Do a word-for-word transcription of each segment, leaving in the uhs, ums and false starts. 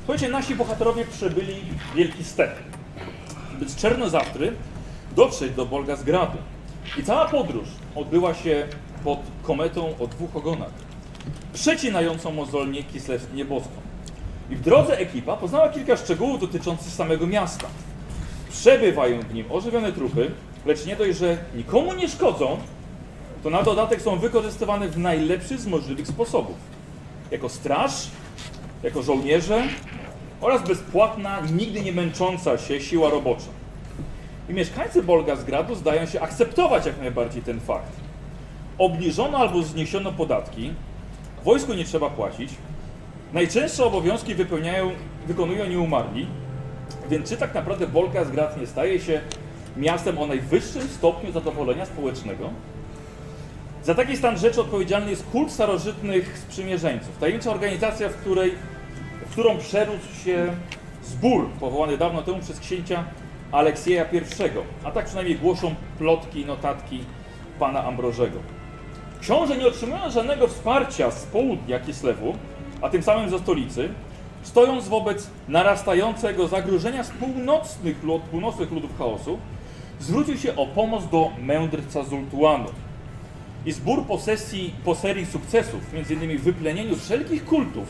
Słuchajcie, nasi bohaterowie przebyli wielki step, by z Czernozawtry dotrzeć do Bolgasgradu. I cała podróż odbyła się pod kometą o dwóch ogonach, przecinającą mozolnie Kislew nieboską. I w drodze ekipa poznała kilka szczegółów dotyczących samego miasta. Przebywają w nim ożywione trupy, lecz nie dość, że nikomu nie szkodzą, to na dodatek są wykorzystywane w najlepszy z możliwych sposobów. Jako straż, jako żołnierze oraz bezpłatna, nigdy nie męcząca się siła robocza. I mieszkańcy Bolgasgradu zdają się akceptować jak najbardziej ten fakt. Obniżono albo zniesiono podatki, wojsku nie trzeba płacić, najczęstsze obowiązki wypełniają, wykonują nieumarli, więc czy tak naprawdę Bolgasgrad nie staje się miastem o najwyższym stopniu zadowolenia społecznego? Za taki stan rzeczy odpowiedzialny jest kult starożytnych sprzymierzeńców. Tajemnicza organizacja, w, której, w którą przerósł się zbór powołany dawno temu przez księcia Aleksieja pierwszego, a tak przynajmniej głoszą plotki i notatki pana Ambrożego. Książę, nie otrzymując żadnego wsparcia z południa Kislewu, a tym samym ze stolicy, stojąc wobec narastającego zagrożenia z północnych, lud, północnych ludów chaosu, zwrócił się o pomoc do mędrca Zultuanu. I zbór po, sesji, po serii sukcesów, między innymi wyplenieniu wszelkich kultów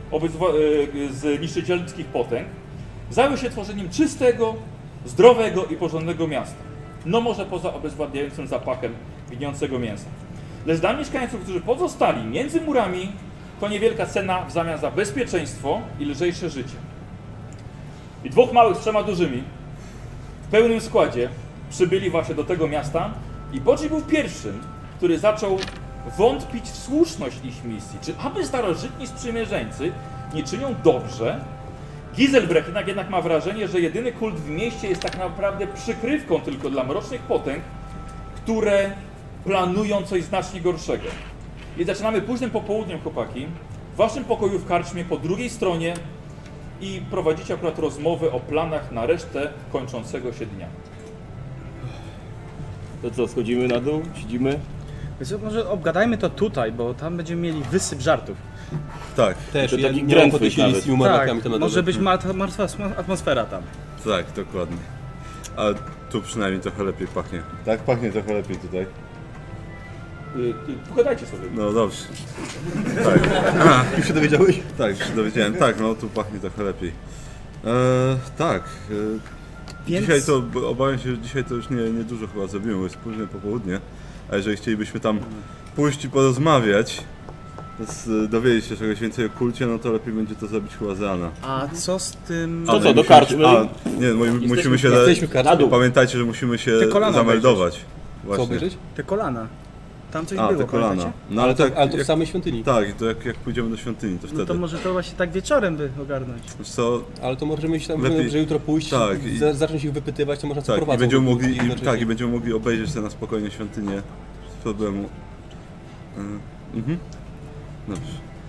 z niszczycielskich potęg, zajął się tworzeniem czystego, zdrowego i porządnego miasta. No może poza obezwładniającym zapachem gnijącego mięsa. Lecz dla mieszkańców, którzy pozostali między murami, to niewielka cena w zamian za bezpieczeństwo i lżejsze życie. I dwóch małych z trzema dużymi w pełnym składzie przybyli właśnie do tego miasta i Bodzi był pierwszym, który zaczął wątpić w słuszność ich misji. Czy aby starożytni sprzymierzeńcy nie czynią dobrze? Giselbrecht jednak, jednak ma wrażenie, że jedyny kult w mieście jest tak naprawdę przykrywką tylko dla mrocznych potęg, które planują coś znacznie gorszego. I zaczynamy późnym popołudniem, chłopaki, w waszym pokoju w karczmie po drugiej stronie i prowadzicie akurat rozmowę o planach na resztę kończącego się dnia. To co, schodzimy na dół, siedzimy? Więc może obgadajmy to tutaj, bo tam będziemy mieli wysyp żartów. Tak. Też, to ja taki nie mam ochoty siedzieć z tymi Tak, umarłakami to na może dole. być martwa, martwa atmosfera tam. Tak, dokładnie. A tu przynajmniej trochę lepiej pachnie. Tak, pachnie trochę lepiej tutaj. Yy, pogadajcie sobie. No dobrze. Tak. Już się dowiedziałeś? Tak, się dowiedziałem. Tak, no tu pachnie trochę lepiej. E, tak. E, Więc... Dzisiaj to, bo obawiam się, że dzisiaj to już nie, nie dużo chyba zrobimy, bo jest późne popołudnie. A jeżeli chcielibyśmy tam pójść i porozmawiać, z, dowiedzieć się czegoś więcej o kulcie, no to lepiej będzie to zrobić chyba z rana. A co z tym... To Ale co, do musimy karczmy? się- A, nie, no, i musimy się... jesteśmy w karczmie. Pamiętajcie, że musimy się Te kolana zameldować. Co Właśnie. obejrzeć? Te kolana. Tam coś A, było, te kolana. pamiętacie? No Ale, ale to, ale tak, to w jak, samej świątyni. tak, to jak, jak pójdziemy do świątyni, to No wtedy. to może to właśnie tak wieczorem by ogarnąć. Wiesz co, Ale to możemy iść tam, Lepiej- że jutro pójść, tak, i- za, zacząć ich wypytywać, to można tak, i prowadzą. będziemy do mogli, Polski i, jednocześnie. tak, i będziemy mogli obejrzeć sobie na spokojnie świątynię bez problemu. E, mhm. Dobrze.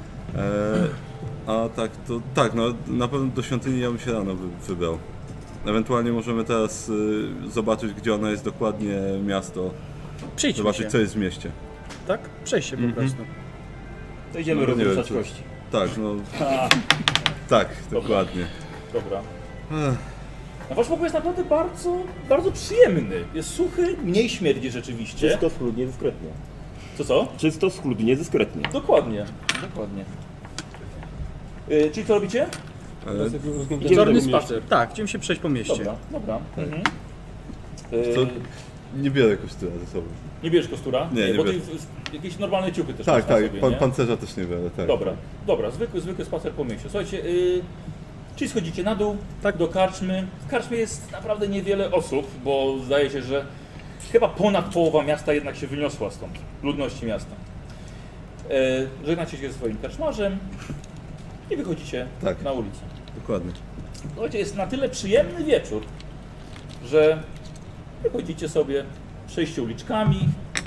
E, a tak, to tak, no na pewno do świątyni ja bym się rano wy, wybrał. Ewentualnie możemy teraz y, zobaczyć, gdzie ona jest dokładnie, miasto, Przyjdźmy zobaczyć, się. co jest w mieście. Tak? Przejść się po Mhm. prostu. To idziemy No, nie rozruszać wiem, kości. Tak, no, A, tak, dokładnie. dobra. Ech. No, wasz pokój jest naprawdę bardzo, bardzo przyjemny. Jest suchy, mniej śmierdzi rzeczywiście. Czysto, schludnie, dyskretnie. Co co? Czysto, schludnie, dyskretnie. Dokładnie, dokładnie. Yy, czyli co robicie? E, Wieczorny spacer. Tak, chcemy się przejść po mieście. Dobra, dobra. Mhm. to Yy, nie biorę kościoła ze sobą. nie bierzesz kostura? Nie, nie bo ty biorę. w- jakieś normalne ciuchy też Tak, masz na tak, sobie, pan, nie? pancerza też nie biorę, tak. Dobra, dobra, zwykły, zwykły spacer po mieście. Słuchajcie, yy, czyli schodzicie na dół, tak, do karczmy. W karczmie jest naprawdę niewiele osób, bo zdaje się, że chyba ponad połowa miasta jednak się wyniosła stąd, ludności miasta. Yy, żegnacie się ze swoim karczmarzem i wychodzicie Tak. na ulicę. Dokładnie. Słuchajcie, jest na tyle przyjemny wieczór, że wychodzicie sobie, przejście uliczkami,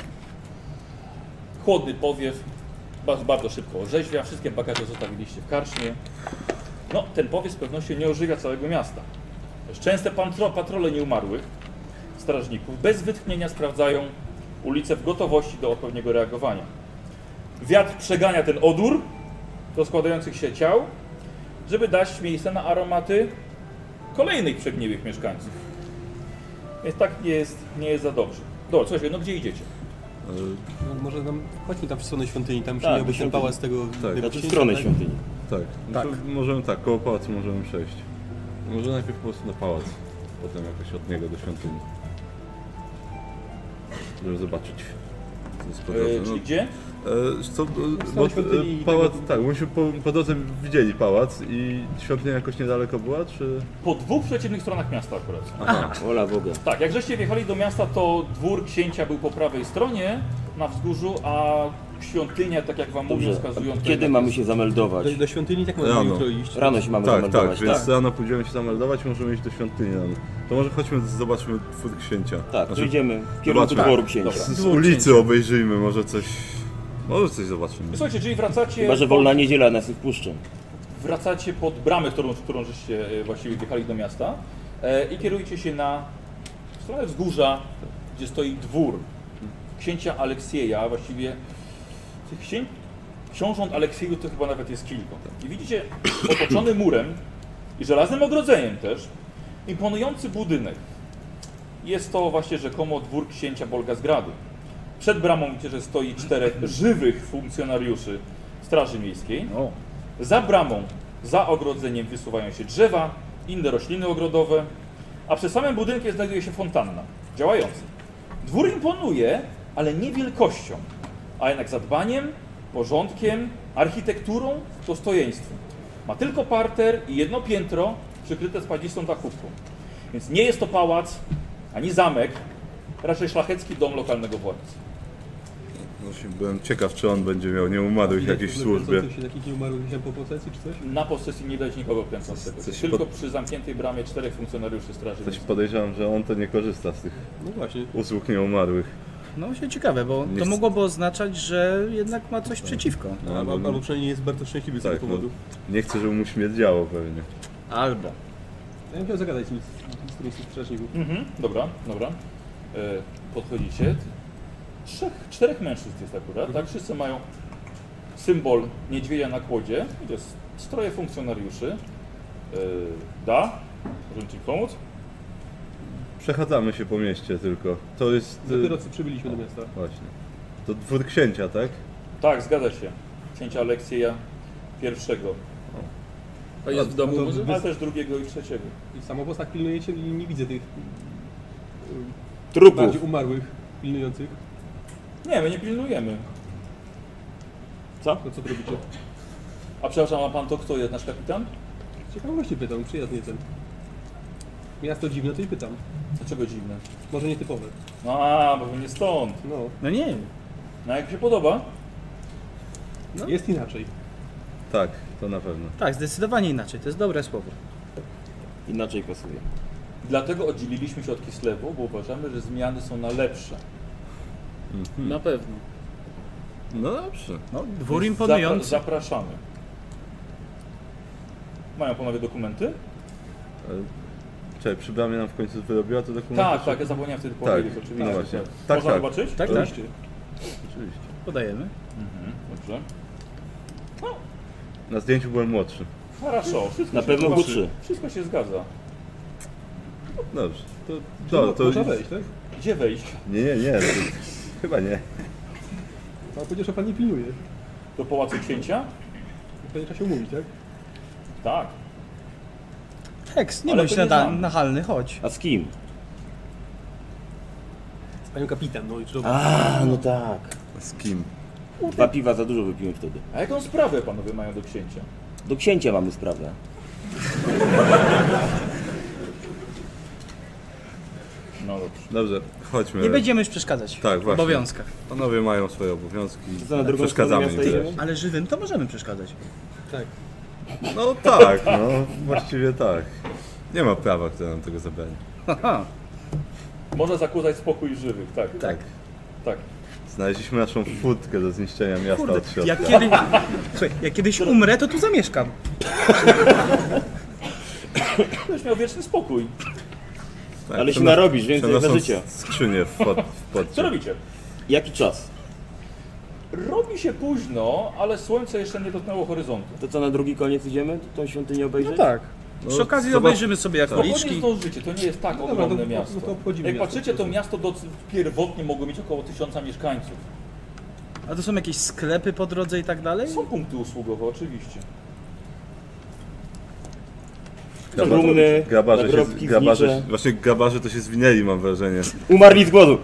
chłodny powiew, bardzo, bardzo szybko orzeźwia, wszystkie bagaże zostawiliście w karczmie. No, ten powiew z pewnością nie ożywia całego miasta. Też częste patro, patrole nieumarłych strażników bez wytchnienia sprawdzają ulice w gotowości do odpowiedniego reagowania. Wiatr przegania ten odór rozkładających się ciał. żeby dać miejsce na aromaty kolejnych przegniłych mieszkańców. Więc tak nie jest, nie jest za dobrze. Dobra, słuchajcie, no gdzie idziecie? E, No, może nam, chodźmy tam w stronę świątyni, tam się Tak, miałby ten świątyni. pałac tego... Tak. tego Znaczy w księcia, stronę tak? świątyni. tak, no Tak. to możemy tak, koło pałacu możemy przejść. Może najpierw po prostu na pałac, potem jakoś od niego do świątyni. Żeby zobaczyć, co jest po drodze. E, czyli No, gdzie? e, co, e, W bo stronę świątyni e, i pałac, tego- tak, myśmy po, po drodze widzieli pałac i świątynia jakoś niedaleko była, czy... Po dwóch przeciwnych stronach miasta akurat. Aha, Ola Boga. Tak, jak żeście wjechali do miasta, to dwór księcia był po prawej stronie na wzgórzu, a świątynia, tak jak wam mówią, Dobrze, wskazują... a tutaj kiedy na- mamy się zameldować? Do, do świątyni tak możemy Rano. jutro iść. Rano się mamy tak, tak, zameldować, więc tak? rano pójdziemy się zameldować, możemy iść do świątyni rano. To może chodźmy, zobaczmy twór księcia. Tak, to Znaczy, idziemy w kierunku zobaczmy. dworu księcia. Dobra. Z, z Dwór ulicy księcia. obejrzyjmy, może coś... Może coś zobaczymy. Słuchajcie, czyli wracacie... Chyba, że wolna niedziela nas ich wpuszczą. Wracacie pod bramę, którą, którą żeście e, właściwie wjechali do miasta e, i kierujecie się na stronę wzgórza, gdzie stoi dwór księcia Aleksieja, właściwie tych księć, książąt Aleksiejów to chyba nawet jest kilka. I widzicie otoczony murem i żelaznym ogrodzeniem też imponujący budynek. Jest to właśnie rzekomo dwór księcia Bolgasgradu. Przed bramą widzicie, że stoi czterech żywych funkcjonariuszy Straży Miejskiej. O, Za bramą, za ogrodzeniem wysuwają się drzewa, inne rośliny ogrodowe, a przed samym budynkiem znajduje się fontanna, działająca. Dwór imponuje, ale nie wielkością, a jednak zadbaniem, porządkiem, architekturą, dostojeństwem. Ma tylko parter i jedno piętro przykryte spadzistą dachówką. Więc nie jest to pałac, ani zamek, raczej szlachecki dom lokalnego władcy. Właśnie byłem ciekaw, czy on będzie miał nieumarłych w Widać jakiejś w ogóle służbie. kręcących się takich nieumarłych wziąłem po posesji czy coś? Na posesji nie widać nikogo kręcącego. Coś Tylko pod- przy zamkniętej bramie czterech funkcjonariuszy Straży Coś Miejskiej. podejrzewam, że on to nie korzysta z tych No właśnie. usług nieumarłych. no się ciekawe, bo Nie to chcę- mogłoby oznaczać, że jednak ma coś przeciwko. No, albo, albo przynajmniej jest bardzo szczęśliwy z Tak, tego no, powodu. nie chcę, żeby mu śmierdziało pewnie. Albo. Ja bym chciał zagadać z nim, z- z którymś z strażników. Mhm, dobra, dobra. E, podchodzicie. Trzech, czterech mężczyzn jest akurat, tak? Wszyscy mają symbol niedźwiedzia na kłodzie. I to jest stroje funkcjonariuszy. E, da? Możemy ci pomóc? Przechadzamy się po mieście tylko. To jest... y, Dopiero co przybyliśmy do miasta. Właśnie. To dwór księcia, tak? Tak, zgadza się. Księcia Aleksieja pierwszego, To jest w domu No to może? ale też drugiego i trzeciego. I w samobóstach pilnujecie i nie widzę tych y, Trupów. bardziej umarłych pilnujących. Nie, my nie pilnujemy. Co? To co tu robicie? A przepraszam, a pan to kto jest nasz kapitan? Z ciekawości pytam, przyjaznie ten. Miasto dziwne, to i pytam. Dlaczego dziwne? Może nietypowe. A, bo wy nie stąd. No, No nie. No jak się podoba? No. jest inaczej. Tak, to na pewno. Tak, zdecydowanie inaczej. To jest dobre słowo. Inaczej pasuje. Dlatego oddzieliliśmy się od Kislewu, bo uważamy, że zmiany są na lepsze. Na pewno. No dobrze. No, dwór Zapra- imponujący. zapraszamy. Mają panowie dokumenty? E, Czekaj, przy bramie nam w końcu wyrobiła to dokument? Tak, tak, ja zapomniałem wtedy Tak, powiedzieć, oczywiście. no właśnie. Tak. Tak, Można tak. zobaczyć? Tak, tak. Oczywiście. Oczywiście. Podajemy. Mhm, dobrze. Na zdjęciu byłem młodszy. Хорошо, wszystko Na się pewno zgadza. chudszy. Wszystko się zgadza. Dobrze. To, To, to, to, można wejść, tak? Gdzie wejść? Nie, nie, nie. To, chyba nie. A powiedział, że pan nie pilnuje. Do Pałacu Księcia? Pewnie trzeba się umówić, tak? Tak. Tekst, nie Ale bądź to nie nada- znam. nachalny, chodź. A z kim? Z panią kapitan, no i czy A, no tak. Z kim? Dwa piwa za dużo wypiłem wtedy. A jaką sprawę panowie mają do księcia? Do księcia mamy sprawę. No dobrze. Dobrze, chodźmy. Nie będziemy już przeszkadzać Tak, w właśnie. obowiązkach. Panowie mają swoje obowiązki. Co, na drugą Przeszkadzamy stronę im miasta też. idziemy? Ale żywym to możemy przeszkadzać. Tak. No tak, no właściwie tak. Nie ma prawa, które nam tego zabrani. Haha. Można zakłócać spokój żywych, tak. Tak. Tak. Znaleźliśmy naszą furtkę do zniszczenia miasta Kurde, od środka. jak, kiedy... Słuchaj, jak kiedyś umrę, to tu zamieszkam. Będziesz miał wieczny spokój. Tak, Ale się przenos- narobisz, więcej przenosą za życia. skrzynię w pod, w Co podcie. robicie? Jaki czas? Robi się późno, ale słońce jeszcze nie dotknęło horyzontu. To co, na drugi koniec idziemy? Tą świątynię obejrzeć? No tak. No, Przy okazji zobacz- obejrzymy sobie jak Spokojnie uliczki. zdążycie, to nie jest tak No dobra, ogromne to- miasto. to obchodzimy Jak miasto, patrzycie, po to prostu. miasto do, pierwotnie mogło mieć około tysiąca mieszkańców. A to są jakieś sklepy po drodze i tak dalej? Są punkty usługowe, oczywiście. Trumny, Grabarze, się, nagrobki grabarze, znicze. właśnie grabarze to się zwinęli, mam wrażenie. Umarli z głodu.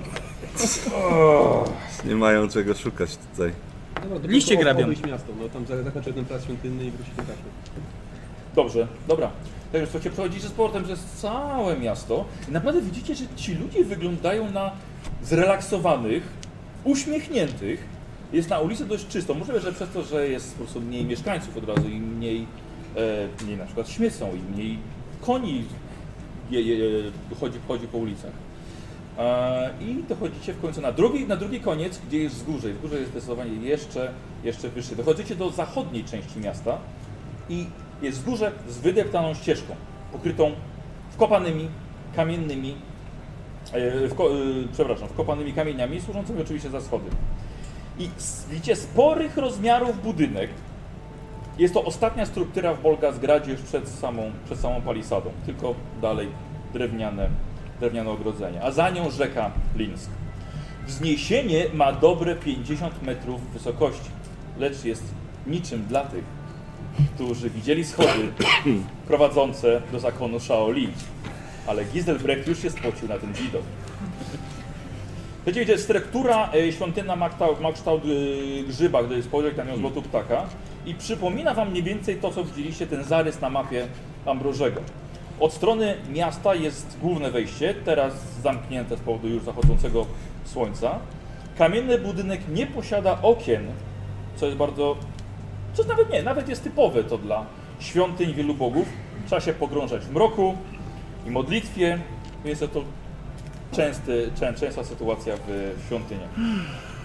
Nie mają czego szukać tutaj. Dobra, to Liście tylko grabią. obejść miasto, no tam za- zakończę ten plac świątynny i wrócić do kaszu. Dobrze, dobra. Tak już słuchajcie, przechodzicie z portem przez całe miasto i naprawdę widzicie, że ci ludzie wyglądają na zrelaksowanych, uśmiechniętych. Jest na ulicy dość czysto. Możliwe, że przez to, że jest po prostu mniej mieszkańców od razu i mniej, e, mniej na przykład śmiecą i mniej koni je, je, je, chodzi, chodzi po ulicach. E, I dochodzicie w końcu na drugi, na drugi koniec, gdzie jest wzgórze. I wzgórze jest zdecydowanie jeszcze, jeszcze wyższe. Dochodzicie do zachodniej części miasta i jest wzgórze z wydeptaną ścieżką, pokrytą wkopanymi kamiennymi, e, wko, e, przepraszam, wkopanymi kamieniami, służącymi oczywiście za schody. I s- widzicie sporych rozmiarów budynek. Jest to ostatnia struktura w Bolgasgradzie już przed samą, przed samą palisadą, tylko dalej drewniane, drewniane ogrodzenie, a za nią rzeka Linsk. Wzniesienie ma dobre pięćdziesiąt metrów wysokości, lecz jest niczym dla tych, którzy widzieli schody prowadzące do zakonu Shaolin. Ale Giselbrecht już się spocił na ten widok. Wiecie, struktura e, świątynna ma kształt, ma kształt e, grzyba, gdy spojrzeć na nią z lotu ptaka i przypomina wam mniej więcej to, co widzieliście, ten zarys na mapie Ambrożego. Od strony miasta jest główne wejście, teraz zamknięte z powodu już zachodzącego słońca. Kamienny budynek nie posiada okien, co jest bardzo... co nawet nie, nawet jest typowe to dla świątyń wielu bogów. Trzeba się pogrążać w mroku i modlitwie, więc to częsty, czę, częsta sytuacja w świątyniach. Um,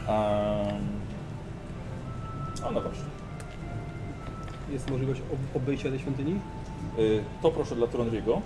a no właśnie. Jest możliwość ob- obejścia tej świątyni? Y, to proszę dla Tronriego.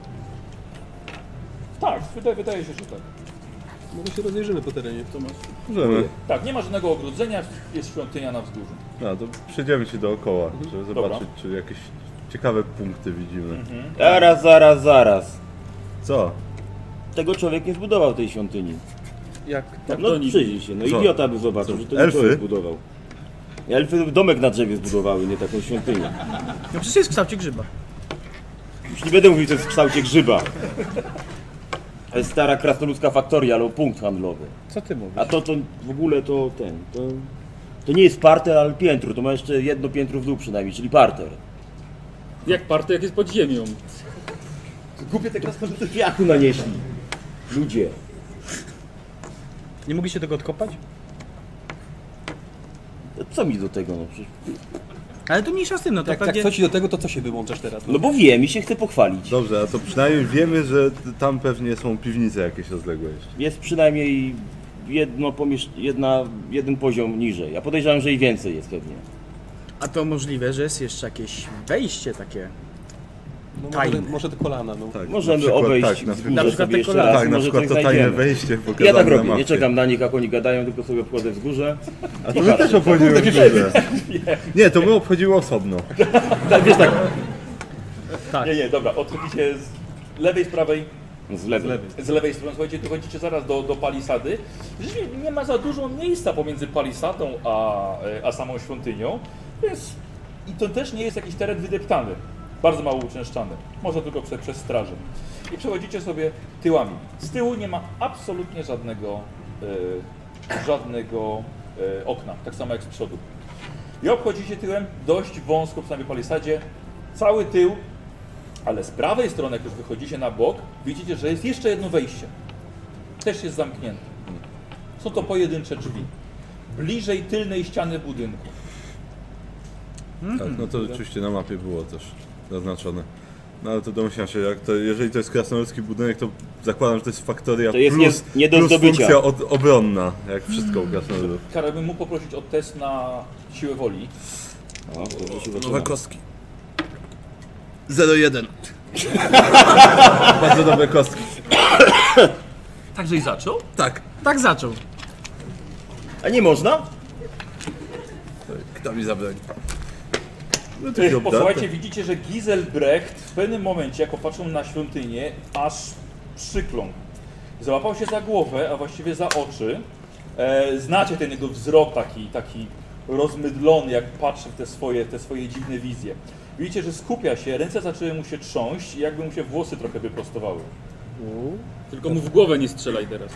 Tak, wydaje, wydaje się, że tak. Może się rozejrzymy po terenie. Możemy. Tak, nie ma żadnego ogrodzenia, jest świątynia na wzgórzu. No to przejdziemy się dookoła, żeby Dobra. zobaczyć, czy jakieś ciekawe punkty widzimy. Zaraz, zaraz, zaraz. Co? Tego człowiek nie zbudował tej świątyni. Jak No przyjrzyj się, no Co? idiota by zobaczył, Co? że to nie Elfy? człowiek zbudował. Elfy domek na drzewie zbudowały, nie taką świątynię. No przecież jest w kształcie grzyba. Już nie będę mówił, że jest w kształcie grzyba. To jest stara krasnoludzka faktoria albo punkt handlowy. Co ty mówisz? A to, to w ogóle to ten, to, to nie jest parter, ale piętro, to ma jeszcze jedno piętro w dół przynajmniej, czyli parter. Jak party, jak jest pod ziemią. Głupie te krasnoludy kwiatu nanieśli. Ludzie. Nie mogliście tego odkopać? To co mi do tego, no przecież... Ale to mniejsza z tym, no to Jak, jak pewnie... co ci do tego, to co się wyłączasz teraz? No bo wiem i się chcę pochwalić. Dobrze, a to przynajmniej wiemy, że tam pewnie są piwnice jakieś rozległe jeszcze. Jest przynajmniej jedno pomiesz... jedna, jeden poziom niżej. Ja podejrzewam, że i więcej jest pewnie. A to możliwe, że jest jeszcze jakieś wejście takie. No może, tajne. te, może te kolana, no. Tak, Możemy na przykład, obejść tak, na, wzgórze na przykład sobie te jeszcze kolana. raz, tak, na może przykład coś to tajne znajdziemy. wejście pokazane Ja tak na robię, mapie. nie czekam na nich, jak oni gadają, tylko sobie obchodzę wzgórze. A to my też obchodzimy wzgórze. Nie, to my obchodzimy osobno. Tak, wiesz tak, Tak. Nie, nie, dobra, odchodzicie z lewej, z prawej, z lewej. z lewej strony, słuchajcie, dochodzicie zaraz do, do palisady. Rzeczywiście nie ma za dużo miejsca pomiędzy palisadą a, a samą świątynią, więc i to też nie jest jakiś teren wydeptany, bardzo mało uczęszczany, może tylko przez, przez straży. I przechodzicie sobie tyłami. Z tyłu nie ma absolutnie żadnego, e, żadnego e, okna, tak samo jak z przodu. I obchodzicie tyłem dość wąsko przy samej palisadzie, cały tył, ale z prawej strony, jak już wychodzicie na bok, widzicie, że jest jeszcze jedno wejście. Też jest zamknięte. Są to pojedyncze drzwi. Bliżej tylnej ściany budynku. Tak, no to rzeczywiście na mapie było też zaznaczone. No ale to domyślam się, jak to, jeżeli to jest krasnoludzki budynek, to zakładam, że to jest faktoria To jest plus, nie- nie do plus zdobycia. funkcja od, obronna, jak wszystko u krasnoludów. Karol, bym mógł poprosić o test na siłę woli. O, dobrze się zaczyna. kostki. zero jeden. Bardzo dobre kostki. Także i zaczął? Tak. Tak zaczął. A nie można? Kto mi zabroni? No to Ej, się Posłuchajcie, obdarta. widzicie, że Giselbrecht w pewnym momencie, jak popatrzył na świątynię, aż przykląkł. Załapał się za głowę, a właściwie za oczy. E, znacie ten jego wzrok taki, taki rozmydlony, jak patrzy w te swoje, te swoje dziwne wizje. Widzicie, że skupia się, ręce zaczęły mu się trząść i jakby mu się włosy trochę wyprostowały. Tylko mu w głowę nie strzelaj teraz.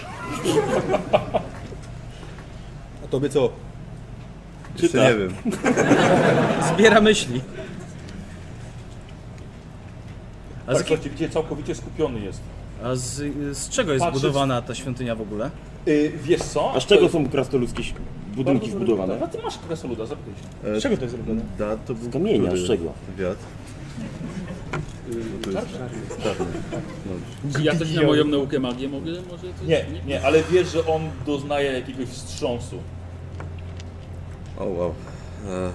A tobie co? Jeszcze nie wiem. Zbiera myśli. A, Tak, z, słuchajcie, widzicie, całkowicie skupiony jest. a z, z czego jest Patrzy- zbudowana ta świątynia w ogóle? Y, wiesz co? A z czego są krasnoludzkie ś- budynki Bardzo zbudowane? dobre pytanie. A ty masz krasoluda, zapytaj się. E, Z czego to jest zrobione? Da, to był Z kamienia, który z czego? Wiatr. No to jest czarny. Czy ja coś na moją naukę magię mogę? Może coś? Nie, nie, ale wiesz, że on doznaje jakiegoś wstrząsu. O wow. E,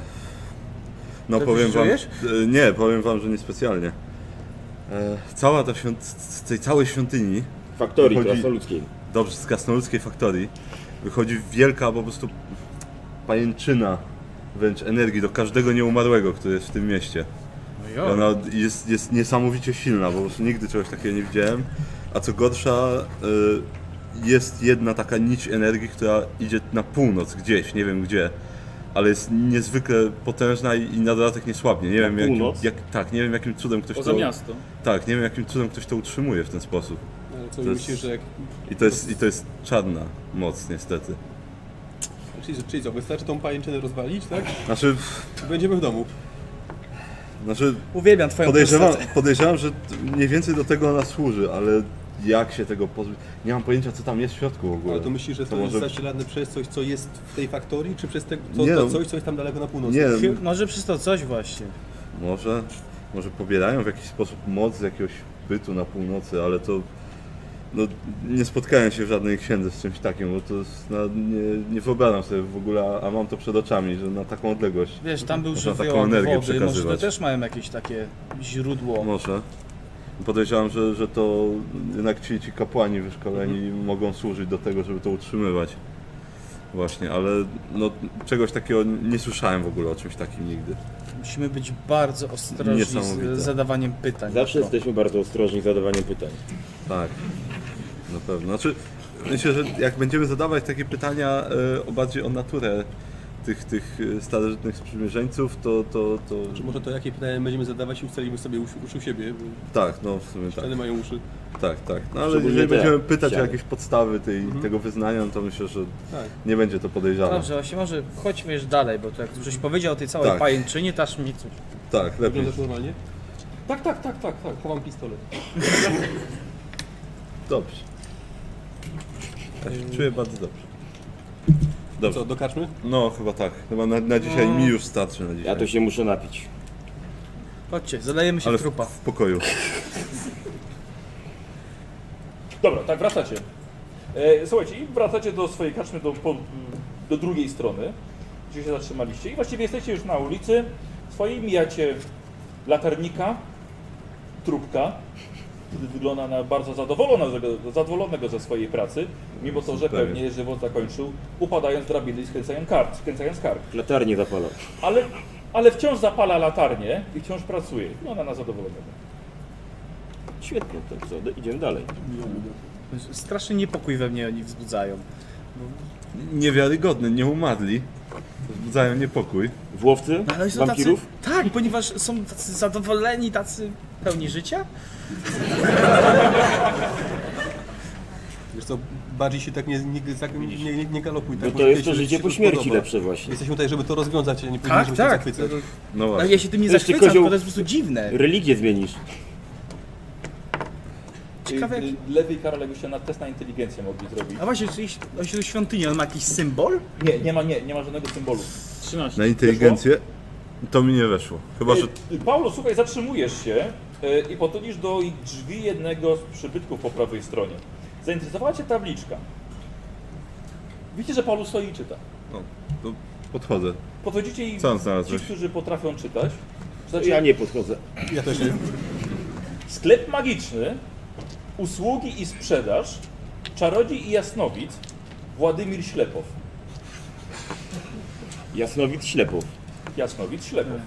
no To powiem wam, czujesz? e, nie, powiem wam, że niespecjalnie. E, cała ta świąt, z tej całej świątyni, Faktorii Wychodzi- krasnoludzkiej. dobrze, z krasnoludzkiej faktorii, wychodzi wielka po prostu pajęczyna wręcz energii do każdego nieumarłego, który jest w tym mieście. I No ona jest, jest niesamowicie silna, po prostu nigdy czegoś takiego nie widziałem. A co gorsza, y, jest jedna taka nić energii, która idzie na północ gdzieś, nie wiem gdzie, ale jest niezwykle potężna i, i na dodatek nie słabnie. Nie Na wiem jakim, północ? jak, tak, nie wiem jakim cudem ktoś Poza to. miasto. Tak, nie wiem jakim cudem ktoś to utrzymuje w ten sposób. Ale co, To jest- myślisz, że jak... I to jest, i to jest czarna moc niestety. Czyli, czyli co, wystarczy tą pajęczynę rozwalić, tak? Znaczy, Będziemy w domu. znaczy Uwielbiam twoją podejrzewam, postać. podejrzewam, że t- mniej więcej do tego ona służy, ale jak się tego pozbyć? Nie mam pojęcia co tam jest w środku w ogóle. Ale to myślisz, że to, To jest może- zasilane przez coś, co jest w tej faktorii, czy przez te, co, Nie to no. coś, co jest tam daleko na północy? Nie, Chy- Może przez to coś właśnie. Może, może pobierają w jakiś sposób moc z jakiegoś bytu na północy, ale to no, nie spotkałem się w żadnej księdze z czymś takim, bo to jest, no, nie, nie wyobrażam sobie w ogóle, a mam to przed oczami, że na taką odległość Wiesz, tam był można żywioł taką energię wody, może to przekazywać. też mają jakieś takie źródło. Może. Podejrzewam, że, że to jednak ci, ci kapłani wyszkoleni Mhm. mogą służyć do tego, żeby to utrzymywać. Właśnie, ale no, czegoś takiego nie słyszałem w ogóle o czymś takim nigdy. Musimy być bardzo ostrożni Niesamowite. z zadawaniem pytań. Zawsze No. jesteśmy bardzo ostrożni w zadawaniu pytań. Tak, na pewno. Znaczy, myślę, że jak będziemy zadawać takie pytania e, o bardziej o naturę tych, tych e, starożytnych sprzymierzeńców, to, to, to... Czy może to jakie pytania będziemy zadawać i ustalimy sobie uszy, uszy u siebie? Bo Tak, no w sumie tak. ściany mają uszy. Tak, tak. No ale Szczególnie jeżeli te będziemy pytać o ściany. jakieś podstawy tej, tego wyznania, no to myślę, że Tak. nie będzie to podejrzane. Dobrze, właśnie może chodźmy już dalej, bo to jak żeś powiedział o tej całej Tak. pajęczynie, to aż mi coś. Tak, lepiej. Wyglądasz normalnie? Tak, tak, tak, tak, tak. Chowam pistolet. Dobrze. Ja się czuję bardzo dobrze. Dobrze. Co, dokaczmy? No chyba tak. Chyba na, na dzisiaj mi już starczy na dzisiaj. Ja to się muszę napić. Chodźcie, zadajemy się Ale w w, trupa. w pokoju. Dobra, tak, wracacie. E, słuchajcie, i wracacie do swojej karczmy, do, po, do drugiej strony, gdzie się zatrzymaliście. I właściwie jesteście już na ulicy swojej, mijacie latarnika, trupka, który wygląda na bardzo zadowolonego, zadowolonego ze swojej pracy, mimo to, że Pewnie. pewnie żywot zakończył upadając z drabiny i skręcając kark. Skręcając kark. Latarnię zapalał. Ale, ale wciąż zapala latarnię i wciąż pracuje. Wygląda na zadowolonego. Świetnie, to co, do- idziemy dalej. Straszny niepokój we mnie oni wzbudzają. Niewiarygodne, nie umarli. Wzbudzają niepokój. Włowcy? No, ale oni są Wampirów? Tacy, tak, ponieważ są tacy zadowoleni, tacy pełni życia. Wiesz co, bardziej się tak nie, nie, tak nie, nie, nie, nie galopuj. Tak, No bo to jest jeśli to ci życie się po to śmierci podoba. lepsze właśnie. Jesteśmy tutaj, żeby to rozwiązać, a nie powinniśmy Tak, się tak. zachwycać. No Ale właśnie. ja się tym nie To jeszcze zachwycam, kozioł- to jest po prostu dziwne. Religię zmienisz. Ciekawe jak... Y, Lewy i Karol, jakbyście na test na inteligencję mogli zrobić. A właśnie, czyli jeśli do świątyni, on ma jakiś symbol? Nie, nie ma, nie, nie ma żadnego symbolu. trzynaście. Na inteligencję to mi nie weszło. Chyba, że... Y, Paulo, słuchaj, zatrzymujesz się y, i podchodzisz do drzwi jednego z przybytków po prawej stronie. Zainteresowała cię tabliczka. Widzicie, że Paulo stoi i czyta. No, to podchodzę. Podchodzicie i Co on ci, znalazłeś? którzy potrafią czytać. Znaczy, Ja nie podchodzę. Ja też nie. Sklep magiczny, usługi i sprzedaż, czarodziej i jasnowic, Władimir Ślepow. Jasnowid Ślepow. Jasnowid Ślepow.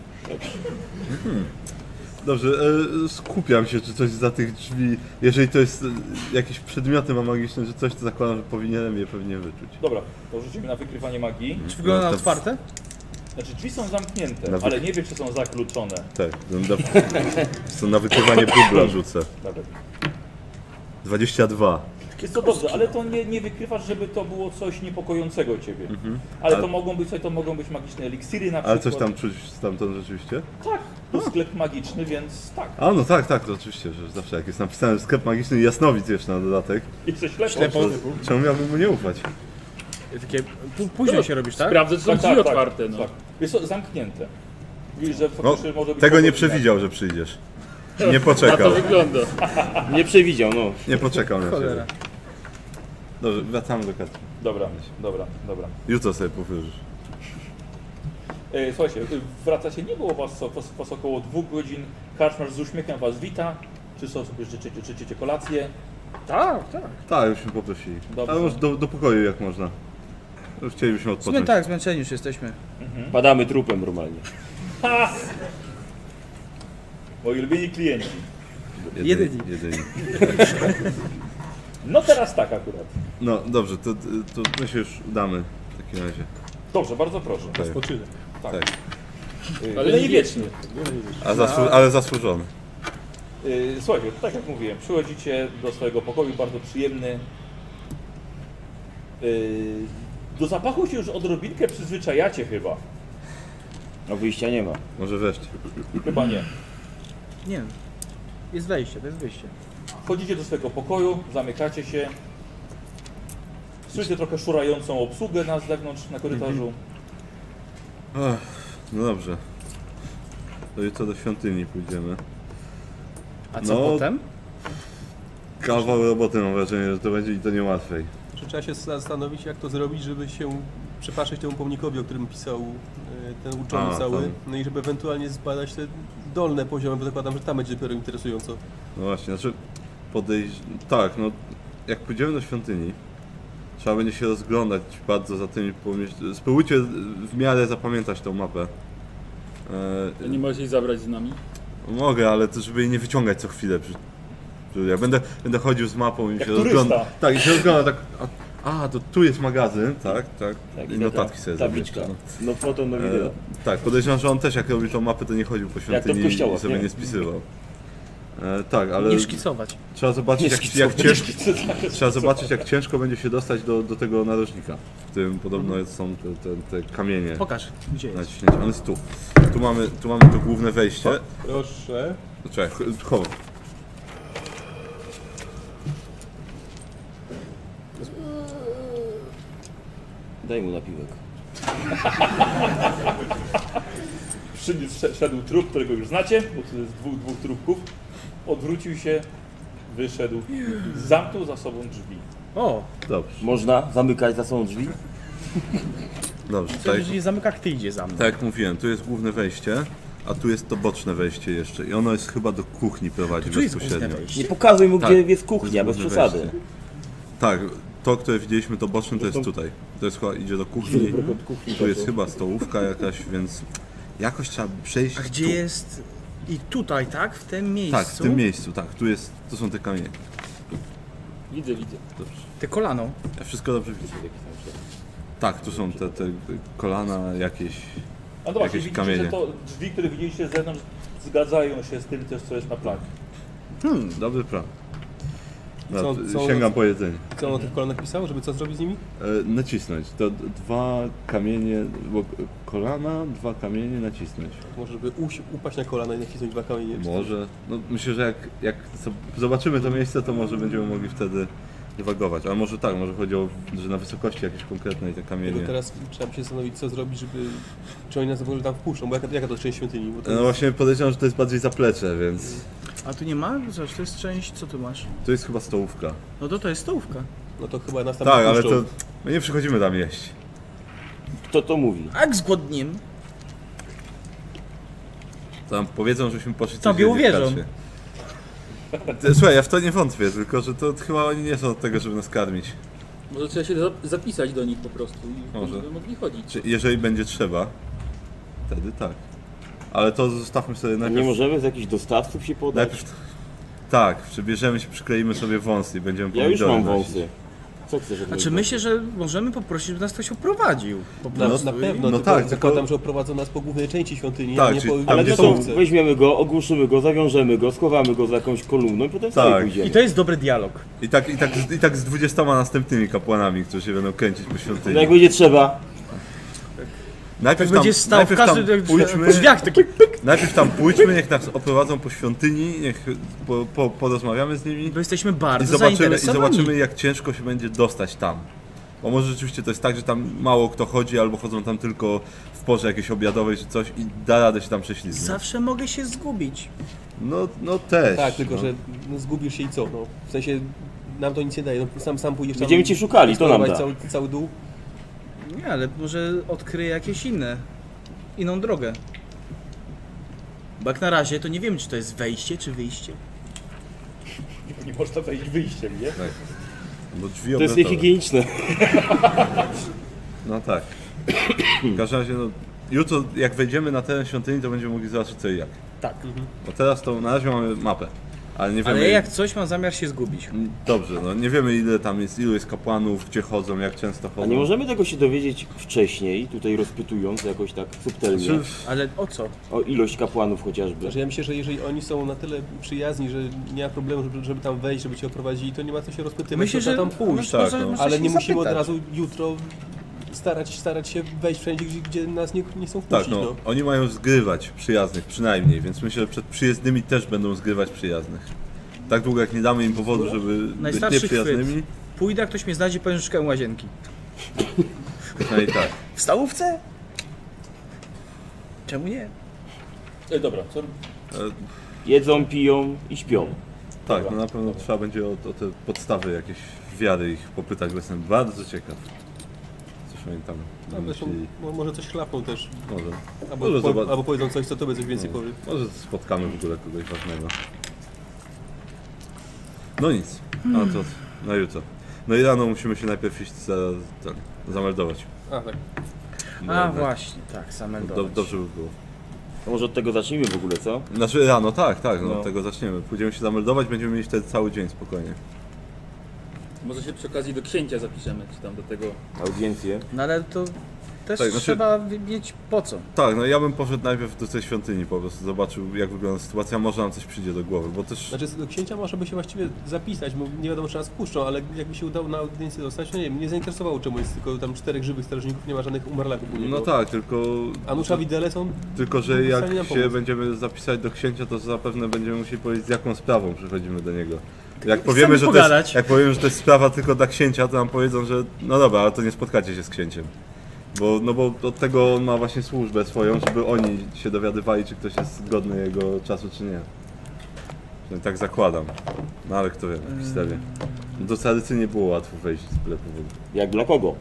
Dobrze, e, skupiam się, czy coś za tych drzwi, jeżeli to jest e, jakieś przedmioty ma magiczne, że coś, to zakładam, że powinienem je pewnie wyczuć. Dobra, to rzucimy na wykrywanie magii. Czy wygląda na No to- otwarte? Znaczy drzwi są zamknięte, Na wy- ale nie wiem, czy są zakluczone. Tak, no, na, co na wykrywanie pudla rzucę. Nawet. dwadzieścia dwa. Jest to dobrze, ale to nie, nie wykrywasz, żeby to było coś niepokojącego ciebie. Ale to Ale- mogą być, to mogą być magiczne eliksiry na Ale przykład. coś tam czuć stamtąd rzeczywiście? Tak, to sklep magiczny, więc tak. A no tak, tak, to oczywiście, że zawsze jak jest napisane sklep magiczny i jasnowic jeszcze na dodatek, I coś ślepo. Ślepo. to czemu miałbym mu nie ufać? Takie, pó- później się robisz, tak? Sprawdzę, czy są drzwi otwarte, no. Tak. Jest to zamknięte. Widzisz, że No, faktycznie może być tego nie pogodzina. przewidział, że przyjdziesz. Nie Na to poczekał, wygląda. Nie przewidział, no. nie poczekał na ciebie. Cholera. Dobrze, wracamy do karty. Dobra, dobra, dobra. Jutro sobie powierzysz. E, słuchajcie, e, wracacie, nie było was, was, was około dwóch godzin. Karczmarz z uśmiechem was wita. Czy sobie życzycie, życzycie kolację? Tak, tak. Tak, byśmy poprosili. Dobrze. Ale może do, do pokoju jak można. Już chcielibyśmy W sumie odpocząć. tak, zmęczeni już jesteśmy. Padamy trupem normalnie. Moi ulubieni klienci. Jedyni. Jedyni. No teraz tak akurat. No dobrze, to, to my się już udamy w takim razie. Dobrze, bardzo proszę. Tak, Spoczynek. Tak. tak. E, Ale Ale nie nie wieczny. A zasłu- ale zasłużony. E, Słuchajcie, tak jak mówiłem, przychodzicie do swojego pokoju, bardzo przyjemny. E, Do zapachu się już odrobinkę przyzwyczajacie chyba. A wyjścia nie ma. Może wreszcie. Chyba nie. Nie wiem. Jest wejście, to jest wyjście. Wchodzicie do swojego pokoju, zamykacie się. Słyszycie trochę szurającą obsługę na zewnątrz, na korytarzu. Ach, no dobrze. To jutro do świątyni pójdziemy. A co No. potem? Kawał roboty mam wrażenie, że to będzie i to nie łatwej. Czy trzeba się zastanowić, jak to zrobić, żeby się przepatrzeć temu pomnikowi, o którym pisał e, ten uczony A, cały, tam. no i żeby ewentualnie zbadać te dolne poziomy, bo zakładam, że tam będzie dopiero interesująco. No właśnie, znaczy podejść... Tak, no jak pójdziemy do świątyni, trzeba będzie się rozglądać bardzo za tymi pomieszczeniami. Spróbujcie w miarę zapamiętać tą mapę. To E, nie możesz jej zabrać z nami? Mogę, ale to żeby jej nie wyciągać co chwilę. Przy, przy, jak będę, będę chodził z mapą i Jak się turysta. rozgląda. Tak, i się rozgląda tak. A, a, to tu jest magazyn, tak, tak. Tak, I taka notatki sobie tabliczka. zrobić. No foto, no E, wideo. tak, podejrzewam, że on też jak robił tą mapę, to nie chodził po to w świątyni kościołach, i sobie nie, nie? spisywał. E, tak, ale Nie szkicować. trzeba zobaczyć, jak, jak ciężko, trzeba zobaczyć, jak ciężko będzie się dostać do, do tego narożnika, w którym podobno są te, te, te kamienie Pokaż, gdzie jest. naciśnięte. On jest tu. Tu mamy, tu mamy to główne wejście. Proszę. Czekaj, ch- chowam. Daj mu napiwek. Przyniósł, sze- szedł trup, którego już znacie, bo to jest dwóch, dwóch trupków. Odwrócił się, wyszedł, zamknął za sobą drzwi. O, Dobrze, Można zamykać za sobą drzwi? dobrze. to Tak, jeżeli zamyka, ty idzie za mną. tak jak mówiłem, tu jest główne wejście, a tu jest to boczne wejście jeszcze. I ono jest chyba do kuchni prowadzi Tu jest główne bezpośrednio. Nie wejście. pokazuj mu, Tak, gdzie jest to kuchnia, jest bez główne przesady. wejście. Tak, to, które widzieliśmy, to boczne, to jest tutaj. To jest chyba, idzie do kuchni. Tu jest chyba stołówka jakaś, więc jakoś trzeba przejść A gdzie tu. jest... I tutaj, tak? W tym miejscu? Tak, w tym miejscu, tak. Tu jest, to są te kamienie. Widzę, widzę. Dobrze. Te kolano. Ja wszystko dobrze widzę. Tak, tu są te, te kolana jakieś. A zobaczcie, Jakieś widzicie, kamienie. że to drzwi, które widzieliście z zewnątrz, zgadzają się z tym też, co jest na planie. Hmm, dobry plan. Co- No, co- sięgam po jedzenie. Co on o tych kolanach pisał, żeby co zrobić z nimi? E, nacisnąć. To d- dwa kamienie, bo kolana, dwa kamienie nacisnąć. Może żeby uś, upaść na kolana i nacisnąć dwa kamienie. czy coś? Może. No, myślę, że jak, jak so- zobaczymy to miejsce, to może będziemy mogli wtedy dywagować. Ale może tak, może chodzi o, że na wysokości jakieś konkretnej te kamienie. Tylko teraz trzeba by się zastanowić, co zrobić, żeby... Czy oni nas w ogóle tam wpuszczą, bo jaka, jaka to część świątyni? Bo to No jest... właśnie podejrzewam, że to jest bardziej zaplecze, więc A tu nie ma? Zobacz, to jest część... Co tu masz? to jest chyba stołówka. No to to jest stołówka. No to chyba nas tam Tak, nie ale wpuszczą. to my nie przychodzimy tam jeść. Kto to mówi? A jak zgłodniem? Tam powiedzą, żeśmy poszli coś Tobie zjeść w uwierzą. karcie. Ty- Słuchaj, ja w to nie wątpię, tylko że to chyba oni nie są od tego, żeby nas karmić. Może trzeba się zap- zapisać do nich po prostu i Może. będziemy mogli chodzić. Czy jeżeli będzie trzeba, wtedy tak. Ale to zostawmy sobie A najpierw... nie możemy z jakichś dostawców się podać? najpierw tak, przybierzemy się, przykleimy sobie wąsy i będziemy Ja już pomidory mam nosić. wąsy. Co chcesz od Znaczy moich myślę, że możemy poprosić, żeby nas ktoś oprowadził. Po Na, prostu. na pewno, no tylko tak, zakładam, tylko- że oprowadzą nas po głównej części świątyni, Tak, a nie czyli po tam, Ale ale gdzie no są- to są... weźmiemy go, ogłuszymy go, zawiążemy go, schowamy go za jakąś kolumną i potem Tak. sobie I pójdziemy. to jest dobry dialog. I tak, i, tak, z- I tak z dwudziestoma następnymi kapłanami, którzy się będą kręcić po świątyni. No jak będzie trzeba. Najpierw tam, Będzie stał w najpierw tam każdym pójdźmy, po drzwiach taki pyk. najpierw tam pójdźmy, niech nas oprowadzą po świątyni, niech po, po, porozmawiamy z nimi Bo jesteśmy i bardzo zobaczymy, i zainteresowani. zobaczymy jak ciężko się będzie dostać tam. Bo może rzeczywiście to jest tak, że tam mało kto chodzi, albo chodzą tam tylko w porze jakiejś obiadowej czy coś i da radę się tam prześlizgnąć. Zawsze mogę się zgubić. No, no też. Tak, tylko no. że no, zgubisz się i co? No, w sensie nam to nic nie daje. No, sam, sam pójdziesz tam... Będziemy cię szukali, to nam da. Cały, cały dół. Nie, ale może odkryję jakieś inne, inną drogę. Bo jak na razie to nie wiem, czy to jest wejście, czy wyjście. Nie można wejść wyjściem, nie? Tak. Bo drzwi To jest obrotowe. niehigieniczne. No tak. W każdym razie, no, jutro jak wejdziemy na teren świątyni, to będziemy mogli zobaczyć co i jak. Tak. Bo teraz to na razie mamy mapę, ale nie wiemy... Ale jak coś mam zamiar się zgubić. Dobrze, no nie wiemy ile tam jest, ilu jest kapłanów, gdzie chodzą, jak często A chodzą. nie możemy tego się dowiedzieć wcześniej, tutaj rozpytując jakoś tak subtelnie, Czy... Ale o co? o ilość kapłanów chociażby. Znaczy ja myślę, że jeżeli oni są na tyle przyjazni, że nie ma problemu, żeby, żeby tam wejść, żeby cię oprowadzili, to nie ma co się rozpytywać, Myślę, trzeba że tam pójść. tak, może, no. może Ale się nie musimy od zapytać. razu jutro starać, starać się wejść wszędzie, gdzie, gdzie nas nie, nie chcą wpuścić. Tak, no, no. oni mają zgrywać przyjaznych przynajmniej, więc myślę, że przed przyjezdnymi też będą zgrywać przyjaznych. Tak długo jak nie damy im powodu, żeby być Najstarszy nieprzyjaznymi, Pójdę, a ktoś mnie znajdzie, powiem, że szukałem łazienki. przynajmniej tak. W stałówce? Czemu nie? E, dobra, co? E, Jedzą, piją i śpią. tak, no na pewno trzeba będzie o, o te podstawy jakieś wiary ich popytać, bo jestem bardzo ciekaw. Coś oni tam No, nam zresztą, myśleli. no, może coś chlapną też. Może, Albo, Może po, zobacz- albo powiedzą coś, co tobie coś więcej No. powie. może spotkamy w ogóle kogoś ważnego. No nic, a to na jutro. No i rano musimy się najpierw iść za, za, zameldować. A tak. Bo A jednak właśnie, tak, do, zameldować. dobrze by było. To może od tego zacznijmy w ogóle, co? Znaczy rano, tak, tak, no, No. od tego zaczniemy. Pójdziemy się zameldować, będziemy mieć wtedy cały dzień spokojnie. Może się przy okazji do księcia zapiszemy, czy tam do tego. Audiencję. No ale to też Tak, znaczy- trzeba wiedzieć po co. Tak, no ja bym poszedł najpierw do tej świątyni po prostu, zobaczył jak wygląda sytuacja, może nam coś przyjdzie do głowy, bo też... Znaczy do księcia można by się właściwie zapisać, bo nie wiadomo czy nas puszczą, ale jakby się udało na audiencję dostać, no nie wiem, mnie zainteresowało czemu jest tylko tam czterech żywych strażników, nie ma żadnych umarlaków u niego. No tak, tylko... Anusza widele są... Tylko, że Mógł jak sami nam się pomóc. będziemy zapisać do księcia, to zapewne będziemy musieli powiedzieć z jaką sprawą przychodzimy do niego. Jak Chcemy powiemy, że to pogadać. jest, jak powiemy, że to jest sprawa tylko dla księcia, to nam powiedzą, że no dobra, ale to nie spotkacie się z księciem. Bo, no bo od tego on ma właśnie służbę swoją, żeby oni się dowiadywali, czy ktoś jest godny jego czasu, czy nie. No i tak zakładam. No ale kto wie, w historii. No do Carycy nie było łatwo wejść z byle powodu. Jak dla kogo?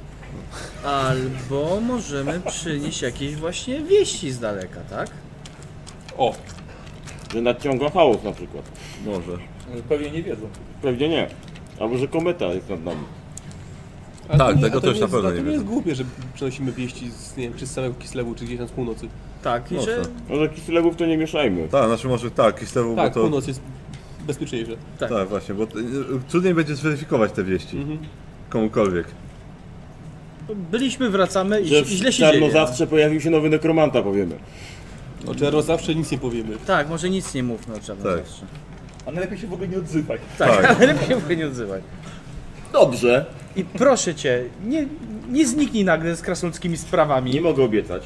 Albo możemy przynieść jakieś właśnie wieści z daleka, tak? O, Że nadciąga chaos na przykład. Może. pewnie nie wiedzą. Pewnie nie. Albo że kometa jest nad nami. Ale Tak, to nie, tego a to też nie na jest, pewno a to nie nie jest wiedzą. głupie, że przynosimy wieści z, nie wiem, czy z samego Kislewu, czy gdzieś tam z północy. Tak, i Można. że... Może Kislegów to nie mieszajmy. Tak, znaczy może tak, Kislewu, Tak, bo to... północ jest bezpieczniejsza. Tak. Tak, właśnie, bo to- trudniej będzie zweryfikować te wieści. Mhm. Komukolwiek. Byliśmy, wracamy i, Że i źle w się dzieje. Czarnozawstrze pojawił się nowy nekromanta, powiemy. O Czerno zawsze nic nie powiemy. Tak, może nic nie mówmy o czarnym Tak. zawsze. A najlepiej się w ogóle nie odzywaj. Tak, Tak. ale lepiej się w ogóle nie odzywaj. Dobrze. I proszę cię, nie, nie zniknij nagle z krasnoludzkimi sprawami. Nie mogę obiecać.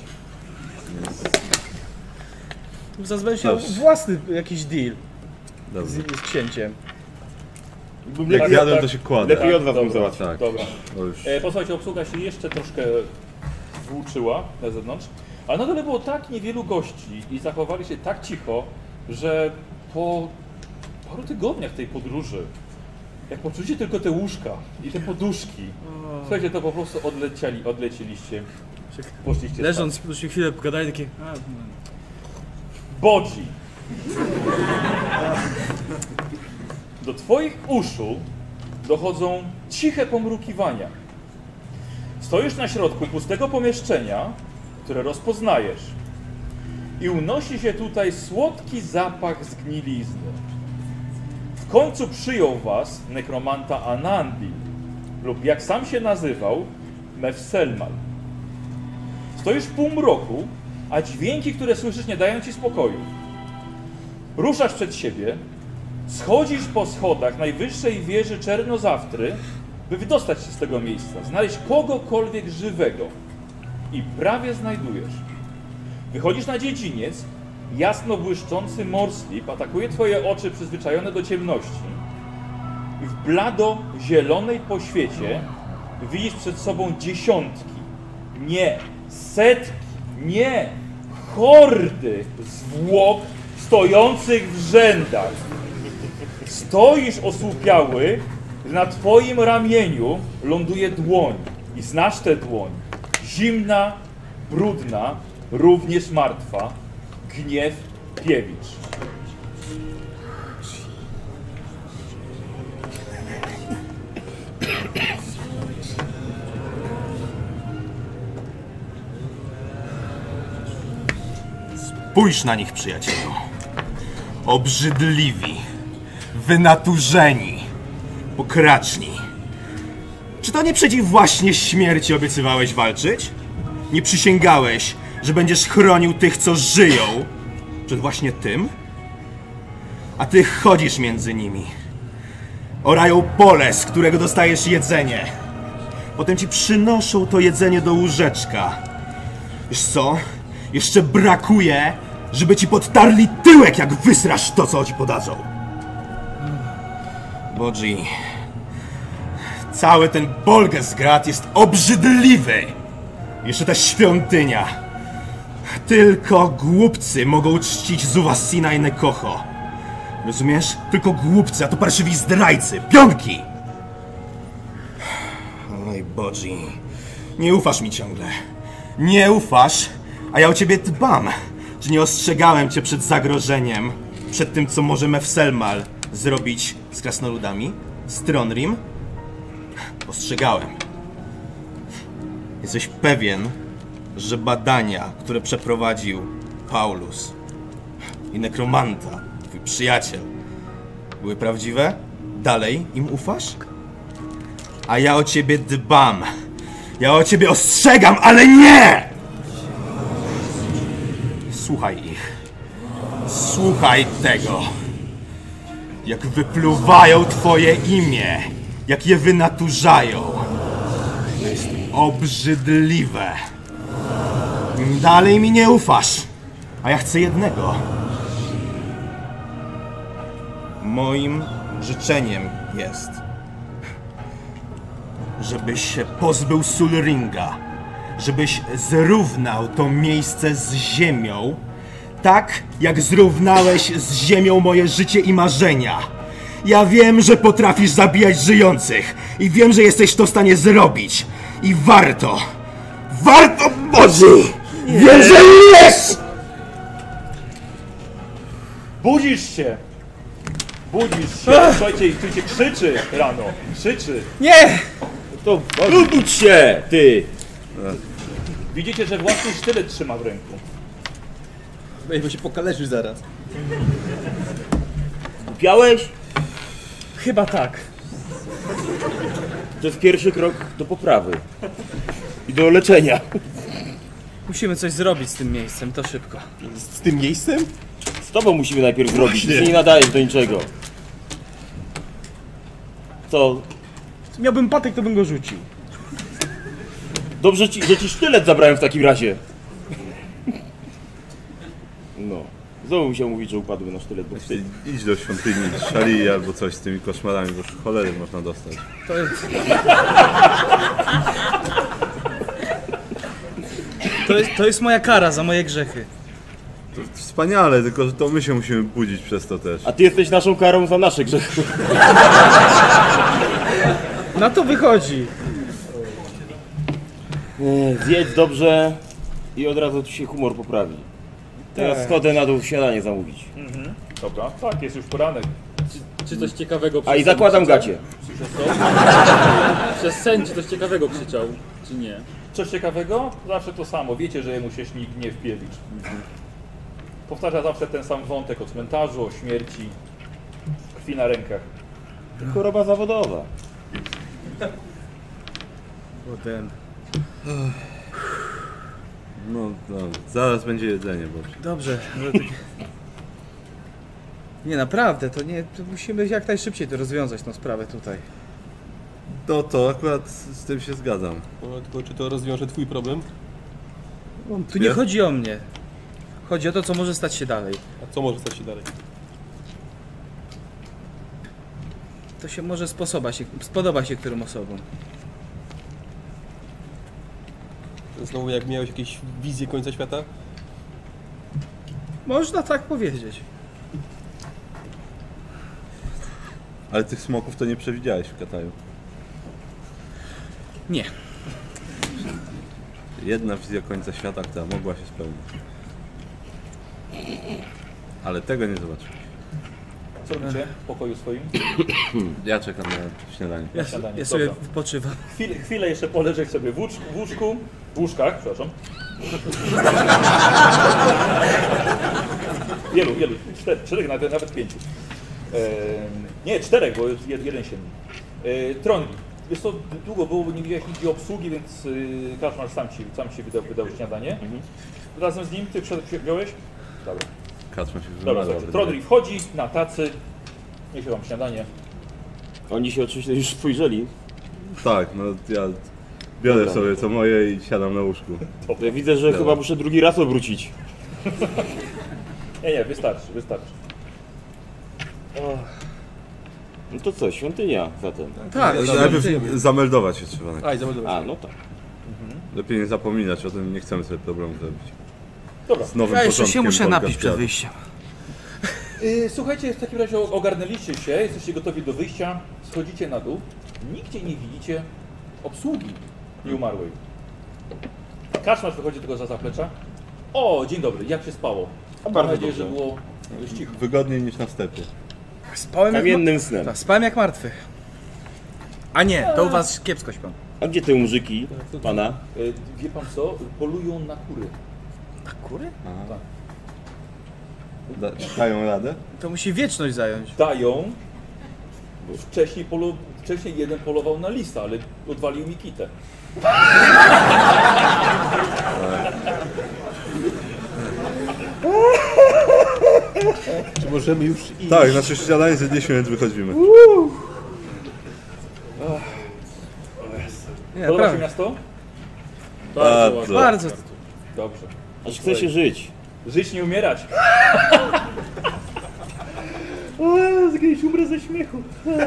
Zaraz będziesz miał Dobrze. własny jakiś deal z, Dobrze. z księciem. Jak Tak, jadłem, tak. to się kładę. Lepiej od was bym dobra, załatwił. Tak. Dobra. Bo już... E, posłuchajcie, obsługa się jeszcze troszkę włóczyła na zewnątrz, ale na dole było tak niewielu gości i zachowali się tak cicho, że po paru tygodniach tej podróży, jak poczuliście tylko te łóżka i te poduszki, słuchajcie, to po prostu odlecieli, odlecieliście, poszliście spać. Leżąc, już chwilę pogadali takie... A, no. Bodzi! Do twoich uszu dochodzą ciche pomrukiwania. Stoisz na środku pustego pomieszczenia, które rozpoznajesz. I unosi się tutaj słodki zapach zgnilizny. W końcu przyjął was nekromanta Anandi, lub jak sam się nazywał, Mefselmal. Stoisz w półmroku, a dźwięki, które słyszysz, nie dają ci spokoju. Ruszasz przed siebie, schodzisz po schodach najwyższej wieży Czernozawtry, by wydostać się z tego miejsca, znaleźć kogokolwiek żywego. I prawie znajdujesz. Wychodzisz na dziedziniec, jasno błyszczący morslip atakuje twoje oczy przyzwyczajone do ciemności. I w blado zielonej poświecie widzisz przed sobą dziesiątki, nie, setki, nie, hordy zwłok stojących w rzędach. Stoisz osłupiały, gdy na twoim ramieniu ląduje dłoń. I znasz tę dłoń. Zimna, brudna, również martwa. Gniew Piewicz. Spójrz na nich, przyjacielu. Obrzydliwi, wynaturzeni, pokraczni. Czy to nie przeciw właśnie śmierci obiecywałeś walczyć? Nie przysięgałeś, że będziesz chronił tych, co żyją, przed właśnie tym? A ty chodzisz między nimi. Orają pole, z którego dostajesz jedzenie. Potem ci przynoszą to jedzenie do łóżeczka. Wiesz co? Jeszcze brakuje, żeby ci podtarli tyłek, jak wysrasz to, co ci podadzą. Bodzi, cały ten Bolgesgrad jest obrzydliwy. Jeszcze ta świątynia. Tylko głupcy mogą czcić Zuwassina i Nekocho. Rozumiesz? Tylko głupcy, a to parszywi zdrajcy, pionki! Oj, Bodzi, nie ufasz mi ciągle. Nie ufasz, a ja o ciebie dbam. Czy nie ostrzegałem cię przed zagrożeniem? Przed tym, co może Mefselmal zrobić z krasnoludami? Z Tronrim? Ostrzegałem. Jesteś pewien, że badania, które przeprowadził Paulus i Nekromanta, twój przyjaciel, były prawdziwe? Dalej im ufasz? A ja o ciebie dbam. Ja o ciebie ostrzegam, ale nie! Słuchaj ich. Słuchaj tego. Jak wypluwają twoje imię. Jak je wynaturzają. To jest obrzydliwe. Dalej mi nie ufasz. A ja chcę jednego. Moim życzeniem jest, żebyś się pozbył Sulringa. Żebyś zrównał to miejsce z ziemią, tak jak zrównałeś z ziemią moje życie i marzenia. Ja wiem, że potrafisz zabijać żyjących i wiem, że jesteś to w stanie zrobić. I warto, warto, Boże! Wiem, że jest! Budzisz się! Budzisz się! Słuchajcie, słuchajcie, krzyczy rano. Krzyczy. Nie! To budź się, ty! Widzicie, że własny sztylet trzyma w ręku. Weź, bo się pokaleczysz zaraz. Kupiałeś? Chyba tak. To jest pierwszy krok do poprawy. I do leczenia. Musimy coś zrobić z tym miejscem, to szybko. Z tym miejscem? Z tobą musimy najpierw zrobić, ty się nie nadajesz do niczego. Co? Miałbym patek, to bym go rzucił. Dobrze ci, że ci sztylet zabrałem w takim razie. No. Znowu mi się mówić, że upadły na sztylet, bo wstyd. Idź do świątyni Szalii albo coś z tymi koszmarami, bo cholery można dostać. To jest... To jest, to jest moja kara za moje grzechy. To wspaniale, tylko że to my się musimy budzić przez to też. A ty jesteś naszą karą za nasze grzechy. Na to wychodzi. Nie, zjedz dobrze i od razu ci się humor poprawi. Teraz Tak. schodzę na dół śniadanie zamówić. Mhm. Dobra, tak, jest już poranek. Czy coś ciekawego przez A i sen zakładam krzyczał? gacie. Przez co? Przez sen, czy coś ciekawego krzyczał, czy nie? Coś ciekawego? Zawsze to samo. Wiecie, że mu się śni gniew Piewicz. Powtarza zawsze ten sam wątek o cmentarzu, o śmierci, krwi na rękach. Choroba zawodowa. Potem. No, no, zaraz będzie jedzenie, bo... Dobrze. ale tak- Nie, naprawdę, to nie. To musimy jak najszybciej to rozwiązać tą sprawę tutaj. No to akurat z tym się zgadzam. No, tylko czy to rozwiąże twój problem? Tu nie chodzi o mnie. Chodzi o to, co może stać się dalej. A co może stać się dalej? To się może sposoba się, spodoba się którym osobom. Znowu jak miałeś jakieś wizje końca świata? Można tak powiedzieć. Ale tych smoków to nie przewidziałeś w Kataju. Nie. Jedna wizja końca świata, która mogła się spełnić. Ale tego nie zobaczyłeś. Co robicie w pokoju swoim? Ja czekam na śniadanie. Ja, Śniadanie, ja sobie dobra. wypoczywam. Chwilę, chwilę jeszcze poleżeć sobie w łóżku, w łóżku, w łóżkach, przepraszam. Wielu, wielu, czterech, czterech nawet, nawet pięciu. E, nie, czterech, bo jest jed, jeden siedmi. E, Tron, wiesz co, długo było, bo nie widziałeś nigdzie obsługi, więc y, Kaszmar sam ci, sam ci wydał, wydał śniadanie. Mhm. Razem z nim, ty przed, wziąłeś? Dobra. Kacma się Dobra, wymaga. słuchajcie, Trodri wchodzi na tacy, niesie wam śniadanie. Oni się oczywiście już spojrzeli. Tak, no ja biorę Dobra. sobie co moje i siadam na łóżku. To ja widzę, że Dobra. chyba muszę drugi raz obrócić. Nie, nie, wystarczy, wystarczy. No to co, świątynia zatem. Tak, Ja Najpierw zamelduję. zameldować się trzeba. najpierw. A, i zameldować. A, no tak. Lepiej nie zapominać o tym, nie chcemy sobie problemu zrobić. Dobra. Z nowym Ja jeszcze się początkiem muszę Polka napić przed świata. wyjściem. Yy, słuchajcie, w takim razie ogarnęliście się, jesteście gotowi do wyjścia, schodzicie na dół, nigdzie nie widzicie obsługi nieumarłej. Kaszmarz wychodzi tylko za zaplecza. O, dzień dobry, jak się spało? Mam bardzo nadzieję, dobrze. że było dość cicho. Wygodniej niż na stepie. Spałem jak, Kamiennym ma... snem. tak, spałem jak martwy. A nie, to u was kiepsko śpią. A gdzie te muzyki pana? Yy, wie pan co? Polują na kury. Na kury? Tak. Da, dają radę? To musi wieczność zająć. Dają, bo wcześniej, polu... wcześniej jeden polował na lisa, ale odwalił mi kitę. Czy możemy już iść? Tak, znaczy śniadanie zjedliśmy, więc wychodzimy. Nie, Podoba się prawda. miasto? Bardzo ładnie. Bardzo. Dobrze. Aż chce się żyć. Żyć, nie umierać. O, kiedyś umrę ze śmiechu.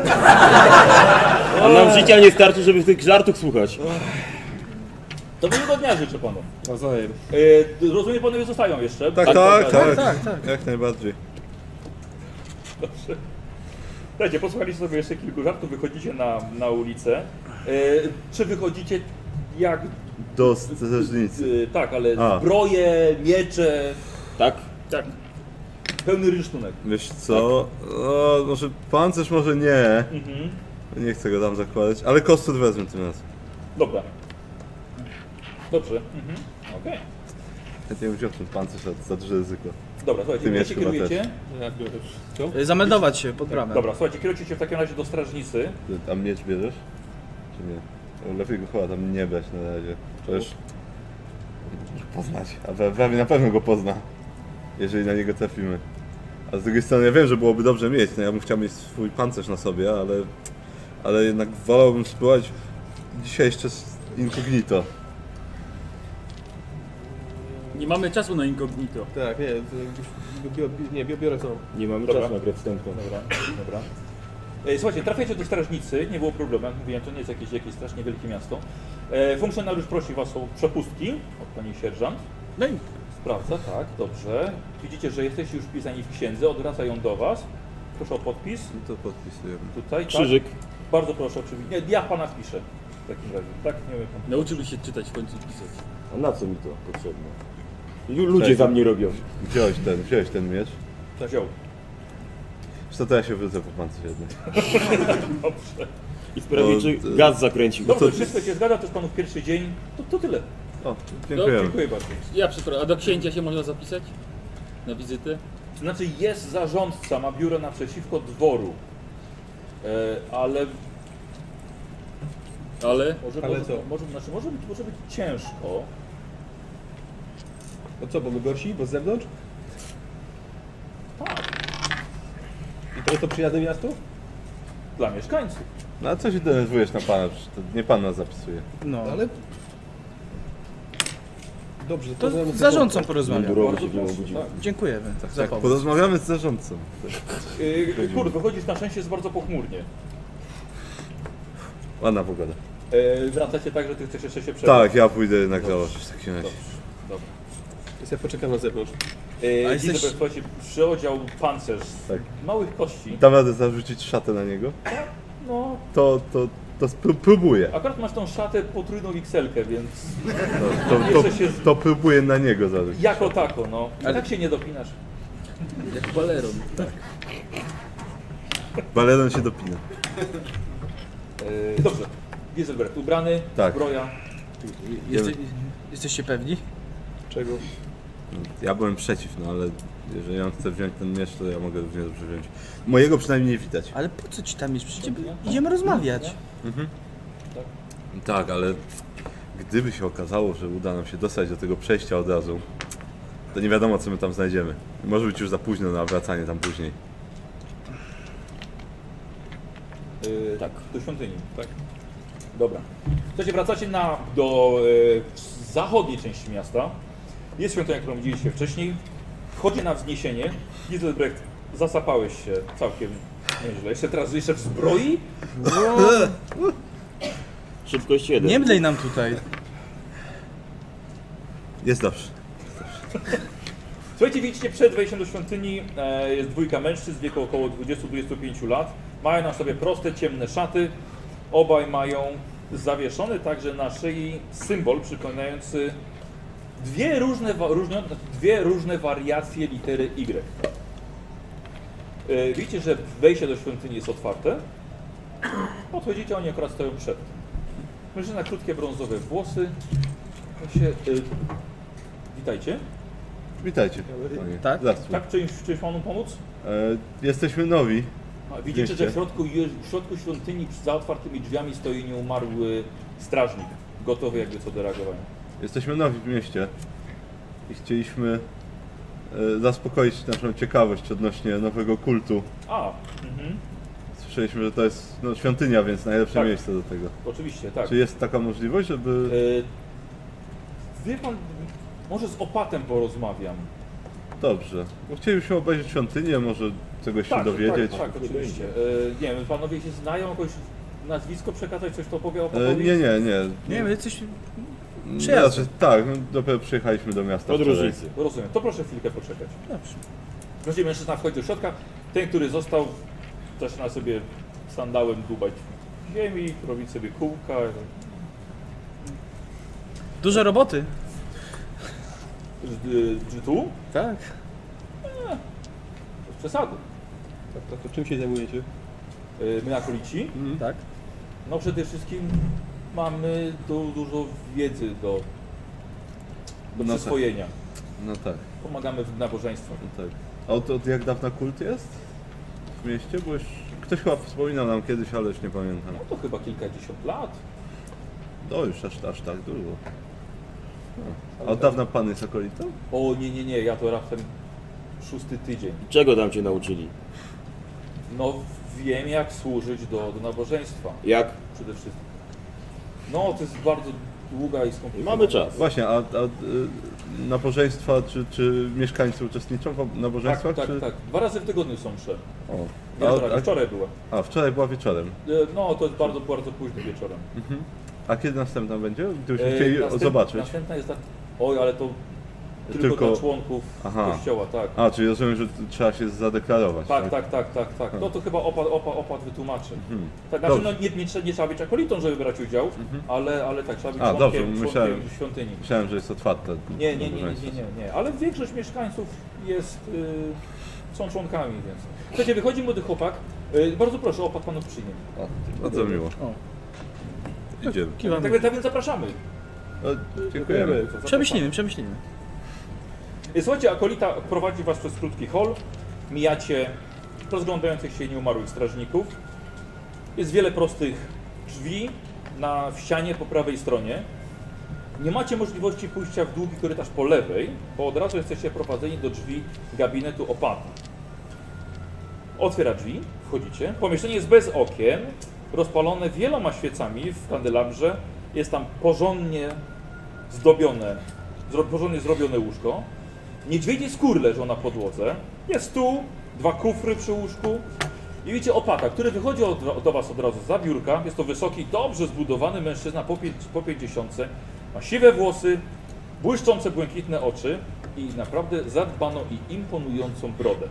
A nam życia nie starczy, żeby tych żartów słuchać. To miłego dnia życzę panu. Nawzajem. E, rozumiem, panowie zostają jeszcze. Tak, tak, tak, tak, tak. Jak najbardziej. Dobrze. Słuchajcie, posłuchaliście sobie jeszcze kilku żartów, wychodzicie na, na ulicę. E, czy wychodzicie jak... Do strażnicy. E, tak, ale A. zbroje, miecze, Tak? tak. Pełny rynsztunek. Wiesz co? No, może pancerz może nie. Mhm. Nie chcę go tam zakładać, ale kostur wezmę tym razem. Dobra. Dobrze. Mhm. Okej. Chętnie bym wziął ten pancerz za, za duże ryzyko. Dobra, słuchajcie, Ty gdzie miecz się chyba kierujecie? Ja biorę wszystko. Y, Zameldować się pod bramę. Dobra, słuchajcie, kierujecie się w takim razie do strażnicy. Ty tam miecz bierzesz? Czy nie? Lepiej go chyba tam nie brać na razie. Przecież... Poznać. A we- prawie na pewno go pozna. Jeżeli na niego trafimy. A z drugiej strony ja wiem, że byłoby dobrze mieć. No ja bym chciał mieć swój pancerz na sobie, ale... Ale jednak wolałbym spróbować dzisiaj jeszcze z incognito. Nie mamy czasu na incognito. Tak, nie, to już- bio, bio, nie, bio, biorę to. Nie mamy Dobra. czasu na grę wstępną. Dobra, dobra. E, Słuchajcie, trafiacie do strażnicy, nie było problemu, jak mówiłem, to nie jest jakieś, jakieś strasznie wielkie miasto. E, funkcjonariusz prosi was o przepustki od pani sierżant. No i Sprawdza, tak, dobrze. Widzicie, że jesteście już wpisani w księdze, odwraca ją do was. Proszę o podpis. No to podpisujemy. Tutaj, Krzyżyk. tak. Bardzo proszę oczywiście. Nie, ja pana wpiszę w takim razie. Tak, nie wiem pan. Nauczyłby się czytać w końcu pisać. A na co mi to potrzebne? Lu- Ludzie Cześć. za mnie robią. Wziąłeś ten, wziąłeś ten miecz. Wziął. Wiesz Co to ja się wrócę po pancerze jednej. Dobrze. I sprawi, czy No, gaz zakręcił. Dobrze, wszystko się zgadza, to jest panów pierwszy dzień. To, to tyle. O, dziękuję. Dziękuję bardzo. Ja przepraszam, a do księcia się można zapisać? Na wizytę? Znaczy jest zarządca, ma biuro naprzeciwko dworu. E, ale Ale? może, Ale może, co? może, znaczy może, być, może być ciężko. No co, bo my gorsi? Bo z zewnątrz? Tak, I to jest to przyjazne miasto? dla mieszkańców. No a co się denerwujesz na pana? Przecież to nie pan nas zapisuje. No, Ale... Dobrze, to poznamy z zarządcą tylko- porozmawiam. Mundurowy Bardzo się nie proszę, obudził. tak. Dziękujemy za Tak, pomoc. porozmawiamy z zarządcą. Yy, Kurde, wychodzisz na szczęście jest bardzo pochmurnie. Ładna pogoda. Yy, wracacie tak, że ty chcesz jeszcze się przebrać. Tak, ja pójdę jednak założyć w takim razie. Dobrze, dobra. Więc ja poczekam na zewnątrz. Yy, A widzę, jesteś- że słuchajcie, przyodział pancerz z Tak. małych kości. Dam radę zarzucić szatę na niego? No, To, to, to spró- próbuję. akurat masz tą szatę potrójną ikselkę, więc No, to, to, Jeszcze się- to próbuję na niego zarzucić. jako tako, no. I Ale- tak się nie dopinasz. Jak baleron. Baleron się dopina. Yy, dobrze, Giselbrecht ubrany, Tak. zbroja. Jeste, jesteście pewni? Czego? Ja byłem przeciw, no ale jeżeli on chce wziąć ten miecz, to ja mogę również dobrze wziąć. Mojego przynajmniej nie widać. Ale po co ci tam jest? Przecież idziemy rozmawiać. Tak, ale gdyby się okazało, że uda nam się dostać do tego przejścia od razu, to nie wiadomo, co my tam znajdziemy. Może być już za późno na wracanie tam później. Yy, tak, do świątyni. Tak. Dobra. Słuchajcie, wracacie na, do e, zachodniej części miasta. Jest świątynia, którą widzieliście wcześniej. Wchodzi na wzniesienie. Giselbrecht, zasapałeś się całkiem nieźle. Jeszcze teraz jeszcze w zbroi? Szybkość jeden. Nie mdlej nam tutaj. Jest dobrze. Słuchajcie, widzicie, przed wejściem do świątyni e, jest dwójka mężczyzn w wieku około dwudziestu do dwudziestu pięciu lat. Mają na sobie proste, ciemne szaty. Obaj mają zawieszony także na szyi symbol przypominający dwie różne, wa- różne, dwie różne wariacje litery Y. E, widzicie, że wejście do świątyni jest otwarte. Podchodzicie, oni akurat stoją przed. Mężczyzna, krótkie brązowe włosy. Ja się, e, witajcie. Witajcie. Panie. Tak? Zastrój. Tak, czymś, czymś panu pomóc? E, jesteśmy nowi. A widzicie, Wieście. że w środku, w środku świątyni za otwartymi drzwiami stoi nieumarły strażnik, gotowy jakby co do reagowania. Jesteśmy nowi w mieście i chcieliśmy e, zaspokoić naszą ciekawość odnośnie nowego kultu. A, mhm. Słyszeliśmy, że to jest no, świątynia, więc najlepsze Tak. miejsce do tego. Oczywiście, tak. Czy jest taka możliwość, żeby... E, wie pan, może z opatem porozmawiam. Dobrze. Bo chcielibyśmy obejrzeć świątynię, może czegoś Tak, się dowiedzieć. tak, tak, oczywiście. E, nie wiem, panowie się znają, jakoś nazwisko przekazać, coś to powie o E, Popowi? nie, nie, nie. Nie, my jesteśmy... No, przyjazny. znaczy, tak, no, dopiero przyjechaliśmy do miasta wczoraj. Podróżnicy. Rozumiem, to proszę chwilkę poczekać. Dobrze. Wreszcie mężczyzna wchodzi do środka, ten, który został, zaczyna sobie sandałem dłubać w ziemi, robić sobie kółka. Dużo roboty. Z- Czy tu? Tak. Bez przesady. Tak, to, to czym się zajmujecie? Y, My akolici, Tak. no przede wszystkim mamy du dużo wiedzy do, do No tak. przyswojenia. No tak, Pomagamy w nabożeństwach. no tak. A od, od jak dawna kult jest w mieście? Bo już ktoś chyba wspominał nam kiedyś, ale już nie pamiętam. No to chyba kilkadziesiąt lat. No już aż, aż tak dużo. No. A od dawna pan jest akolitą? O nie, nie, nie, ja to raptem szósty tydzień. Czego tam cię nauczyli? No wiem jak służyć do, do nabożeństwa Jak? przede wszystkim. No to jest bardzo długa i skomplikowana. Mamy czas. Właśnie, a, a y, nabożeństwa, czy, czy mieszkańcy uczestniczą w Tak, nabożeństwach? tak, czy... tak. Dwa razy w tygodniu są msze. O. Wieczorem, A, a, wczoraj była. a, wczoraj była wieczorem. E, No to jest bardzo, bardzo późnym wieczorem. A kiedy następna będzie? Gdybyśmy E, chcieli następ- zobaczyć. Następna jest tak. Oj, ale to tylko, Tylko- dla członków Aha. kościoła, tak. A, czyli rozumiem, że trzeba się zadeklarować. Tak, tak, tak, tak, tak. No to chyba opad, opad, opad wytłumaczy. Hmm. Tak, znaczy, no, Dobrze. nie, nie, trze- nie trzeba być akolitą, żeby brać udział, ale, ale tak, trzeba być A, członkiem, dobrze, członkiem myślałem- świątyni. Myślałem, że jest otwarte. Nie, nie, nie, nie, nie, nabożeństwo. nie, nie, ale większość mieszkańców jest, y, są członkami, więc... Słuchajcie, wychodzi młody chłopak. Yy, bardzo proszę, opak panów przyjmie. Bardzo miło. O. Idziemy. Kiwamy. Tak, więc- tak więc zapraszamy. O, dziękujemy. Przemyślimy, przemyślimy. I słuchajcie, akolita prowadzi was przez krótki hol. Mijacie rozglądających się nieumarłych strażników. Jest wiele prostych drzwi na w ścianie po prawej stronie. Nie macie możliwości pójścia w długi korytarz po lewej, bo od razu jesteście prowadzeni do drzwi gabinetu opata. Otwiera drzwi, wchodzicie. Pomieszczenie jest bez okien, rozpalone wieloma świecami w kandelabrze. Jest tam porządnie zdobione, zro, porządnie zrobione łóżko. Niedźwiedzi skór leżą na podłodze. Jest stół, dwa kufry przy łóżku. I widzicie opata, który wychodzi od, do was od razu za biurka. Jest to wysoki, dobrze zbudowany mężczyzna po, pię, po pięćdziesiątce. Ma siwe włosy, błyszczące błękitne oczy i naprawdę zadbaną i imponującą brodę.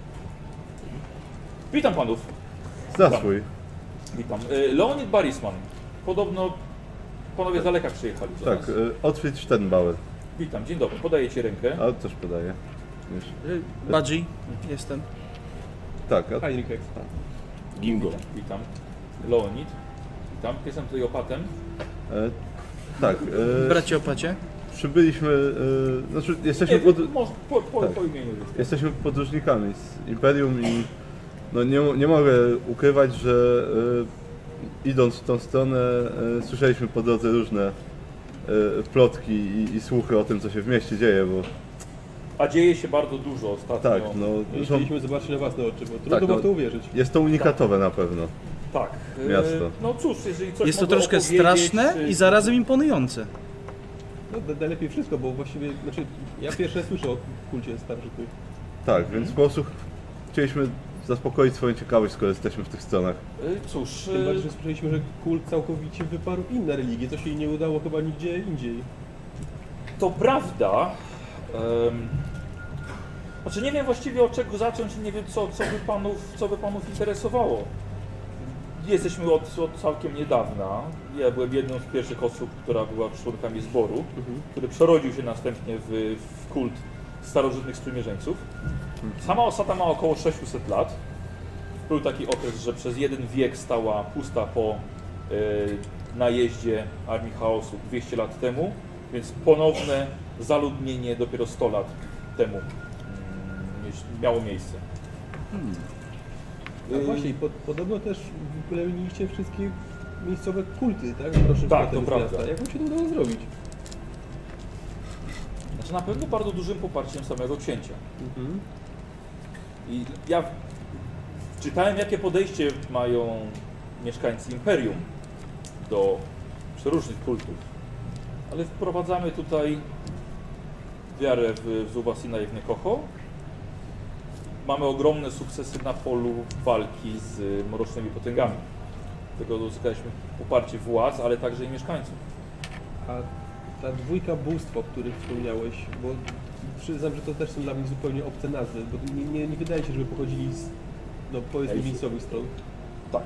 Witam panów. Zna swój. Witam. Y, Leonid Barisman. Podobno panowie z daleka przyjechali do Tak, nas. y, Otfried Sternbauer. Witam, dzień dobry. Podaję ci rękę. A też podaję. Wiesz. Badzi, jestem. Tak, a, Heinrich Hex. Bingo. Witam. Leonid. Witam. Jestem tutaj opatem. e, tak. E, Bracie opacie. przybyliśmy, e, znaczy jesteśmy, Nie, pod, może po, po, tak. po imieniu. jesteśmy podróżnikami z Imperium i no nie, nie mogę ukrywać, że e, idąc w tą stronę e, słyszeliśmy po drodze różne e, plotki i, i słuchy o tym, co się w mieście dzieje, bo A dzieje się bardzo dużo ostatnio. tak, no, I są, chcieliśmy zobaczyć na własne oczy, bo trudno Tak, wam no. w to uwierzyć. jest to unikatowe na pewno. Tak. E, Miasto. No cóż, jeżeli coś Jest to mogę troszkę opowiedzieć, straszne czy- i zarazem imponujące. No, na- najlepiej wszystko, bo właściwie, znaczy, ja pierwsze słyszę o kulcie starożytnej. Tak, więc po prostu chcieliśmy zaspokoić swoją ciekawość, skoro jesteśmy w tych stronach. E, Cóż, Tym e, bardziej, że słyszeliśmy, że kult całkowicie wyparł inne religie, co się jej nie udało chyba nigdzie indziej. to prawda. Um, znaczy nie wiem właściwie od czego zacząć i nie wiem co, co, by panów, co by panów interesowało. Jesteśmy od, od całkiem niedawna. Ja byłem jedną z pierwszych osób, która była członkami zboru, który przerodził się następnie w, w kult starożytnych sprzymierzeńców. Sama osada ma około sześćset lat. Był taki okres, że przez jeden wiek stała pusta po y, najeździe Armii Chaosu dwieście lat temu, więc ponowne zaludnienie dopiero sto lat temu mm, miało miejsce. A właśnie, po, podobno też wyplemeniliście wszystkie miejscowe kulty, tak? Proszę, Tak, to prawda. Jak wam się to udało zrobić? Znaczy na pewno bardzo dużym poparciem samego księcia. Mhm. I ja czytałem, jakie podejście mają mieszkańcy Imperium do przeróżnych kultów, ale wprowadzamy tutaj wiarę w, w Zubasina i w Nekocho. Mamy ogromne sukcesy na polu walki z mrocznymi potęgami. Tego uzyskaliśmy poparcie władz, ale także i mieszkańców. A ta dwójka bóstw, o których wspomniałeś, bo przyznam, że to też są dla mnie zupełnie obce nazwy, bo nie, nie, nie wydaje się, żeby pochodzili z, no powiedzmy, Elfy. miejscowych stron. Tak.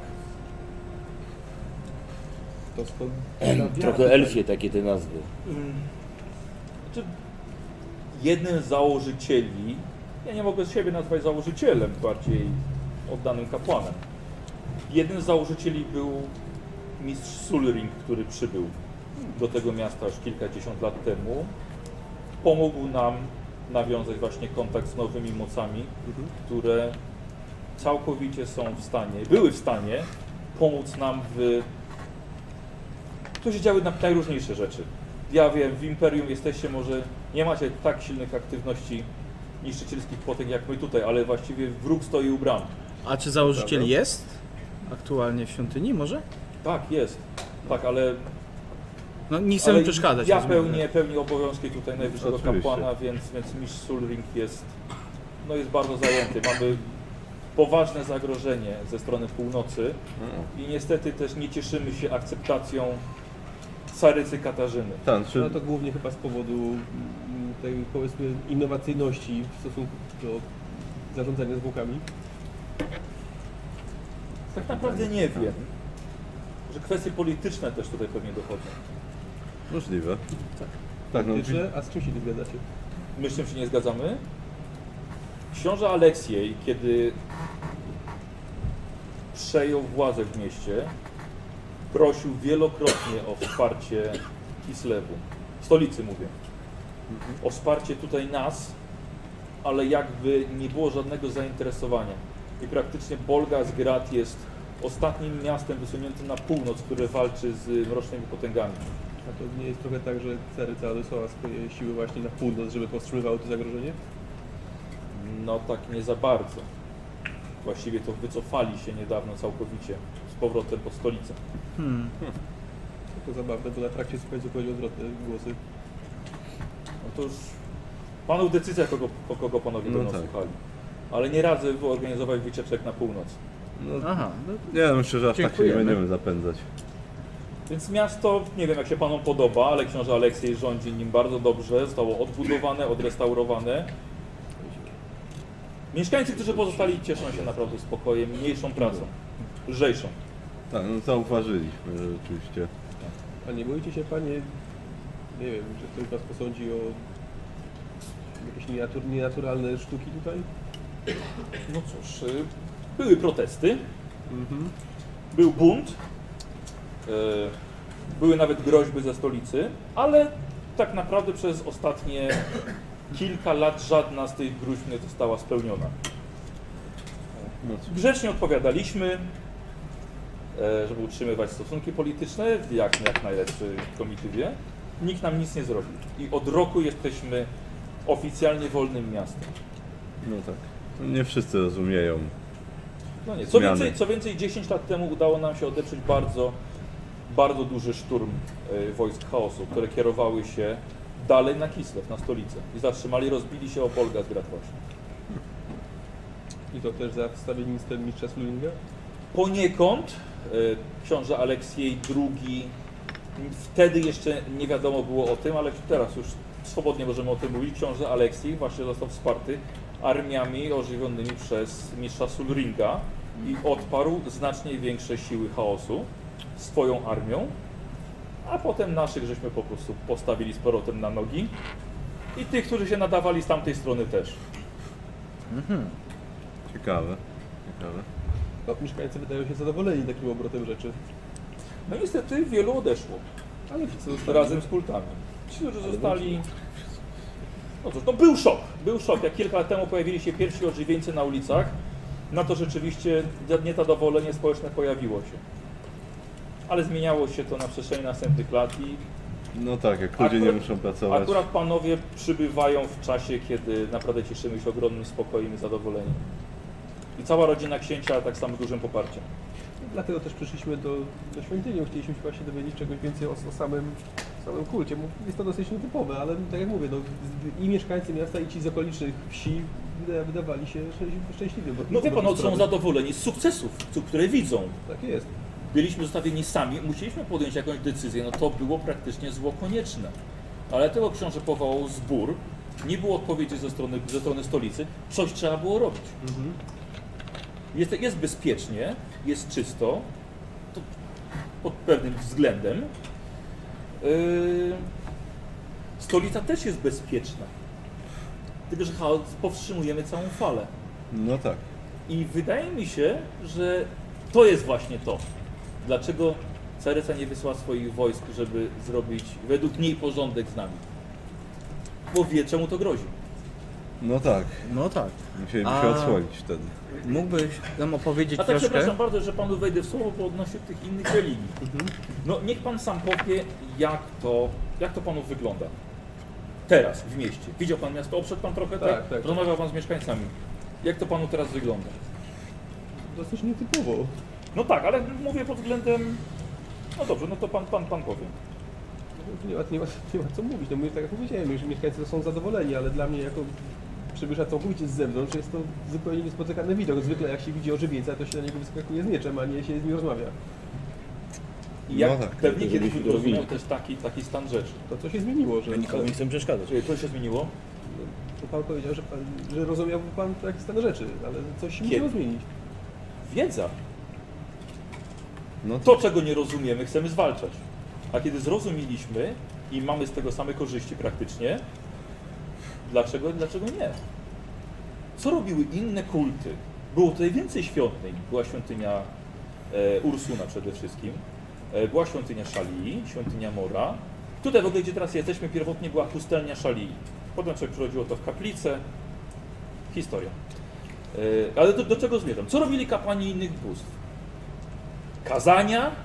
To skąd ta wiara Trochę tutaj? elfie takie te nazwy. Znaczy, jednym z założycieli, ja nie mogę siebie nazwać założycielem, bardziej oddanym kapłanem. Jednym z założycieli był mistrz Sulring, który przybył do tego miasta już kilkadziesiąt lat temu. Pomógł nam nawiązać właśnie kontakt z nowymi mocami, Mhm. które całkowicie są w stanie, były w stanie pomóc nam w... Tu się działy na- najróżniejsze rzeczy. Ja wiem, w Imperium jesteście może, nie macie tak silnych aktywności niszczycielskich potęg jak my tutaj, ale właściwie wróg stoi u bram. A czy założyciel Prawda? jest aktualnie w świątyni może? Tak, jest. Tak, ale, No nie chcemy ale przeszkadzać. ja rozumiem. pełnię, pełnię obowiązki tutaj najwyższego Oczywiście. kapłana, więc, więc mistrz Sulring jest, no jest bardzo zajęty. Mamy poważne zagrożenie ze strony północy i niestety też nie cieszymy się akceptacją Carycy Katarzyny. Tak, czy, No to głównie chyba z powodu mm, tej, powiedzmy, innowacyjności w stosunku do zarządzania zwłokami. Tak naprawdę nie wiem, że kwestie polityczne też tutaj pewnie dochodzą. możliwe. Tak, no, Polityczne, a z czym się nie zgadzacie? My z czym się nie zgadzamy? książę Aleksiej, kiedy przejął władzę w mieście, prosił wielokrotnie o wsparcie Kislewu, stolicy mówię, o wsparcie tutaj nas, ale jakby nie było żadnego zainteresowania. I praktycznie Bolgasgrad jest ostatnim miastem wysuniętym na północ, które walczy z mrocznymi potęgami. A to nie jest trochę tak, że Caryca odesłała swoje siły właśnie na północ, żeby powstrzymywały to zagrożenie? No tak nie za bardzo. Właściwie to wycofali się niedawno całkowicie z powrotem pod stolicę. Hmm. To zabawne, bo na trakcie słuchać zupełnie odwrotne głosy. No to już panów decyzja, kogo, po kogo panowie No będą tak. słuchali. Ale nie radzę organizować wycieczek na północ. No, Aha, no, nie, no myślę, że aż tak się nie Dziękujemy. będziemy zapędzać. Więc miasto, nie wiem jak się panom podoba, ale książę Aleksiej rządzi nim bardzo dobrze. Zostało odbudowane, odrestaurowane. Mieszkańcy, którzy pozostali, cieszą się naprawdę spokojem, mniejszą pracą, lżejszą. Tak, no zauważyliśmy, że rzeczywiście. A nie boicie się panie, nie wiem, że ktoś was posądzi o jakieś nienatur nienaturalne sztuki tutaj? No cóż, y, były protesty, Mhm. był bunt, y, były nawet groźby ze stolicy, ale tak naprawdę przez ostatnie kilka lat żadna z tych gruźb nie została spełniona. No cóż. Grzecznie odpowiadaliśmy, e, żeby utrzymywać stosunki polityczne w jak, jak najlepszej komitywie. Nikt nam nic nie zrobił. I od roku jesteśmy oficjalnie wolnym miastem. No tak. No nie wszyscy rozumieją. No nie. Co Zmiany. więcej, co więcej, dziesięć lat temu udało nam się odeprzeć bardzo, bardzo duży szturm e, wojsk chaosu, które kierowały się dalej na Kislew, na stolicę. I zatrzymali, rozbili się o Bolgasgrad właśnie. I to też za wstawiennictwem mistrza Slulinga? Poniekąd e, książę Aleksiej drugi, wtedy jeszcze nie wiadomo było o tym, ale teraz już swobodnie możemy o tym mówić. Książę Aleksiej właśnie został wsparty armiami ożywionymi przez mistrza Sulringa i odparł znacznie większe siły chaosu swoją armią, a potem naszych żeśmy po prostu postawili z powrotem na nogi i tych, którzy się nadawali z tamtej strony też. mhm. Ciekawe. Ciekawe. No, mieszkańcy wydają się zadowoleni takim obrotem rzeczy. No niestety wielu odeszło. Ale wszyscy zostali. Razem z kultami. Ci, którzy zostali... No cóż, no był szok. Był szok. Jak kilka lat temu pojawili się pierwsi ożywieńcy na ulicach, no to rzeczywiście niezadowolenie społeczne pojawiło się. Ale zmieniało się to na przestrzeni następnych lat i No tak, jak ludzie nie Akurat- muszą pracować. akurat panowie przybywają w czasie, kiedy naprawdę cieszymy się ogromnym spokojem i zadowoleniem. I cała rodzina księcia tak samo dużym poparciem. Dlatego też przyszliśmy do, do świątyni, chcieliśmy się właśnie dowiedzieć czegoś więcej o, o samym, samym kulcie. Bo jest to dosyć nietypowe, ale tak jak mówię, no, i mieszkańcy miasta, i ci z okolicznych wsi wyda- wydawali się szczęś- szczęśliwi. Bo No wie pan, bo- no, są zadowoleni z sukcesów, co- które widzą. Tak jest. Byliśmy zostawieni sami, musieliśmy podjąć jakąś decyzję, no to było praktycznie zło konieczne. Ale tego książę powołał zbór, nie było odpowiedzi ze strony, ze strony stolicy, coś trzeba było robić. Mhm. Jest, jest bezpiecznie, jest czysto, to pod pewnym względem. Yy, stolica też jest bezpieczna, tylko że chaos powstrzymujemy całą falę. No tak. I wydaje mi się, że to jest właśnie to. Dlaczego Caryca nie wysłała swoich wojsk, żeby zrobić według niej porządek z nami? Bo wie, czemu to grozi. No tak. No tak. Musieliby się A- odsłonić wtedy. Mógłbyś nam opowiedzieć A tak troszkę? przepraszam bardzo, że panu wejdę w słowo, bo odnośnie tych innych religii. No niech pan sam powie, jak to, jak to panu wygląda. Teraz, w mieście. Widział pan miasto? Obszedł pan trochę? Tak, tak. Rozmawiał pan z mieszkańcami. Jak to panu teraz wygląda? Dosyć nietypowo. No tak, ale mówię pod względem... No dobrze, no to pan, pan, pan powie. Nie ma, nie, ma, nie ma co mówić. No my, tak jak powiedziałem, już mieszkańcy są zadowoleni, ale dla mnie jako przybysza całkowicie z zewnątrz jest to zupełnie niespotykany widok. Zwykle jak się widzi ożywieńca, to się na niego wyskakuje z mieczem, a nie się z nim rozmawia. I jak No tak, pewnie to kiedyś żebyśmy rozumiał robili. też taki, taki stan rzeczy. To co się zmieniło, że... Nikomu nie chcę przeszkadzać. Czyli co się zmieniło? To pan powiedział, że, pan, że rozumiałby pan taki stan rzeczy, ale coś się musiało Kiedy? zmienić. Wiedza. No To, czego nie rozumiemy, chcemy zwalczać. A kiedy zrozumieliśmy i mamy z tego same korzyści praktycznie, dlaczego, dlaczego nie? co robiły inne kulty. Było tutaj więcej świątyń. Była świątynia e, Ursuna przede wszystkim, e, była świątynia Szalii, świątynia Mora. Tutaj w ogóle, gdzie teraz jesteśmy, pierwotnie była pustelnia Szalii. Potem sobie przychodziło to w kaplicę. Historia. E, ale do, do czego zmierzam? Co robili kapłani innych bóstw? Kazania,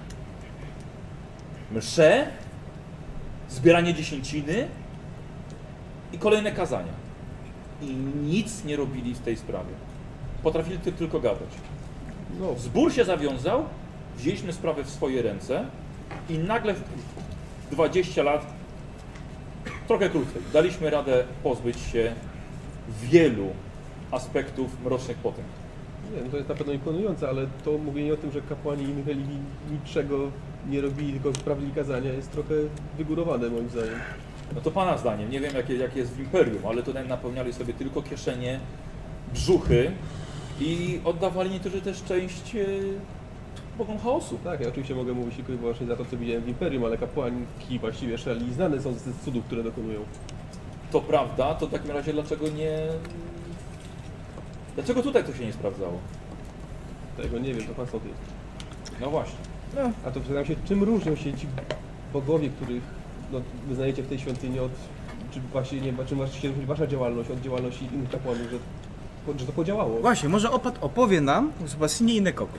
msze, zbieranie dziesięciny i kolejne kazania. I nic nie robili w tej sprawie. Potrafili ty tylko gadać. No, Zbór się zawiązał, wzięliśmy sprawę w swoje ręce i nagle w dwadzieścia lat, trochę krócej, daliśmy radę pozbyć się wielu aspektów mrocznych potęg. nie, no to jest na pewno imponujące, ale to mówienie o tym, że kapłani innych religii niczego nie robili, tylko sprawili kazania, jest trochę wygórowane moim zdaniem. No to pana zdaniem, nie wiem jakie, jakie jest w Imperium, ale tutaj napełniali sobie tylko kieszenie, brzuchy i oddawali niektórzy też część e, bogom chaosu. Tak, ja oczywiście mogę mówić tylko i wyłącznie za to, co widziałem w Imperium, ale kapłanki właściwie szali znane są z cudów, które dokonują. To prawda, to w takim razie dlaczego nie... Dlaczego tutaj to się nie sprawdzało? Tego nie wiem, to pan sąd jest. No właśnie. A to zastanawiam się, czym różnią się ci bogowie, których no, wyznajecie w tej świątyni od... Czy właśnie, nie wiem, czym ma się różni wasza działalność od działalności innych kapłanów, że, że to podziałało? Właśnie, może Opat opowie nam o Sebastianie Innekoku.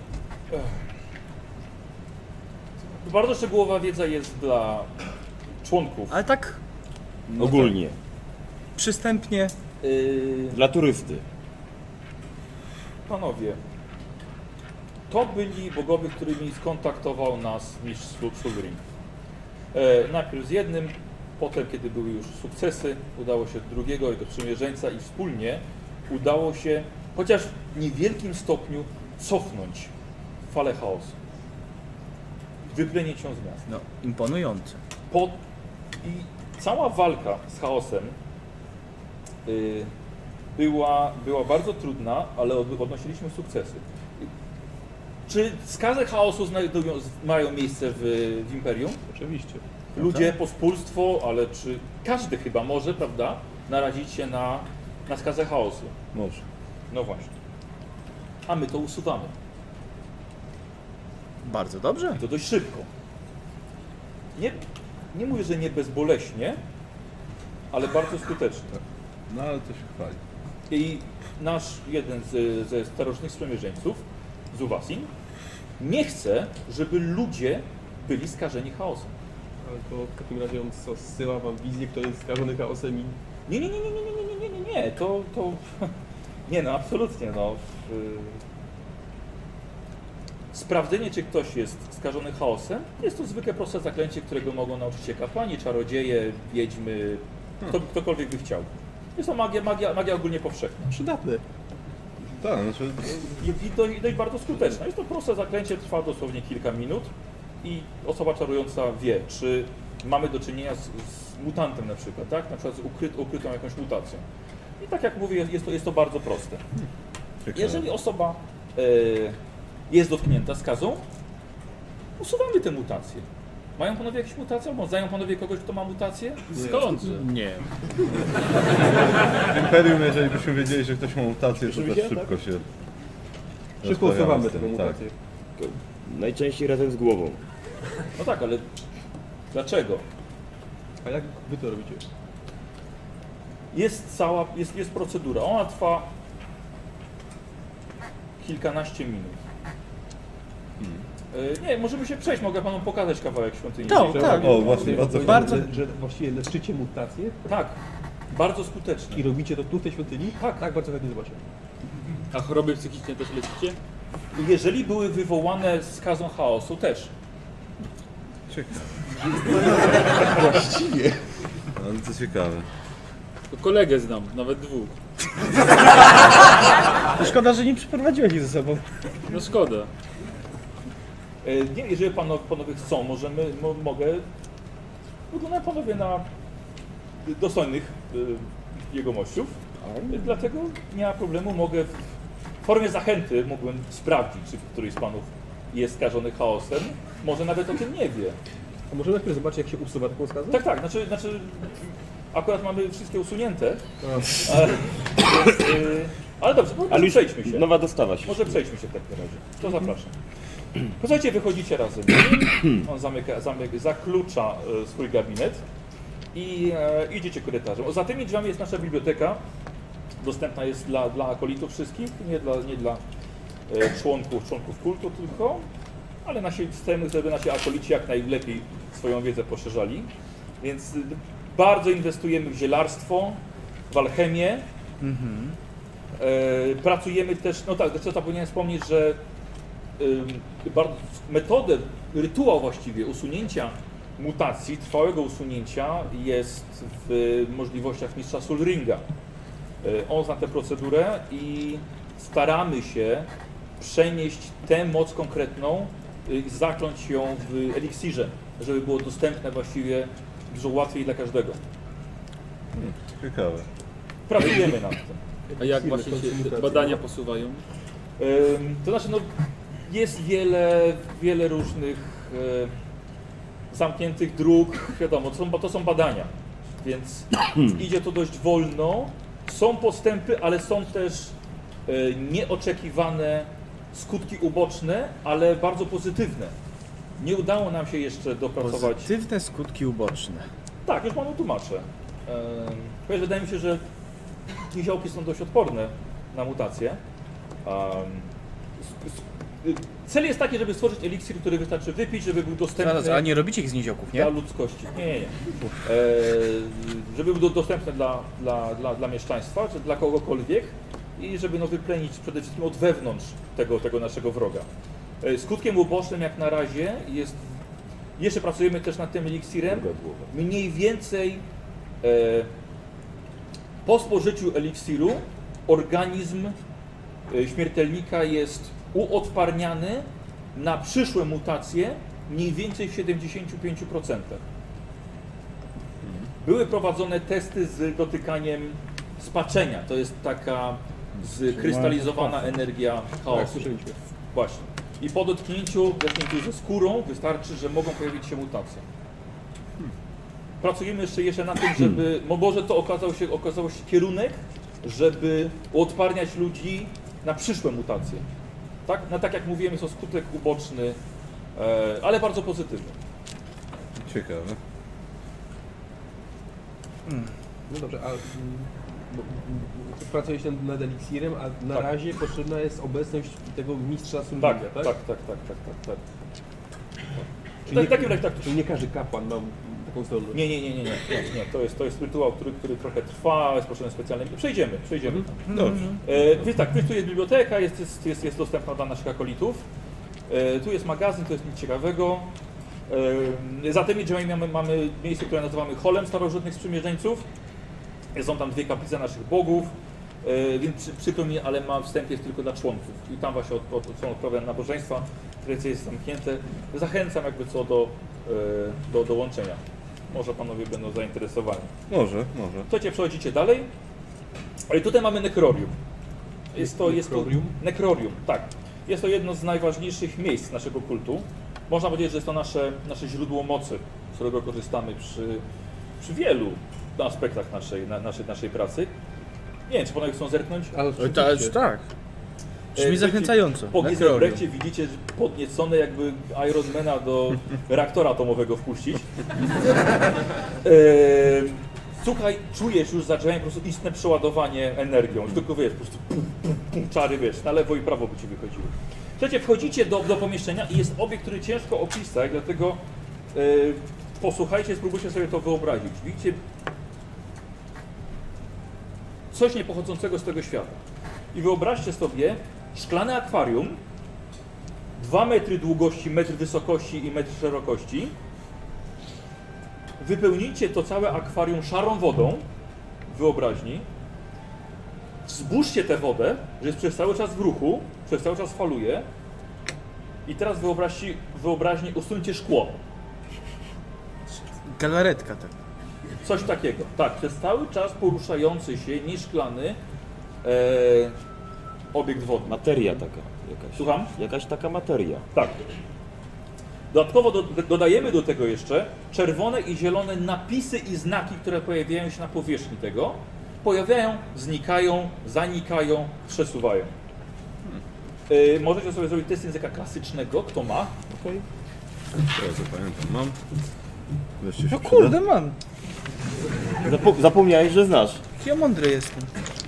Bardzo szczegółowa wiedza jest dla członków. Ale tak Ogólnie. przystępnie. Yy, Dla turysty. panowie, to byli bogowie, którymi skontaktował nas mistrz Sulring. E, najpierw z jednym, potem kiedy były już sukcesy, udało się drugiego jego sprzymierzeńca i wspólnie udało się, chociaż w niewielkim stopniu, cofnąć falę chaosu. Wyplenieć ją z miasta. No, imponujące. Po, I cała walka z chaosem y, była, była bardzo trudna, ale od, odnosiliśmy sukcesy. Czy skazy chaosu znajdują, mają miejsce w, w Imperium? Oczywiście. Ludzie, pospólstwo, ale czy każdy chyba może, prawda, narazić się na, na skazę chaosu? Może. No właśnie. A my to usuwamy. Bardzo dobrze. I to dość szybko. Nie, nie mówię, że nie bezboleśnie, ale bardzo skutecznie. No ale to się chwali. I nasz jeden z, ze starożytnych sprzymierzeńców, Zuwasin, nie chce, żeby ludzie byli skażeni chaosem. Ale to w takim razie on co, zsyła wam wizję, kto jest skażony chaosem i... Nie, nie, nie, nie, nie, nie, nie, nie, nie, nie, to, to... Nie no, absolutnie, no. Sprawdzenie, czy ktoś jest skażony chaosem, jest to zwykle proste zaklęcie, którego mogą nauczyć się kapłani, czarodzieje, wiedźmy, kto, ktokolwiek by chciał. Jest to magia, magia, magia ogólnie powszechna. Przydatne. Tak, znaczy... I, i, dość, I dość bardzo skuteczna. Jest to proste zaklęcie, trwa dosłownie kilka minut i osoba czarująca wie, czy mamy do czynienia z, z mutantem na przykład, tak? Na przykład z ukryt, ukrytą jakąś mutacją. I tak jak mówię, jest to, jest to bardzo proste. Ciekawe. Jeżeli osoba e, jest dotknięta skazą, usuwamy te mutacje. Mają panowie jakieś mutacje? Albo znają panowie kogoś, kto ma mutację? Skąd? Nie. W Imperium, jeżeli byśmy wiedzieli, że ktoś ma mutację, to Rzeczywiście, też szybko się... Szybko rozprawiamy usuwamy z te tym, mutacje. Najczęściej razem z głową. No tak, ale dlaczego? A jak wy to robicie? Jest cała, jest, jest procedura. Ona trwa kilkanaście minut. E, nie, możemy się przejść, mogę panu pokazać kawałek świątyni. To, tak. O, właśnie, bardzo Bardzo- Że, że właściwie leczycie mutacje Tak, bardzo skutecznie. i robicie to tu w tej świątyni? Tak. Tak, bardzo chętnie zobaczę. A choroby psychiczne też lecicie? Jeżeli były wywołane skazą chaosu, też. Ciekawe. Właściwie. Ale to ciekawe. To kolegę znam, nawet dwóch. Szkoda, że nie przyprowadziłeś ich ze sobą. No szkoda. E, nie, jeżeli panowie, panowie chcą, możemy, mo, mogę. Wyglądają panowie na dostojnych e, jegomościów. E, dlatego nie ma problemu, mogę w formie zachęty mógłbym sprawdzić, czy któryś z panów jest skażony chaosem. Może nawet o tym nie wie. A możemy najpierw zobaczyć, jak się usuwa taką skazę? Tak, tak, znaczy, znaczy akurat mamy wszystkie usunięte. E, więc, e, Ale dobrze, może Ale już przejdźmy się. nowa dostawa się. Może przejdźmy się w takim razie. To zapraszam. Posłuchajcie, wychodzicie razem. On zamyka, zamyka, zaklucza e, swój gabinet i e, idziecie korytarzem. O, za tymi drzwiami jest nasza biblioteka. Dostępna jest dla, dla akolitów wszystkich, nie dla, nie dla e, członków, członków kultu tylko, ale nasi, chcemy, żeby nasi akolici jak najlepiej swoją wiedzę poszerzali. Więc y, bardzo inwestujemy w zielarstwo, w alchemię. Mhm. E, pracujemy też, no tak, co powinienem wspomnieć, że y, bardzo, metodę, rytuał właściwie usunięcia mutacji, trwałego usunięcia jest w możliwościach mistrza Sulringa. Y, on zna tę procedurę i staramy się przenieść tę moc konkretną i y, zakląć ją w eliksirze, żeby było dostępne właściwie dużo łatwiej dla każdego. Hmm, ciekawe. Pracujemy nad tym. A jak właśnie się badania posuwają? Ym, To znaczy, no, jest wiele, wiele różnych e, zamkniętych dróg, wiadomo, to są, to są badania, więc idzie to dość wolno. Są postępy, ale są też e, nieoczekiwane skutki uboczne, ale bardzo pozytywne. Nie udało nam się jeszcze dopracować. Pozytywne skutki uboczne. Tak, już panu tłumaczę. Yy, wydaje mi się, że niziołki są dość odporne na mutacje. Um, cel jest taki, żeby stworzyć eliksir, który wystarczy wypić, żeby był dostępny Zaraz, a nie robicie ich z niziołków, nie? dla ludzkości. Nie, nie, nie. E, żeby był dostępny dla, dla, dla, dla mieszczaństwa, czy dla kogokolwiek i żeby no, wyplenić przede wszystkim od wewnątrz tego, tego naszego wroga. E, skutkiem ubocznym jak na razie jest, jeszcze pracujemy też nad tym eliksirem, mniej więcej e, po spożyciu eliksiru organizm e, śmiertelnika jest uodparniany na przyszłe mutacje mniej więcej w siedemdziesięciu pięciu procentach. Były prowadzone testy z dotykaniem spaczenia. To jest taka zkrystalizowana energia Tak, chaosu. słyszeliśmy. Właśnie. I po dotknięciu, dotknięciu ze skórą wystarczy, że mogą pojawić się mutacje. Pracujemy jeszcze, jeszcze na tym, żeby, no może to okazał się, okazał się kierunek, żeby uodparniać ludzi na przyszłe mutacje. Tak? No, tak jak mówiłem, jest to skutek uboczny, e, ale bardzo pozytywny. Ciekawe. No dobrze, a mm, bo, mm, pracujesz nad, nad eliksirem, a na Tak. razie potrzebna jest obecność tego mistrza Tak, Sulringa, tak, tak? tak, tak, tak, tak, tak, tak. Czyli, Tak, nie, takim razie tak. czyli nie każdy kapłan ma taką zdolność. Nie, nie, nie, nie, nie, nie, nie. To jest, to jest rytuał, który, który trochę trwa, jest potrzebny specjalny. Przejdziemy, przejdziemy tam. Dobrze. E, więc tak, tu jest biblioteka, jest, jest, jest, jest dostępna dla naszych akolitów. E, tu jest magazyn, to jest nic ciekawego. E, za tymi drzwiami mamy, mamy miejsce, które nazywamy Holem Starożytnych Sprzymierzeńców. Są tam dwie kaplice naszych bogów, e, więc przy, przykro mi, ale ma wstęp jest tylko dla członków. I tam właśnie od, od, są odprawiane nabożeństwa, które jest zamknięte. Zachęcam jakby co do, e, do dołączenia. Może panowie będą zainteresowani. Może, może. Słuchajcie, przechodzicie dalej. I tutaj mamy nekrorium. Jest to, jest to Nekrorium? nekrorium, tak. Jest to jedno z najważniejszych miejsc naszego kultu. Można powiedzieć, że jest to nasze, nasze źródło mocy, z którego korzystamy przy, przy wielu aspektach naszej, na, naszej, naszej pracy. Nie wiem, czy panowie chcą zerknąć? Ale Oj, ta, oczywiście. tak. Brzmi E, zachęcająco. Po Nekrorium. Gizelbrechcie widzicie że podniecone, jakby Ironmana do reaktora atomowego wpuścić. E, słuchaj, czujesz już za drzwiami po prostu istne przeładowanie energią. Już tylko wiesz, po prostu pum, pum, pum, czary, wiesz, na lewo i prawo by ci wychodziły. Słuchajcie, wchodzicie do, do pomieszczenia i jest obiekt, który ciężko opisać, dlatego e, posłuchajcie, spróbujcie sobie to wyobrazić. Widzicie coś niepochodzącego z tego świata. I wyobraźcie sobie szklane akwarium, dwa metry długości, metr wysokości i metr szerokości. Wypełnijcie to całe akwarium szarą wodą w wyobraźni. Wzbóżcie tę wodę, że jest przez cały czas w ruchu, przez cały czas faluje. I teraz wyobraźcie, wyobraźni usuńcie szkło. Galaretka tak. Coś takiego. Tak, przez cały czas poruszający się, nieszklany e, obiekt wodny. Materia taka jakaś. Słucham? Jakaś taka materia. Tak. Dodatkowo do, dodajemy do tego jeszcze czerwone i zielone napisy i znaki, które pojawiają się na powierzchni tego. pojawiają, znikają, zanikają, przesuwają. Yy, możecie sobie zrobić test języka klasycznego, kto ma. Okej. Ja zapamiętam, mam. Wreszcie się No przyda. kurde, mam. Zapo zapomniałeś, że znasz. Ja mądry jestem.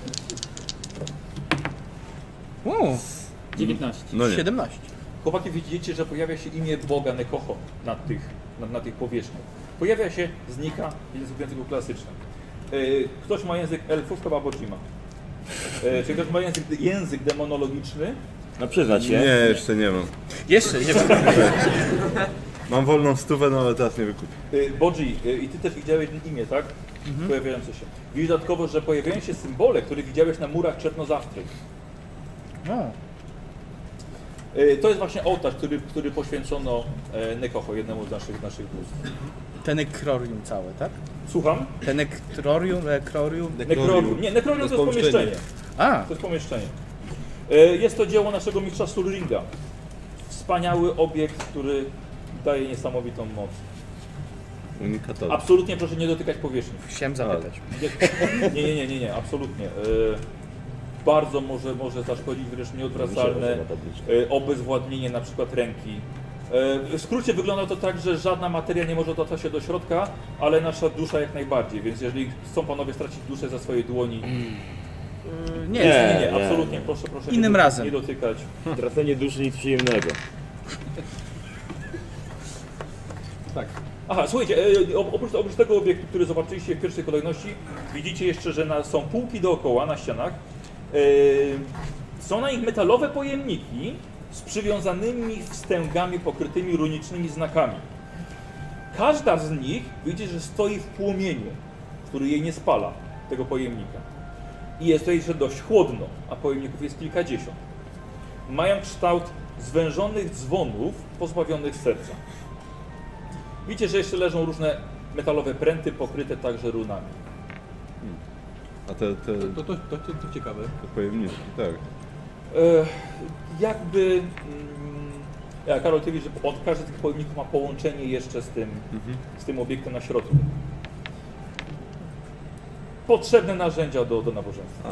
O, dziewiętnaście. No nie. siedemnaście. Chłopaki, widzicie, że pojawia się imię Boga Nekoho na tych, na, na tych powierzchniach. Pojawia się, znika w języku klasycznym. Yy, ktoś ma język elfów, chyba Bodzima. Yy, czy ktoś ma język, język demonologiczny? No przyznać się. Nie, jeszcze nie mam. Jeszcze nie mam. Mam wolną stówę, no ale teraz nie wykupię. Yy, Bodzi, yy, i ty też widziałeś imię, tak? Mhm. Pojawiające się. Widzisz dodatkowo, że pojawiają się symbole, które widziałeś na murach Czernozawtry. O, Yy, to jest właśnie ołtarz, który, który poświęcono e, Nekoho, jednemu z naszych, naszych bóstw. te nekrorium całe, tak? Słucham? Te nekrorium, nekrorium. Nekrorium. Nie, nekrorium to jest pomieszczenie. A, To jest pomieszczenie. E, Jest to dzieło naszego mistrza Sulringa. Wspaniały obiekt, który daje niesamowitą moc. Unikatowy. Absolutnie proszę nie dotykać powierzchni. chciałem zapytać. Nie, nie, nie, nie, nie, absolutnie. E, Bardzo może, może zaszkodzić, wręcz nieodwracalne e, obezwładnienie na przykład ręki. E, W skrócie wygląda to tak, że żadna materia nie może dostać się do środka, ale nasza dusza jak najbardziej, więc jeżeli chcą panowie stracić duszę za swoje dłoni, Yy, nie, nie, nie, nie, nie, nie, absolutnie, proszę, proszę Innym nie, razem. nie dotykać. Tracenie duszy nic przyjemnego. Tak. Aha, słuchajcie, e, oprócz, oprócz tego obiektu, który zobaczyliście w pierwszej kolejności, widzicie jeszcze, że na, są półki dookoła na ścianach. E, są na nich metalowe pojemniki z przywiązanymi wstęgami pokrytymi runicznymi znakami. Każda z nich widzicie, że stoi w płomieniu, który jej nie spala, tego pojemnika. I jest to jeszcze dość chłodno, a pojemników jest kilkadziesiąt. Mają kształt zwężonych dzwonów pozbawionych serca. Widzicie, że jeszcze leżą różne metalowe pręty pokryte także runami. A te, te, To, to, to, to, to ciekawe. te pojemniki, tak. E, jakby... Mm, ja, Karol, ty wiesz, że od każdy z tych pojemników ma połączenie jeszcze z tym, z tym obiektem na środku. Potrzebne narzędzia do, do nabożeństwa.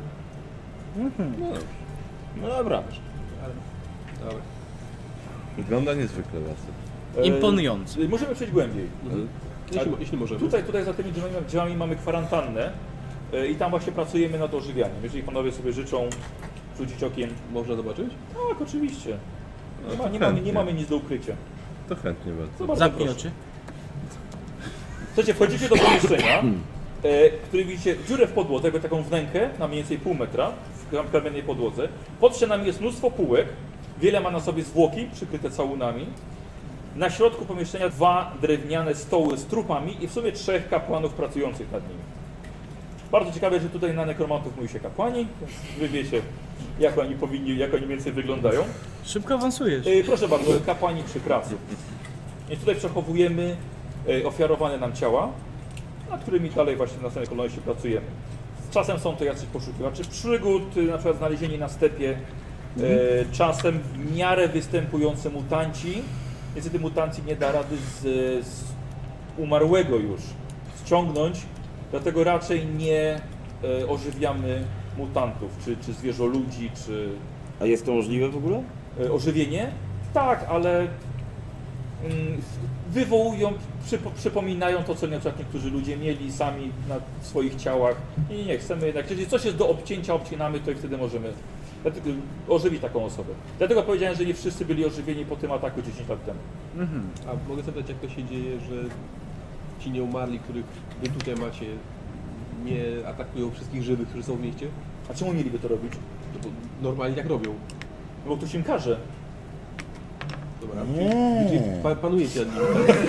No dobra. Dobra. Wygląda niezwykle lasy. E, Imponujące. Możemy przejść głębiej. Jeśli, jeśli możemy. Tutaj, tutaj za tymi drzwiami, drzwiami mamy kwarantannę e, i tam właśnie pracujemy nad ożywianiem. Jeżeli panowie sobie życzą rzucić okiem, Można zobaczyć? tak, oczywiście. No Nie, to ma, nie, mamy, nie chętnie. mamy nic do ukrycia. To chętnie bardzo. To bardzo Zamknij proszę. oczy. Słuchajcie, wchodzicie do pomieszczenia, e, który widzicie dziurę w podłodze, jakby taką wnękę na mniej więcej pół metra w kamiennej podłodze. Pod ścianami jest mnóstwo półek, wiele ma na sobie zwłoki przykryte całunami. Na środku pomieszczenia dwa drewniane stoły z trupami i w sumie trzech kapłanów pracujących nad nimi. Bardzo ciekawe, że tutaj na nekromantów mówi się kapłani, więc wy wiecie, jak oni powinni, jak oni mniej więcej wyglądają. Szybko awansujesz. E, proszę bardzo, kapłani przy pracy. I tutaj przechowujemy e, ofiarowane nam ciała, nad którymi dalej właśnie w następnej kolejności pracujemy. Z czasem są to jacyś poszukiwacze przygód, e, na przykład znalezieni na stepie, e, czasem w miarę występujący mutanci. Niestety mutancji nie da rady z, z umarłego już ściągnąć, dlatego raczej nie e, ożywiamy mutantów, czy, czy zwierzoludzi, czy A jest to możliwe w ogóle? e, ożywienie. Tak, ale mm, wywołują, przypo, przypominają to, co na przykład niektórzy ludzie mieli sami na swoich ciałach. Nie, nie, nie, chcemy jednak, jeżeli coś jest do obcięcia, obcinamy, to i wtedy możemy dlatego, ożywić taką osobę. Dlatego powiedziałem, że nie wszyscy byli ożywieni po tym ataku dziesięć lat temu. A mogę zapytać, jak to się dzieje, że ci nieumarli, których wy tutaj macie, nie atakują wszystkich żywych, którzy są w mieście? A czemu mieliby to robić? No bo normalnie tak robią. No bo ktoś im każe. Dobra. Czyli, czyli pa, panujecie nad nimi.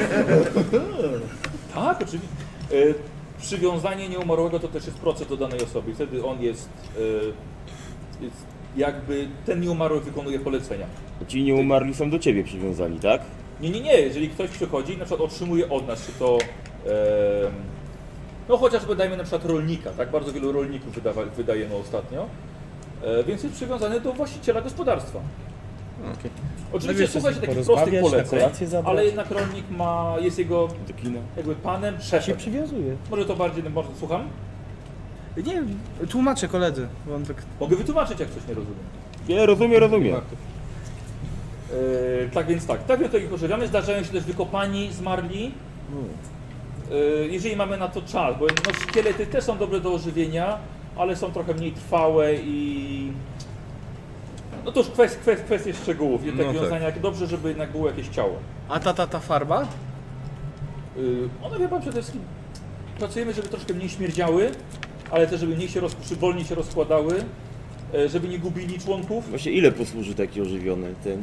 Tak, oczywiście. E, przywiązanie nieumarłego to też jest proces do danej osoby. Wtedy on jest, e, jest jakby ten nieumarły wykonuje polecenia. Ci nieumarli są do ciebie przywiązani, tak? Nie, nie, nie. Jeżeli ktoś przychodzi, na przykład otrzymuje od nas, czy to e, no chociażby dajmy na przykład rolnika, tak? Bardzo wielu rolników wydawa, wydajemy ostatnio, e, więc jest przywiązany do właściciela gospodarstwa. Okay. Oczywiście wiesz, słucha się coś takich porozmawiać, prostych na poleceń, kolację zabrać. ale jednak rolnik ma, jest jego Do kina. jakby panem, Się szefem. przywiązuje. Może to bardziej, może słucham? Nie, tłumaczę koledzy, bo on tak... Mogę wytłumaczyć, jak coś nie rozumiem. Nie, rozumiem, rozumiem. Warto. E, tak więc tak, tak więc to ich ożywiamy. Zdarzają się też wykopani, zmarli. E, jeżeli mamy na to czas, bo no, szkielety też są dobre do ożywienia, ale są trochę mniej trwałe i... No to już kwest, kwest, kwestie szczegółów, nie? Tak No tak. wiązania, jak dobrze, żeby jednak było jakieś ciało. A ta, ta, ta farba? Yy, one wie pan przede wszystkim pracujemy, żeby troszkę mniej śmierdziały, ale też żeby mniej się roz, czy wolniej się rozkładały, e, żeby nie gubili członków. Właśnie ile posłuży taki ożywiony ten?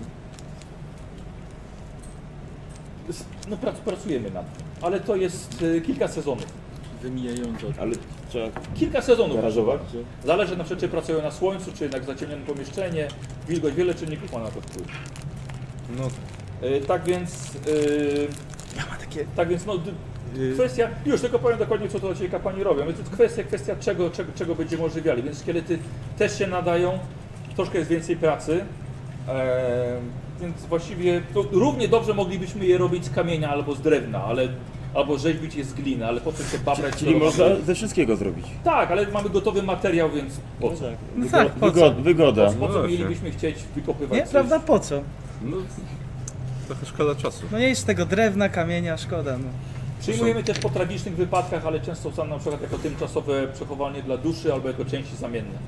S- No prac, pracujemy nad tym, ale to jest e, kilka sezonów. Wymijająco. Ale trzeba Kilka sezonów. garażować? Czy? Zależy na przykład, czy pracują na słońcu, czy jednak zaciemnione pomieszczenie, wilgoć, wiele czynników ma na to wpływ. No, E, tak więc, e, Ja mam takie... tak więc no, d- Yy, kwestia, już tylko powiem dokładnie, co to ci kapłani robią, więc to jest kwestia, kwestia czego, czego, czego będziemy ożywiali, więc szkielety też się nadają, troszkę jest więcej pracy, e, więc właściwie to równie dobrze moglibyśmy je robić z kamienia albo z drewna, ale, albo rzeźbić je z gliny, ale po co się babrać? Czyli do można roboty? ze wszystkiego zrobić. Tak, ale mamy gotowy materiał, więc po co? No Wygo- tak, po co? wygo- wygoda. Po, po No co właśnie. mielibyśmy chcieć wykopywać Nie, coś? prawda, po co? no trochę szkoda czasu. No nie jest z tego drewna, kamienia, szkoda, no. Przyjmujemy też po tragicznych wypadkach, ale często są na przykład jako tymczasowe przechowanie dla duszy albo jako części zamienne.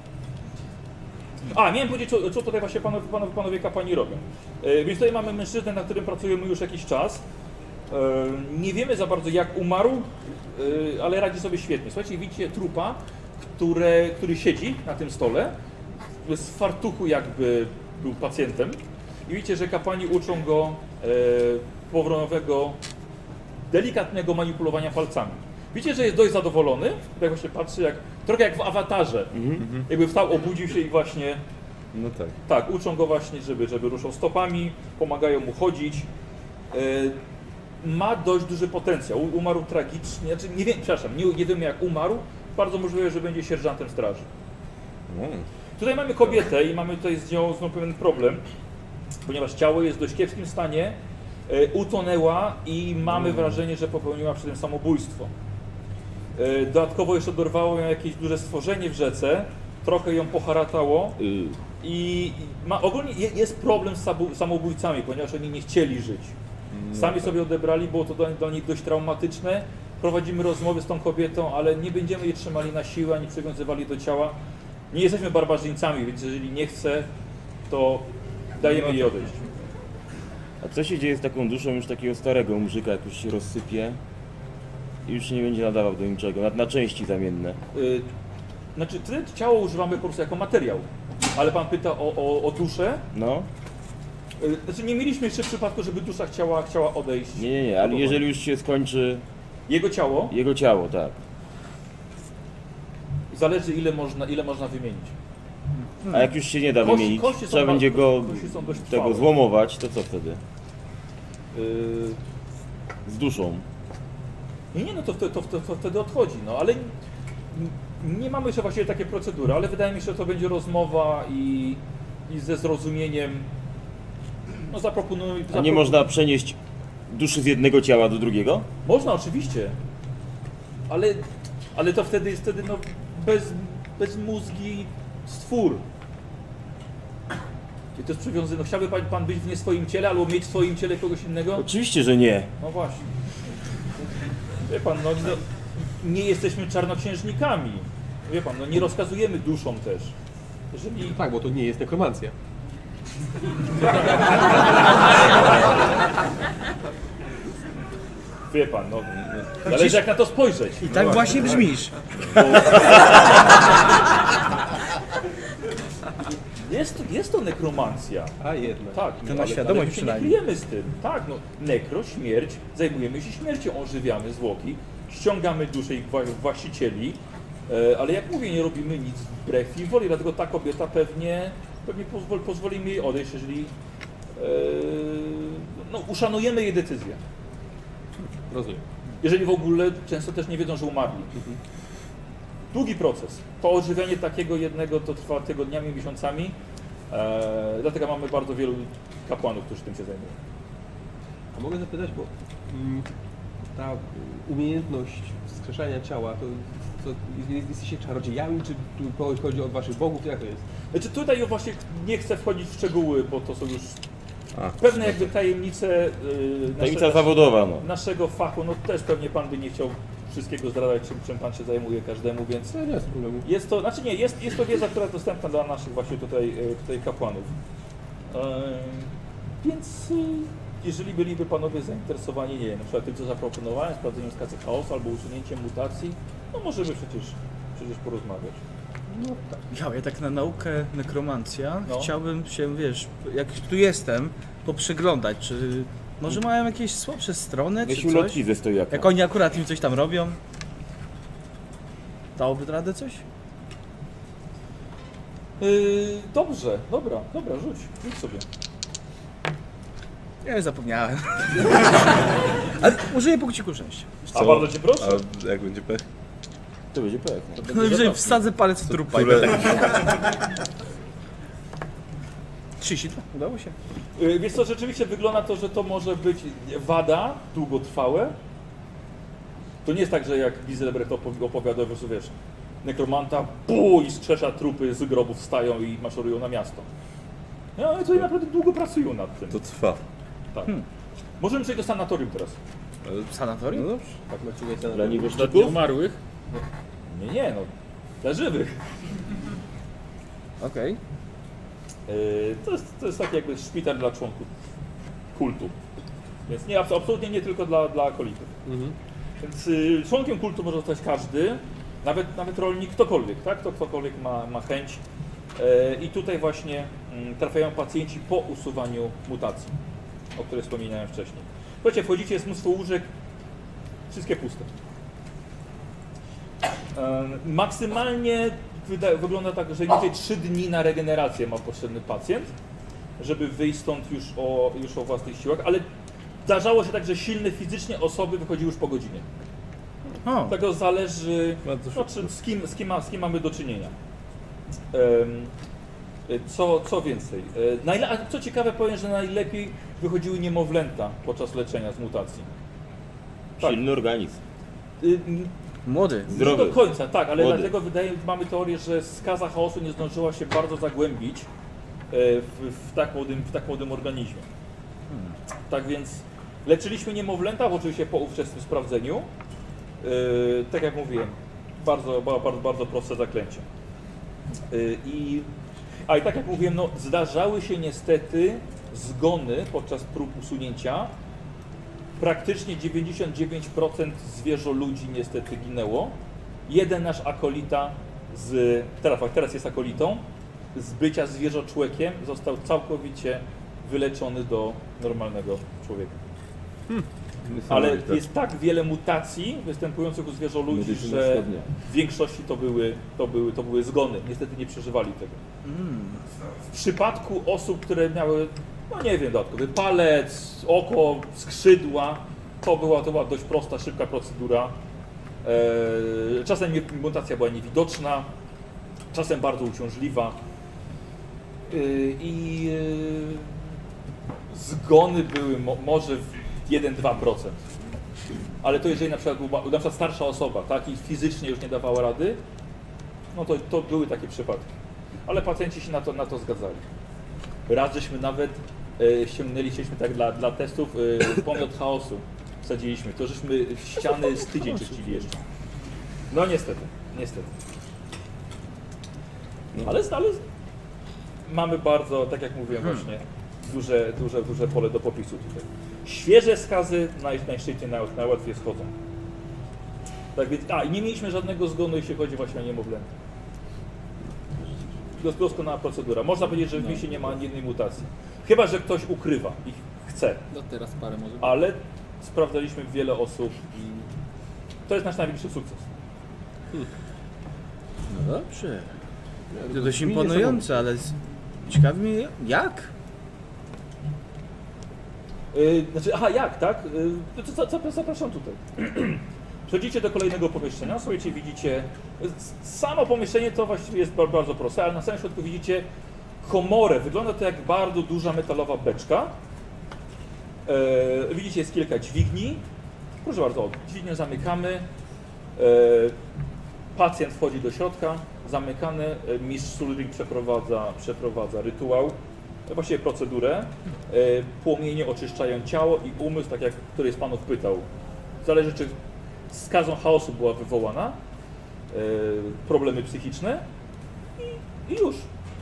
A, miałem powiedzieć, co, co tutaj właśnie panowie, panowie, panowie kapłani robią. E, więc tutaj mamy mężczyznę, na którym pracujemy już jakiś czas. E, nie wiemy za bardzo, jak umarł, e, ale radzi sobie świetnie. Słuchajcie, widzicie trupa, które, który siedzi na tym stole, z fartuchu jakby był pacjentem. I widzicie, że kapłani uczą go e, powronowego, delikatnego manipulowania palcami. Widzicie, że jest dość zadowolony, tak właśnie patrzy, jak, trochę jak w awatarze. Mhm. Jakby wstał, obudził się i właśnie, No tak. tak, uczą go właśnie, żeby, żeby ruszał stopami, pomagają mu chodzić. E, ma dość duży potencjał, U- umarł tragicznie, znaczy nie wiem, przepraszam, nie, nie wiemy jak umarł, bardzo możliwe, że będzie sierżantem straży. No. Tutaj mamy kobietę i mamy tutaj z nią znowu pewien problem, ponieważ ciało jest w dość kiepskim stanie, e, utonęła i mamy wrażenie, że popełniła przy tym samobójstwo. E, dodatkowo jeszcze dorwało ją jakieś duże stworzenie w rzece, trochę ją poharatało Y, i ma, ogólnie je- jest problem z sabu- samobójcami, ponieważ oni nie chcieli żyć. Sami sobie odebrali, było to dla, dla nich dość traumatyczne. Prowadzimy rozmowy z tą kobietą, ale nie będziemy jej trzymali na siłę, ani przywiązywali do ciała. Nie jesteśmy barbarzyńcami, więc jeżeli nie chce, to dajemy jej odejść. A co się dzieje z taką duszą już takiego starego muzyka, jak już się rozsypie i już się nie będzie nadawał do niczego, na, na części zamienne? Y, znaczy, wtedy ciało używamy po prostu jako materiał, ale pan pyta o, o, o duszę. No? Y, znaczy, nie mieliśmy jeszcze przypadku, żeby dusza chciała, chciała odejść. Nie, nie, nie, ale jeżeli już się skończy Jego ciało jego ciało, tak. zależy, ile można, ile można wymienić. A jak już się nie da Kości- wymienić, kości są trzeba bardzo- będzie go kości są dość tego trwałe. złomować, to co wtedy? Y, Z duszą. Nie, nie, no to, to, to, to, to wtedy odchodzi, no ale n- nie mamy jeszcze właściwie takie procedury, ale wydaje mi się, że to będzie rozmowa i, i ze zrozumieniem, no zaproponuj... A nie można przenieść duszy z jednego ciała do drugiego? Można, oczywiście, ale, ale to wtedy jest wtedy no bez, bez mózgi stwór. I to jest przywiązane, no chciałby pan, pan być w nie swoim ciele albo mieć w swoim ciele kogoś innego? Oczywiście, że nie. No właśnie. Wie pan, no, no nie jesteśmy czarnoksiężnikami. Wie pan, no nie rozkazujemy duszom też. Jeżeli... Tak, bo to nie jest nekromancja. Wie pan, no zależy jak na to spojrzeć. I tak właśnie brzmisz. Jest, to- jest to nekromancja. A jednak. Tak, To no, na ale, świadomość ale my się nie przynajmniej. kryjemy z tym. Tak, no nekro, śmierć, zajmujemy się śmiercią, ożywiamy zwłoki, ściągamy duszę ich wła- właścicieli, e, ale jak mówię, nie robimy nic wbrew jej woli, dlatego ta kobieta pewnie, pewnie pozwoli, pozwolimy jej odejść, jeżeli e, no, uszanujemy jej decyzję. Rozumiem. Jeżeli w ogóle często też nie wiedzą, że umarli. Długi proces. To odżywianie takiego jednego to trwa tygodniami, miesiącami. E, dlatego mamy bardzo wielu kapłanów, którzy tym się zajmują. A mogę zapytać, bo mm, ta umiejętność wskrzeszania ciała, to, to jest- jesteście czarodziejami, czy tu chodzi o waszych bogów, jak to jest? Znaczy tutaj właśnie nie chcę wchodzić w szczegóły, bo to są już A, pewne jakby tajemnice yy, Tajemnica nasze- zawodowa, no. naszego fachu. No też pewnie pan by nie chciał wszystkiego zdradzać, czym, czym pan się zajmuje każdemu, więc No nie jest problemu. jest to, znaczy nie, jest, jest to wiedza, która jest dostępna dla naszych właśnie tutaj, e, tutaj kapłanów. Ehm, więc e, jeżeli byliby panowie zainteresowani, nie wiem, na przykład tym, co zaproponowałem, sprawdzeniem skazy chaosu albo usunięciem mutacji, no możemy przecież, przecież porozmawiać. No tak. Ja, ja tak na naukę nekromancja No. chciałbym się, wiesz, jak tu jestem, poprzeglądać, czy może mają jakieś słabsze strony, Weź czy coś? ulotki ze stojaka. Jak oni akurat im coś tam robią? Dałoby radę coś? Yy, dobrze, dobra, dobra, rzuć, rzuć sobie. Ja już zapomniałem. Ale użyję punkciku szczęścia. A bardzo cię proszę. A jak będzie pech? To będzie pech. No. Najwyżej wsadzę palec w trupa i Które... będę. trzydzieści dwa, udało się. Yy, Wiesz co, rzeczywiście wygląda to, że to może być wada długotrwałe. To nie jest tak, że jak Giselbrecht opowi- opowiada, że wiesz, nekromanta pu, i skrzesza trupy z grobów wstają i maszerują na miasto. No ale tutaj naprawdę długo pracują nad tym. To trwa. Tak. Możemy przejść do sanatorium teraz. Sanatorium? No dobrze. Tak, macie na Dla Dla nieboszczyków? nieumarłych. Nie, nie, no. Dla żywych. Okej. Yy, to, jest, to jest taki jakby szpital dla członków kultu. Więc nie, abs- absolutnie nie tylko dla, dla akolitów. Mhm. Więc y, członkiem kultu może zostać każdy, nawet, nawet rolnik, ktokolwiek, tak? To ktokolwiek ma, ma chęć. E, I tutaj właśnie mm, trafiają pacjenci po usuwaniu mutacji, o której wspominałem wcześniej. Słuchajcie, wchodzicie, jest mnóstwo łóżek, wszystkie puste. E, maksymalnie wyda, wygląda tak, że mniej więcej trzy dni na regenerację ma potrzebny pacjent, żeby wyjść stąd już o, już o własnych siłach, ale zdarzało się tak, że silne fizycznie osoby wychodziły już po godzinie. O, Tego zależy, Bardzo no, czy, z, kim, z, kim ma, z kim mamy do czynienia. Em, co, co więcej, e, najle- a co ciekawe powiem, że najlepiej wychodziły niemowlęta podczas leczenia z mutacji. Tak. Silny organizm. Y, młody. Nie Zdrowy. do końca, tak, ale Młody. dlatego wydaje, mamy teorię, że skaza chaosu nie zdążyła się bardzo zagłębić e, w, w, tak, młodym, w tak młodym organizmie. Tak więc leczyliśmy niemowlęta, oczywiście po ówczesnym sprawdzeniu. E, tak jak mówiłem, bardzo, ba- bardzo, bardzo proste zaklęcie. E, i, a i tak jak mówiłem, no, zdarzały się niestety zgony podczas prób usunięcia. Praktycznie dziewięćdziesiąt dziewięć procent zwierzoludzi niestety ginęło. Jeden nasz akolita, z, teraz, teraz jest akolitą, z bycia zwierzoczłekiem został całkowicie wyleczony do normalnego człowieka. Ale Niesamowite. jest tak wiele mutacji występujących u zwierzoludzi, Medycyna że wschodnia. w większości to były, to, były, to były zgony. Niestety nie przeżywali tego. W przypadku osób, które miały, no nie wiem, dodatkowy palec, oko, skrzydła, to była, to była dość prosta, szybka procedura. Eee, czasem nie- mutacja była niewidoczna, czasem bardzo uciążliwa. Eee, I eee, zgony były mo, może w jeden do dwóch procent. Ale to jeżeli na przykład, była, na przykład starsza osoba, tak, i fizycznie już nie dawała rady, no to, to były takie przypadki. Ale pacjenci się na to, na to zgadzali. Raz żeśmy nawet e, ściągnęli, chcieliśmy tak dla, dla testów, e, pomiot chaosu wsadziliśmy. To żeśmy ściany z tydzień czyścili jeszcze. No niestety, niestety. Ale, ale mamy bardzo, tak jak mówiłem właśnie, duże, duże, duże pole do popisu tutaj. Świeże skazy naj, najszybciej, naj, najłatwiej schodzą. Tak więc, a i nie mieliśmy żadnego zgonu, jeśli chodzi właśnie o niemowlęta. Dos- Doskonała procedura. Można powiedzieć, że w misie nie ma ani jednej mutacji. Chyba że ktoś ukrywa i chce, No teraz parę może być. ale sprawdzaliśmy wiele osób i to jest nasz największy sukces. No dobrze. To dość imponujące, ale z- ciekawi mnie jak? Yy, znaczy, aha, jak, tak? Yy, to, to, to, zapraszam tutaj. Przechodzicie do kolejnego pomieszczenia, słuchajcie, widzicie, s- samo pomieszczenie to właściwie jest ba- bardzo proste, ale na samym środku widzicie komorę. Wygląda to jak bardzo duża metalowa beczka. Yy, widzicie, jest kilka dźwigni, Proszę bardzo, o, dźwignię zamykamy, e, pacjent wchodzi do środka, zamykany, e, mistrz Sulring przeprowadza, przeprowadza rytuał, e, właściwie procedurę, e, płomienie oczyszczają ciało i umysł, tak jak któryś z panów pytał. Zależy, czy skazą chaosu była wywołana, e, problemy psychiczne i, i już.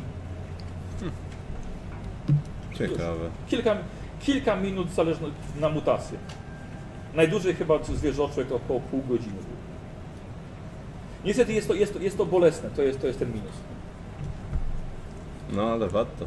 Ciekawe. Kilka, kilka minut zależno na mutację. Najdłużej chyba zwierzoczek to około pół godziny. Niestety jest to, jest to, jest to bolesne, to jest, to jest ten minus. No ale warto.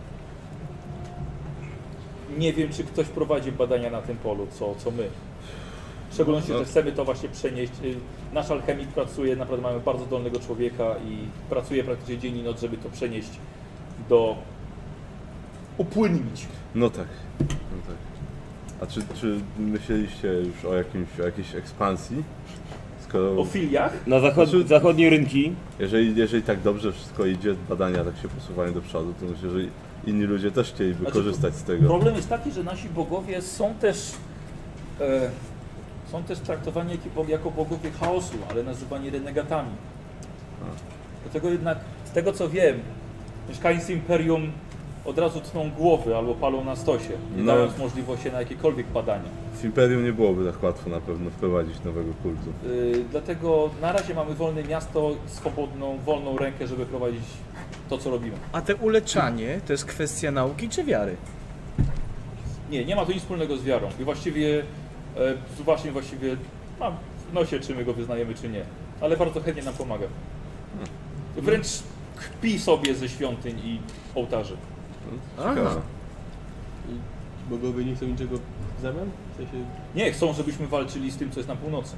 Nie wiem, czy ktoś prowadzi badania na tym polu, co, co my. W szczególności, No. że chcemy to właśnie przenieść. Y, Nasz alchemik pracuje, naprawdę mamy bardzo zdolnego człowieka i pracuje praktycznie dzień i noc, żeby to przenieść do... upłynnić. No tak. No tak. A czy, czy myśleliście już o, jakimś, o jakiejś ekspansji? Skoro, O filiach? Na zachod... Znaczy- zachodnie rynki. jeżeli, jeżeli tak dobrze wszystko idzie, badania tak się posuwają do przodu, to myślę, że inni ludzie też chcieliby Znaczy, korzystać z tego. Problem jest taki, że nasi bogowie są też e, są też traktowani jako, jako bogowie chaosu, ale nazywani renegatami. Dlatego jednak, z tego co wiem, mieszkańcy Imperium od razu tną głowy albo palą na stosie, nie No. dając możliwości na jakiekolwiek badania. W Imperium nie byłoby tak łatwo na pewno wprowadzić nowego kultu. Yy, dlatego na razie mamy wolne miasto, swobodną, wolną rękę, żeby prowadzić to, co robimy. A te uleczanie to jest kwestia nauki czy wiary? Nie, nie ma to nic wspólnego z wiarą. I właściwie, e, właśnie właściwie mam w nosie, czy my go wyznajemy, czy nie. Ale bardzo chętnie nam pomaga. Wręcz kpi sobie ze świątyń i ołtarzy. Ciekawe. Aha. I bogowie nie chcą niczego w zamian? W sensie... Nie, chcą, żebyśmy walczyli z tym, co jest na północy.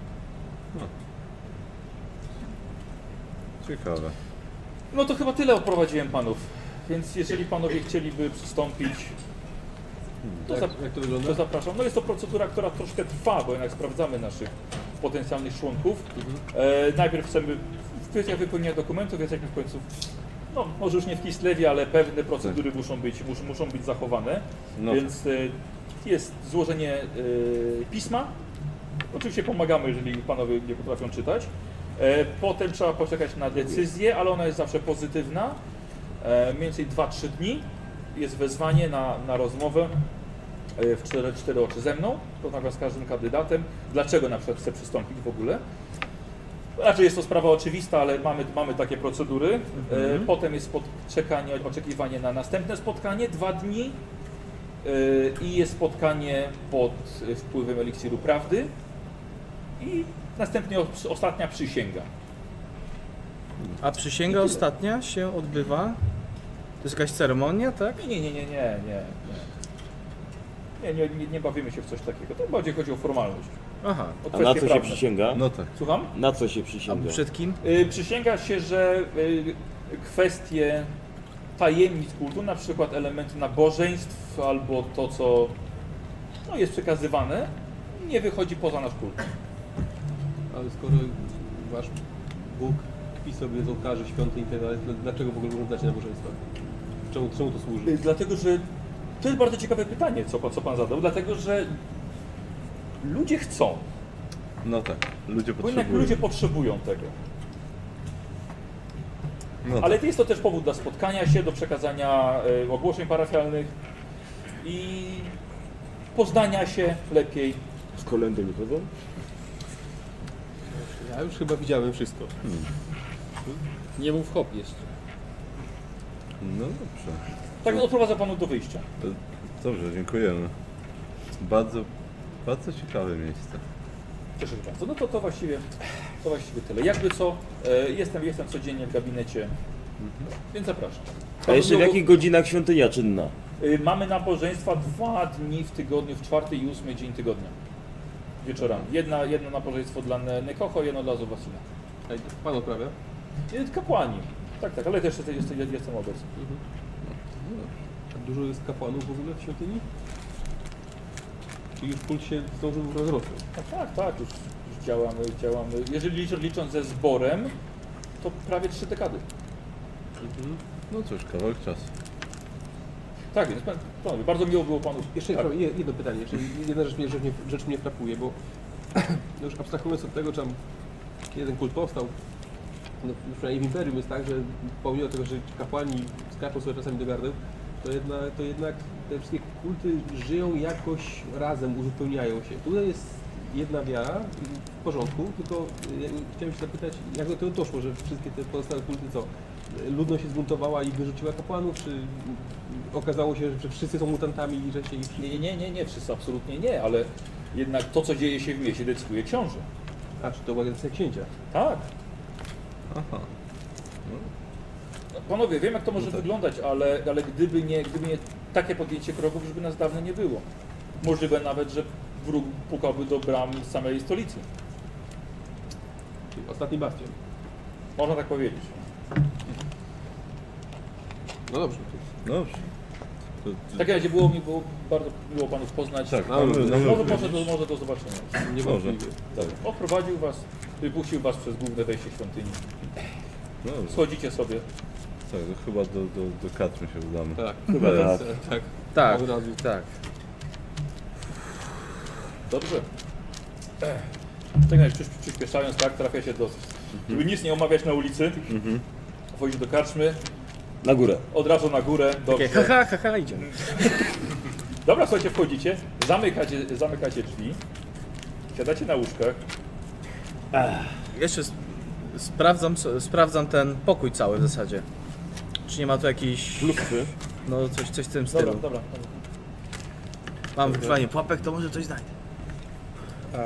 Ciekawe. No to chyba tyle oprowadziłem panów. Więc jeżeli panowie chcieliby przystąpić, to, Jak, zap jak to wygląda? to zapraszam. No jest to procedura, która troszkę trwa, bo jednak sprawdzamy naszych potencjalnych członków. E, najpierw chcemy w kwestiach wypełnienia dokumentów, jesteśmy w końcu, no może już nie w Kislewie, ale pewne procedury muszą być, mus, muszą być zachowane. No Więc e, jest złożenie e, pisma. Oczywiście pomagamy, jeżeli panowie nie potrafią czytać. E, potem trzeba poczekać na decyzję, ale ona jest zawsze pozytywna. E, mniej więcej dwa trzy dni jest wezwanie na, na rozmowę e, w cztery, cztery oczy ze mną, rozmawiam z każdym kandydatem, dlaczego na przykład chce przystąpić w ogóle. Raczej jest to sprawa oczywista, ale mamy, mamy takie procedury. E, potem jest spot- czekanie, oczekiwanie na następne spotkanie, dwa dni e, i jest spotkanie pod wpływem eliksiru prawdy i następnie os- ostatnia przysięga. A przysięga ostatnia się odbywa? To jest jakaś ceremonia, tak? Nie, nie, nie, nie, nie, nie. Nie, nie, nie, nie bawimy się w coś takiego. To bardziej chodzi o formalność. Aha. O A na kwestie co się prawne. przysięga? No tak. Słucham? Na co się A przysięga? przed kim? Y, przysięga się, że y, kwestie tajemnic kultu, na przykład elementy nabożeństw albo to, co no, jest przekazywane, nie wychodzi poza nasz kult. Ale skoro wasz Bóg kpi sobie z ołtarzy, świątyń i tak dalej, to dlaczego w ogóle urządzacie nabożeństwa? Czemu, czemu to służy? Y, dlatego, że to jest bardzo ciekawe pytanie, co, pan- co pan zadał, dlatego, że ludzie chcą, No tak. Ludzie bo jednak potrzebują. ludzie potrzebują tego. No tak. Ale jest to też powód do spotkania się, do przekazania y, ogłoszeń parafialnych i poznania się lepiej. Z kolendą nie chodzą? Ja już chyba widziałem wszystko. Nie mów hop jeszcze. No dobrze. Tak odprowadza panu do wyjścia. To- Dobrze, dziękujemy. Bardzo, bardzo ciekawe miejsce. Cieszę się bardzo. No to, to właściwie to właściwie tyle. Jakby co, e, jestem, jestem codziennie w gabinecie, więc zapraszam. A jeszcze w jakich godzinach świątynia czynna? Y, Mamy nabożeństwa dwa dni w tygodniu, w czwarty i ósmy dzień tygodnia. Wieczorami. Jedna, jedno nabożeństwo dla Ne- Nekocho, jedno dla Zowasila. A pan odprawia? Y, Kapłani. Tak, tak, ale też jestem, jestem, jestem obecny. A dużo jest kapłanów w ogóle w świątyni? Czy już kult się zdążył rozrosnąć? Tak, tak, tak, już, już działamy, działamy. Jeżeli licząc, licząc ze zborem, to prawie trzy dekady. Mhm. No cóż, kawałek czasu. Tak, więc pan- panowie, bardzo miło było panu. Jeszcze tak. jedno, jedno pytanie, jeszcze jedna rzecz mnie, rzecz mnie, rzecz mnie frapuje, bo No już abstrahując od tego, czy tam kiedy ten kult powstał, no, przynajmniej w Imperium jest tak, że pomimo tego, że kapłani skaczą sobie czasami do gardeł, to jednak, to jednak te wszystkie kulty żyją jakoś razem, uzupełniają się. Tutaj jest jedna wiara, w porządku, tylko ja chciałem się zapytać, jak do tego doszło, że wszystkie te pozostałe kulty co? Ludność się zbuntowała i wyrzuciła kapłanów, czy okazało się, że wszyscy są mutantami i że się ich... Nie, nie, nie, nie, wszyscy absolutnie nie, ale jednak to, co dzieje się w mieście, decyduje książę. A, czy to była decyzja księcia? Tak. Aha. No, panowie, wiem jak to może No tak. wyglądać, ale, ale gdyby, nie, gdyby nie takie podjęcie kroków, już by nas dawno nie było. Możliwe nawet, że wróg pukałby do bram samej stolicy. Czyli ostatni bastion. Można tak powiedzieć. No dobrze. Dobrze. To, W to, takim razie było mi było bardzo miło panów poznać. tak, No, mamy, no, mamy Może, również. może, do, może do zobaczenia. Niewątpliwie. Tak. Odprowadził was, wypuścił was przez główne wejście świątyni. Dobrze. Schodzicie sobie. Tak, to chyba do, do, do Katry się udamy. Tak, Chyba tak. tak. Tak, Od razu. tak. Dobrze. Ech. Tak jak przysz- przyspieszając, tak, trafia się do... Żeby nic nie omawiać na ulicy, Mhm. wchodzi do karczmy, Na górę. od razu na górę, Takie dobrze. haha, haha, idziemy. Dobra, słuchajcie, wchodzicie, zamykacie, zamykacie drzwi, siadacie na łóżkach. Jeszcze sp- sprawdzam, sprawdzam ten pokój cały w zasadzie. Czy nie ma tu jakiś... Lufy. No coś, coś w tym Dobra, stylu. dobra. Mam wykrywanie pułapek, to może coś znajdę. A,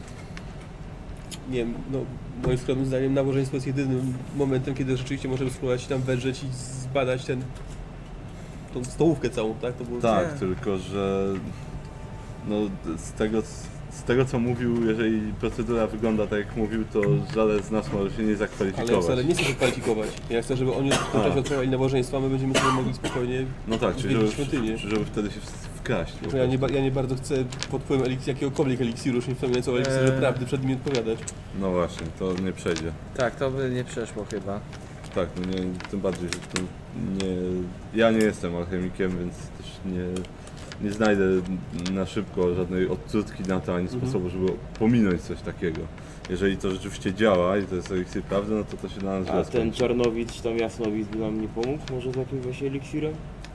nie wiem, no moim skromnym zdaniem nabożeństwo jest jedynym momentem, kiedy rzeczywiście możemy spróbować tam wedrzeć i zbadać ten, tą stołówkę całą, tak? To było... Tak, Nie. tylko że no, z, tego, z tego co mówił, jeżeli procedura wygląda tak jak mówił, to żaden z nas może się nie Ale ja zakwalifikować. wcale nie chcę się kwalifikować. Ja chcę, żeby oni w tym A. czasie odprowadzili nabożeństwo, a my będziemy sobie mogli spokojnie... No tak, czyli zwiedzić żeby, świątynię. żeby wtedy się wkraść. po Bo ja nie, prostu. ba- ja nie bardzo chcę pod wpływem eliks- jakiegokolwiek eliksiru, już nie wspominając o eliksirze Eee. prawdy, przed nimi odpowiadać. No właśnie, to nie przejdzie. Tak, to by nie przeszło chyba. Tak, no nie, tym bardziej, że to nie... Ja nie jestem alchemikiem, więc też nie, nie znajdę na szybko żadnej odtrutki na to, ani Mhm. sposobu, żeby pominąć coś takiego. Jeżeli to rzeczywiście działa i to jest eliksir prawdy, no to to się dla nas A źle ten skończy. czarnowic, czy tam jasnowic by nam nie pomógł? Może z jakimś właśnie eliksirem?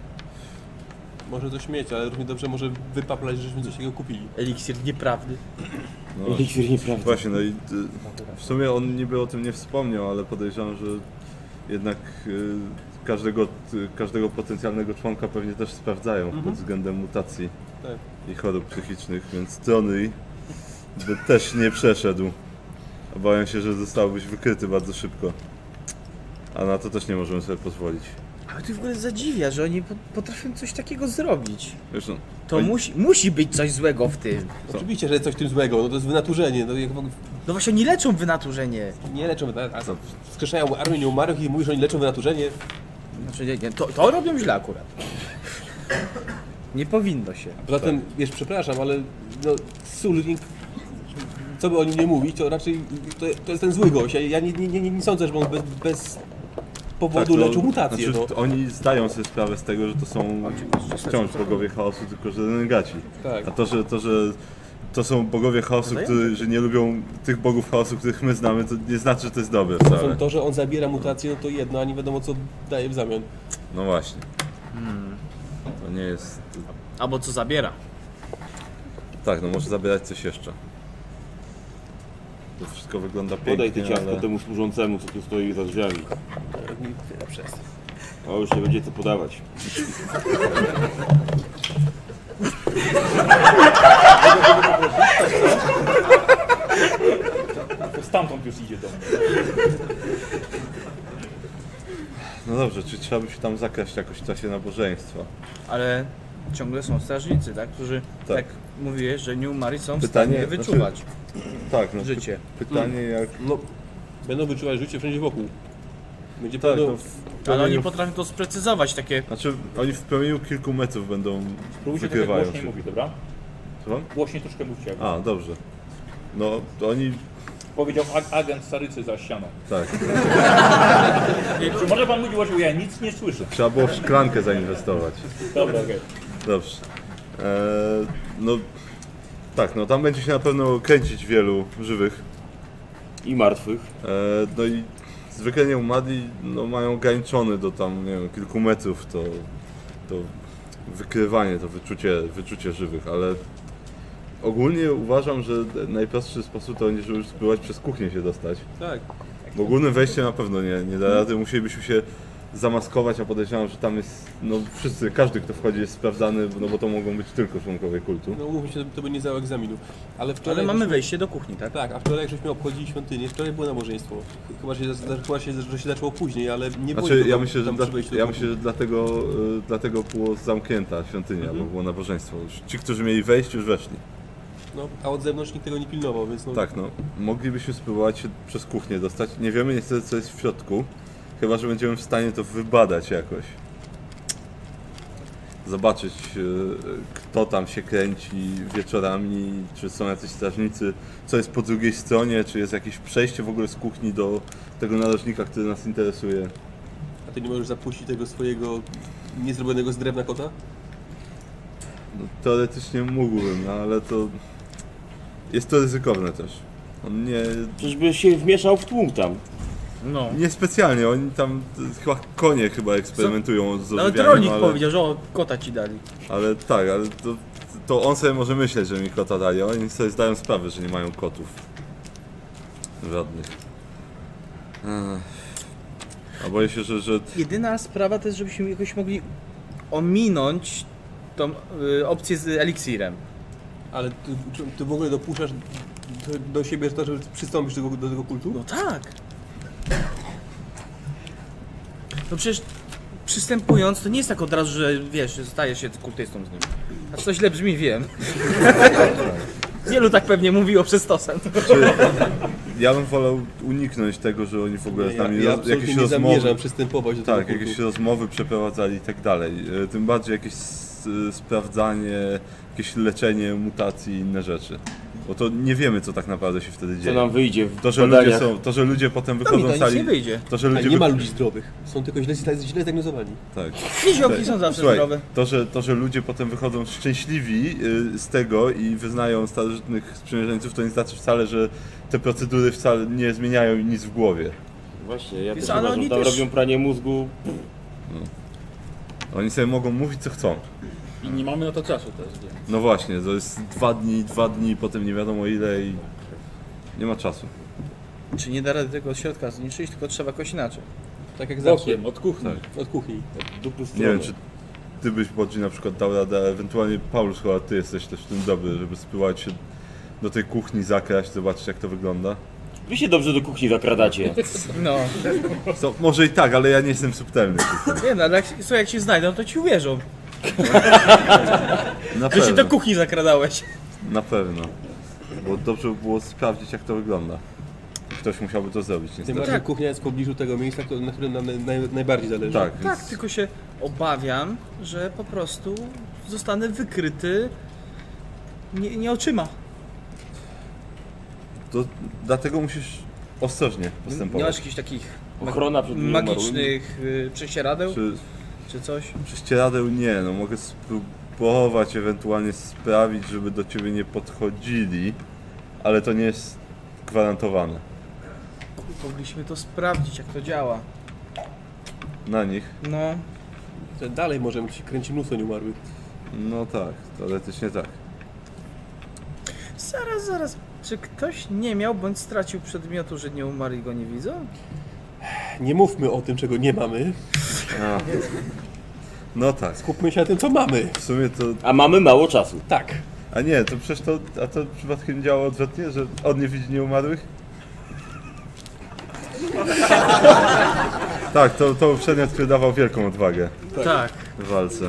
Może coś mieć, ale równie dobrze może wypaplać, żeśmy coś takiego kupili. Eliksir nieprawdy. No, Eliksir nieprawda. właśnie, no i y, w sumie on niby o tym nie wspomniał, ale podejrzewam, że jednak y, każdego, y, każdego potencjalnego członka pewnie też sprawdzają Mhm. pod względem mutacji Tak. i chorób psychicznych, więc Trony by też nie przeszedł. Obawiam się, że zostałbyś wykryty bardzo szybko. A na to też nie możemy sobie pozwolić. Ale to w ogóle zadziwia, że oni po- potrafią coś takiego zrobić. Wiesz, no, To oni- musi, musi być coś złego w tym. Co? Oczywiście, że jest coś w tym złego, no to jest wynaturzenie, no jak w ogóle No właśnie oni leczą wynaturzenie. nie leczą, a co, wskrzeszają armię nieumarłych i mówisz, że oni leczą wynaturzenie? Znaczy nie, nie, to, to robią źle akurat. Nie powinno się. Poza tym, wiesz, przepraszam, ale no, Sulring, co by o nim nie mówić, to raczej to, to jest ten zły gość. Ja, ja nie, nie, nie, nie sądzę, że on bez, bez powodu no, leczył mutację. Znaczy, no. Oni zdają sobie sprawę z tego, że to są wciąż bogowie chaosu, tylko że renegaci. Tak. A to, że, to, że to są bogowie chaosu, którzy że nie lubią tych bogów chaosu, których my znamy, to nie znaczy, że to jest dobre To, wcale. to, że on zabiera mutację, no to jedno, a nie wiadomo co daje w zamian. No właśnie. To nie jest... Albo co zabiera. Tak, no może zabierać coś jeszcze. To wszystko wygląda pięknie, Podaj te ciastko ale... temu służącemu, co tu stoi za drzwiami. Nie, przestań. O, już nie będzie co podawać. To stamtąd już idzie do mnie. No dobrze, czy trzeba by się tam zakraść jakoś w czasie nabożeństwa? Ale ciągle są strażnicy, tak? Którzy, Tak. tak, mówiłeś, że Newmary są w Pytanie, stanie wyczuwać Tak, no życie. py- pytanie jak... No, będą wyczuwać życie wszędzie wokół. Będzie Tak, pewno... no, w Ale oni promieniu, potrafią to sprecyzować, takie... znaczy oni w promieniu kilku metrów będą Spróbujcie trochę wykrywają głośniej się. mówić, dobra? Słucham? Głośniej troszkę mówcie. jakby. A, dobrze. No, to oni... Powiedział ag- agent Sarycy za ścianą. Tak. Czy może pan mówić głośniej, bo ja nic nie słyszę. Trzeba było w szklankę zainwestować. Dobra, okej. Dobrze. Eee, no, Tak, no tam będzie się na pewno kręcić wielu żywych. I martwych. E, no i zwykle nieumarli no, mają ograniczony do tam, nie wiem, kilku metrów to, to wykrywanie, to wyczucie, wyczucie żywych, ale ogólnie uważam, że najprostszy sposób to będzie, żeby już spróbować przez kuchnię się dostać. Tak. W ogólnym wejście na pewno nie, nie da rady, musielibyśmy się zamaskować, a podejrzewam, że tam jest, no wszyscy, każdy kto wchodzi jest sprawdzany, no bo to mogą być tylko członkowie kultu. No umówmy się, to by nie zdało egzaminu. Ale wczoraj... Ale mamy żeśmy- wejście do kuchni, tak? Tak, a wczoraj jak żeśmy obchodzili świątynię, wczoraj było nabożeństwo. Chyba, że, chyba się, że się zaczęło później, ale nie było Znaczy, nikogo ja myślę, że, tam dla, przy wejściu do ja kuchni. myślę, że dlatego, y, dlatego było zamknięta świątynia, Mhm. bo było nabożeństwo. Już ci, którzy mieli wejść, już weszli. No, a od zewnątrz nikt tego nie pilnował, więc no... Tak, no. Moglibyśmy spróbować się przez kuchnię dostać. Nie wiemy niestety, co jest w środku. Chyba, że będziemy w stanie to wybadać jakoś. Zobaczyć, y, kto tam się kręci wieczorami, czy są jacyś strażnicy, co jest po drugiej stronie, czy jest jakieś przejście w ogóle z kuchni do tego narożnika, który nas interesuje. A ty nie możesz zapuścić tego swojego niezrobionego z drewna kota? No, teoretycznie mógłbym, no, ale to jest to ryzykowne też. On nie, Przecież by się wmieszał w tłum tam. No. nie specjalnie, oni tam y, chyba konie chyba eksperymentują z Nawet ożywianiem, rolnik ale, powiedział, że o, kota ci dali. ale tak, ale to, to on sobie może myśleć, że mi kota dali, a oni sobie zdają sprawę, że nie mają kotów. Żadnych. Ech. A boję się, że, że Jedyna sprawa to jest, żebyśmy jakoś mogli ominąć tą y, opcję z eliksirem. Ale ty, czy- ty w ogóle dopuszczasz do, do siebie to, że przystąpisz do, tego- do tego kultu? No tak. No przecież przystępując, to nie jest tak od razu, że wiesz, że stajesz się kultystą z nim. A to źle brzmi, wiem. Wielu tak pewnie mówiło przez tosem. ja bym wolał uniknąć tego, że oni w ogóle z ja, nami ja roz, absolutnie jakieś nie rozmowy... zamierzam przystępować do Tak, tego kultu. jakieś rozmowy przeprowadzali i tak dalej. E, Tym bardziej jakieś s- sprawdzanie, jakieś leczenie mutacji i inne rzeczy. Bo to nie wiemy, co tak naprawdę się wtedy Co dzieje. nam wyjdzie w To, że ludzie badaniach. są, to, że ludzie potem No mi wychodzą to z nic sali... nie wyjdzie. To, że Ale ludzie nie ma wy- ludzi zdrowych. Są tylko źle, źle, źle zdiagnozowani. Tak. Niziołki są zawsze Słuchaj, zdrowe. to że, to, że ludzie potem wychodzą szczęśliwi y, z tego i wyznają starożytnych sprzymierzeńców, to nie znaczy wcale, że te procedury wcale nie zmieniają im nic w głowie. Właśnie, ja Wiesz, też ale uważam, oni tam też- robią pranie mózgu. Oni sobie mogą mówić, co chcą. I nie mamy na to czasu też, więc... No właśnie, to jest dwa dni, dwa dni, potem nie wiadomo ile i nie ma czasu. Czy nie da rady tego od środka zniszczyć, tylko trzeba jakoś inaczej. Tak jak zawsze. Bokiem, od kuchni. Tak. Od kuchni. Dupy Nie strony. wiem, czy ty byś Bodzi na przykład dał radę, a ewentualnie Paulus, chyba ty jesteś też w tym dobry, żeby spróbować się do tej kuchni zakraść, zobaczyć jak to wygląda. Wy się dobrze do kuchni zakradacie. No. Co, może i tak, ale ja nie jestem subtelny. Nie no, ale jak, słuchaj, jak się znajdą, to ci uwierzą, Na że się do pewno, kuchni zakradałeś. na pewno. Bo dobrze by było sprawdzić jak to wygląda. Ktoś musiałby to zrobić Tym niestety. bardziej kuchnia jest w pobliżu tego miejsca, które- na którym nam naj, najbardziej zależy. Tak, Tak, więc tylko się obawiam, że po prostu zostanę wykryty nie, nie oczyma. to, dlatego musisz ostrożnie Nie masz postępować. jakichś takich Ochrona przed nieumarłymi. magicznych y, prześcieradeł Czy czy coś? prześcieradeł nie, no mogę spróbować ewentualnie sprawić, żeby do ciebie nie podchodzili, ale to nie jest gwarantowane. Mogliśmy to sprawdzić, jak to działa. Na nich. No, To dalej możemy się kręcić mnóstwo nieumarłych. No tak, teoretycznie tak. zaraz, zaraz. Czy ktoś nie miał bądź stracił przedmiotu, że nie umarł i go nie widzą? Nie mówmy o tym, czego nie mamy. A. No tak, Skupmy się na tym, co mamy. w sumie to... A mamy mało czasu. Tak. A nie, to przecież to... A to przypadkiem działa odwrotnie, że on nie widzi nieumarłych? Tak, to, to był przedmiot, który dawał wielką odwagę Tak. w walce.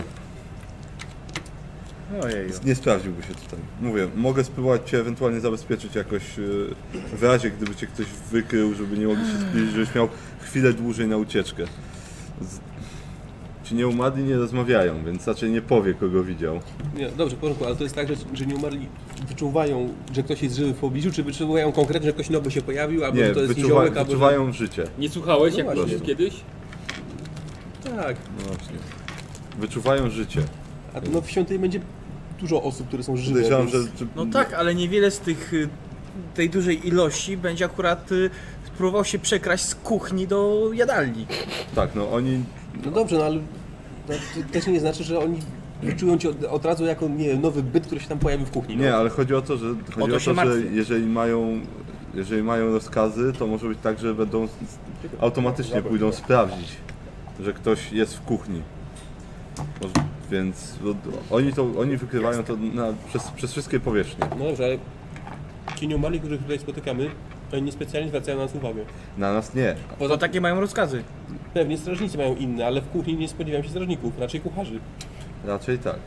Ojej. Nie sprawdziłby się tutaj. Mówię, mogę spróbować cię ewentualnie zabezpieczyć jakoś yy, w razie, gdyby cię ktoś wykrył, żeby nie mogli się zbliżyć, żebyś miał chwilę dłużej na ucieczkę. Z... Ci nieumarli nie rozmawiają, więc raczej nie powie, kogo widział. Nie, dobrze, w porządku, ale to jest tak, że, że nieumarli wyczuwają, że ktoś jest żywy w pobliżu, czy wyczuwają konkretnie, że ktoś nowy się pojawił, albo Nie, że to jest wyczuwa... niziołek, albo wyczuwają życie. Nie słuchałeś, No jak właśnie. mówił kiedyś? że... Tak. No właśnie. Wyczuwają życie. A no w świątyni będzie dużo osób, które są żywe, Podejrzewam, więc... że... że No tak, ale niewiele z tych, y, tej dużej ilości będzie akurat y, próbował się przekraść z kuchni do jadalni. Tak, no oni... No dobrze, no ale to, to też nie znaczy, że oni wyczują cię od, od razu jako, nie wiem, nowy byt, który się tam pojawił w kuchni. No. Nie, ale chodzi o to, że, chodzi to o to, się że martwię. jeżeli mają, jeżeli mają rozkazy, to może być tak, że będą automatycznie pójdą sprawdzić, że ktoś jest w kuchni. Może, więc no, oni, to, oni wykrywają to na, przez, przez wszystkie powierzchnie. No dobrze, ale ci nieomali, których tutaj spotykamy, oni niespecjalnie zwracają na nas uwagę. Na nas nie. Bo takie mają rozkazy. Pewnie strażnicy mają inne, ale w kuchni nie spodziewam się strażników, raczej kucharzy. Raczej tak.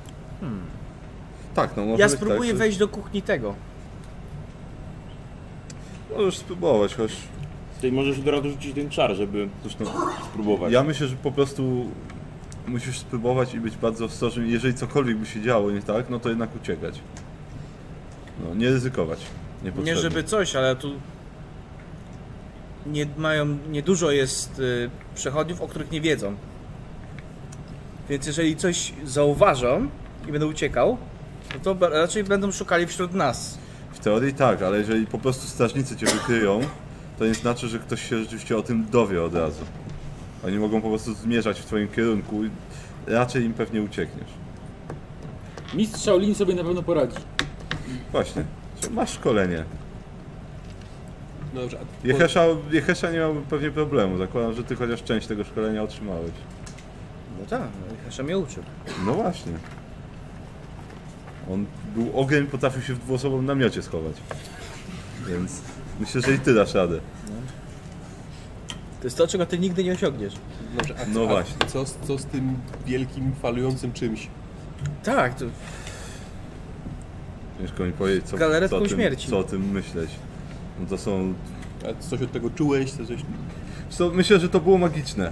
Tak, no może Ja być spróbuję tak, że- wejść do kuchni tego. Możesz spróbować, choć Tutaj możesz od razu rzucić ten czar, żeby zresztą spróbować. ja myślę, że po prostu musisz spróbować i być bardzo ostrożnym. Jeżeli cokolwiek by się działo nie tak, no to jednak uciekać. No, nie ryzykować. Niepotrzebnie. Nie żeby coś, ale tu nie mają, niedużo jest y, przechodniów, o których nie wiedzą. Więc jeżeli coś zauważą i będę uciekał, no to ba- raczej będą szukali wśród nas. W teorii tak, ale jeżeli po prostu strażnicy cię wykryją, to nie znaczy, że ktoś się rzeczywiście o tym dowie od razu. Oni mogą po prostu zmierzać w twoim kierunku i raczej im pewnie uciekniesz. Mistrz Shaolin sobie na pewno poradzi. Właśnie, że masz szkolenie. No dobrze, a Jehesza, Jehesza nie miałby pewnie problemu. Zakładam, że ty chociaż część tego szkolenia otrzymałeś. No tak, jeszcze mnie uczył. No właśnie. On był ogień, potrafił się w dwuosobowym namiocie schować. Więc myślę, że i ty dasz radę. To jest to, czego ty nigdy nie osiągniesz. dobrze, a, No a właśnie. Co, z- co z tym wielkim, falującym czymś? Tak, to Ciężko mi powiedzieć, co, Galaretką co, o tym, śmierci. co o tym myśleć. No to są... A coś od tego czułeś? To coś... Co, myślę, że to było magiczne.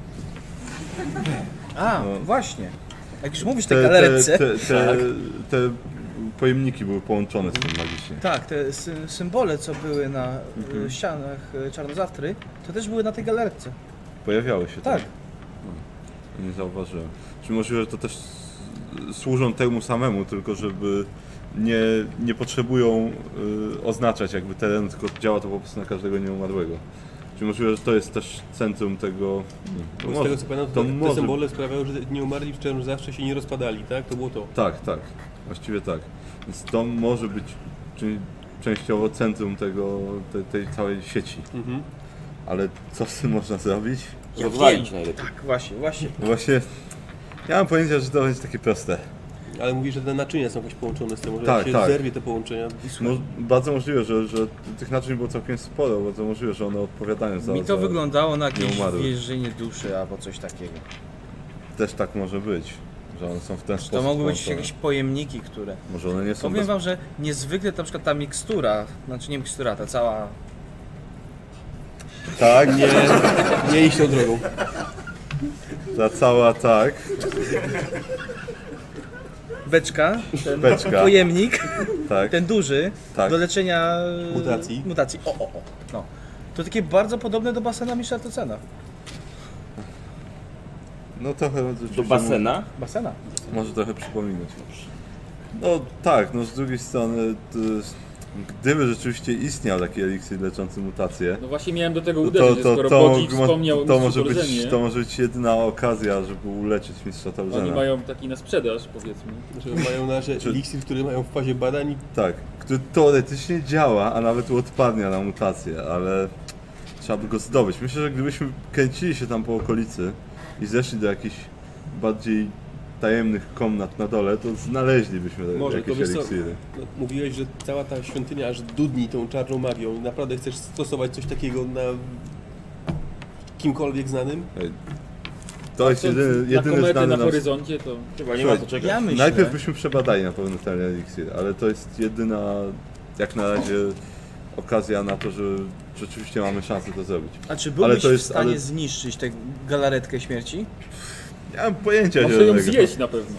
A, No. właśnie. Jak już mówisz o tej Te, te, galaretce. te, te, te pojemniki były połączone z tym magicznie. Tak, te sy symbole, co były na Mhm. y, ścianach y, Czarnozawtry, to też były na tej galaretce. Pojawiały się Tak. tam. No, nie zauważyłem. Czy możliwe, że to też służą temu samemu, tylko żeby nie, nie potrzebują y, oznaczać jakby terenu, tylko działa to po prostu na każdego nieumarłego. Czy możliwe, że to jest też centrum tego... Bo No, z może- tego co pamiętam, to to te może- symbole sprawiały, że nieumarli w zawsze się nie rozpadali, tak? To było to. Tak, tak. Właściwie tak. Więc to może być czy, częściowo centrum tego, tej, tej całej sieci. Mhm. Ale co z tym można zrobić? Ja Rozwalić wiem. najlepiej. Tak, właśnie, właśnie. No właśnie, ja mam pojęcie, że to będzie takie proste. Ale mówisz, że te naczynia są jakoś połączone z tym, może Tak, jak się tak. zerwie te połączenia. No, bardzo możliwe, że, że tych naczyń było całkiem sporo, bardzo możliwe, że one odpowiadają za... Mi to za... wyglądało na jakieś nieumarłych. wierzenie duszy albo coś takiego. Też tak może być, że one są w ten sposób To mogły być połączone. jakieś pojemniki, które... Może one nie są Powiem bez... wam, że niezwykle na przykład ta mikstura, znaczy nie mikstura, ta cała Tak, Nie, nie iść tą drogą. ta cała tak, beczka, ten Beczka. pojemnik, tak, ten duży, tak. do leczenia Mutacji. mutacji. O, o, o. No. To takie bardzo podobne do basena Michela Tocena. No trochę... Do rzeczywiście basena? Basena. Może trochę przypominać. No tak, no z drugiej strony, to, gdyby rzeczywiście istniał taki eliksir leczący mutacje, No właśnie miałem do tego to, uderzyć, to, że skoro to, Bogi mo- wspomniał to, o może mistrzu być, Tolzenie, to może być jedyna okazja, żeby uleczyć mistrza oni Tolzena. mają taki na sprzedaż, powiedzmy. Że mają nasze Czy- eliksir, który mają w fazie badań. Tak, który teoretycznie działa, a nawet uodparnia na mutację, ale trzeba by go zdobyć. Myślę, że gdybyśmy kręcili się tam po okolicy i zeszli do jakichś bardziej tajemnych komnat na dole, to znaleźlibyśmy Może, jakieś to wiesz co, eliksiry. no, mówiłeś, że cała ta świątynia aż dudni tą czarną magią i naprawdę chcesz stosować coś takiego na kimkolwiek znanym? To jest Patrząc jedyny, na jedyny komety znany na nam... horyzoncie, to Chyba nie ma co czekać. Ja myślę, Najpierw byśmy przebadali na pewno ten eliksir, ale to jest jedyna, jak na razie, okazja na to, że rzeczywiście mamy szansę to zrobić. a czy ale byłbyś to jest- w stanie ale- zniszczyć tę galaretkę śmierci? Ja mam pojęcia może ją zielonego. zjeść na pewno.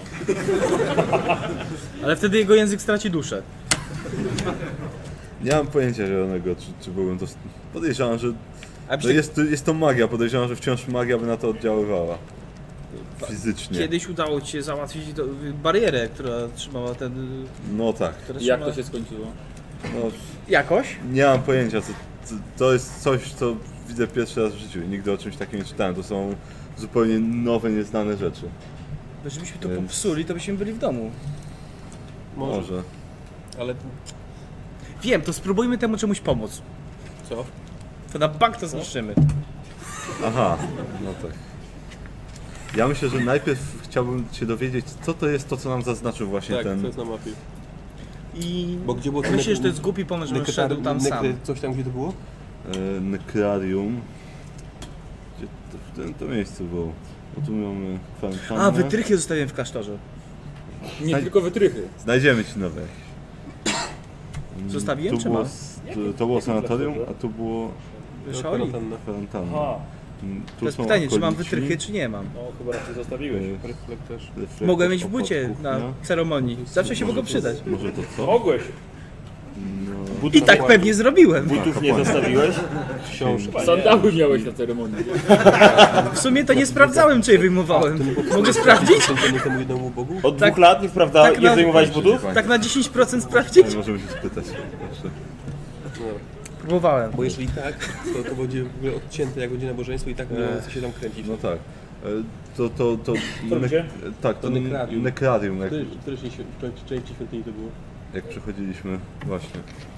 Ale wtedy jego język straci duszę. Nie mam pojęcia zielonego, czy, czy byłbym to... Podejrzewam, że A no jest, jest to magia, podejrzewam, że wciąż magia by na to oddziaływała. fizycznie. Kiedyś udało ci się załatwić do, barierę, która trzymała ten... No tak. Która I jak trzymała... to się skończyło? No, Jakoś? nie mam pojęcia, co, co, to jest coś, co widzę pierwszy raz w życiu i nigdy o czymś takim nie czytałem. To są zupełnie nowe, nieznane rzeczy. Bo żebyśmy to Więc- popsuli, to byśmy byli w domu. Może. Może. Ale Wiem, to spróbujmy temu czemuś pomóc. co? To na bank to zniszczymy. Aha, no tak. Ja myślę, że najpierw chciałbym się dowiedzieć, co to jest to, co nam zaznaczył właśnie Tak, ten... to jest na mapie. I Bo gdzie było to myślę, nek- że to jest głupi pomysł, żebym Nektar- szedł tam sam. nekry- Coś tam, gdzie to było? E, nekrarium. Gdzie to, w tym to miejscu było? Bo tu mamy kwarantannę. A, wytrychy zostawiłem w klasztorze. Nie Znaj- tylko wytrychy. Znajdziemy ci nowe. Zostawiłem, tu czy było, mam? s- to, to było sanatorium, a tu było Shaolin. Kwarantanna. kwarantanna. Aha, Mm, Tu To jest są pytanie, czy mam okolici, wytrychy, czy nie mam. no chyba raczej zostawiłeś. e, Reflekt też. reflektor, Mogłem mieć w opłat, bucie kuchnia. na ceremonii. Zawsze się Może mogą to- przydać. Może to co? Mogłeś. No, I tak pewnie zrobiłem. Butów nie zostawiłeś? Książki. Sandały miałeś na ceremonii. W sumie to nie sprawdzałem, czy je wyjmowałem. Mogę sprawdzić? Święcenie temu jednemu Bogu? Od Tak- dwóch lat, nieprawda? tak nie na- zajmowałeś butów? Tak na dziesięć procent sprawdzić? nie możemy się spytać. Proszę. No dobra. Próbowałem. Bo jeżeli tak, to, to będzie w ogóle odcięte jak będzie nabożeństwo i tak nie ma co się tam kręcić. No tak. E, To, to, to... Co robicie? tak, to To nekrarium. nekrarium, jak, Który, który się w części świątyni to było? jak przechodziliśmy właśnie.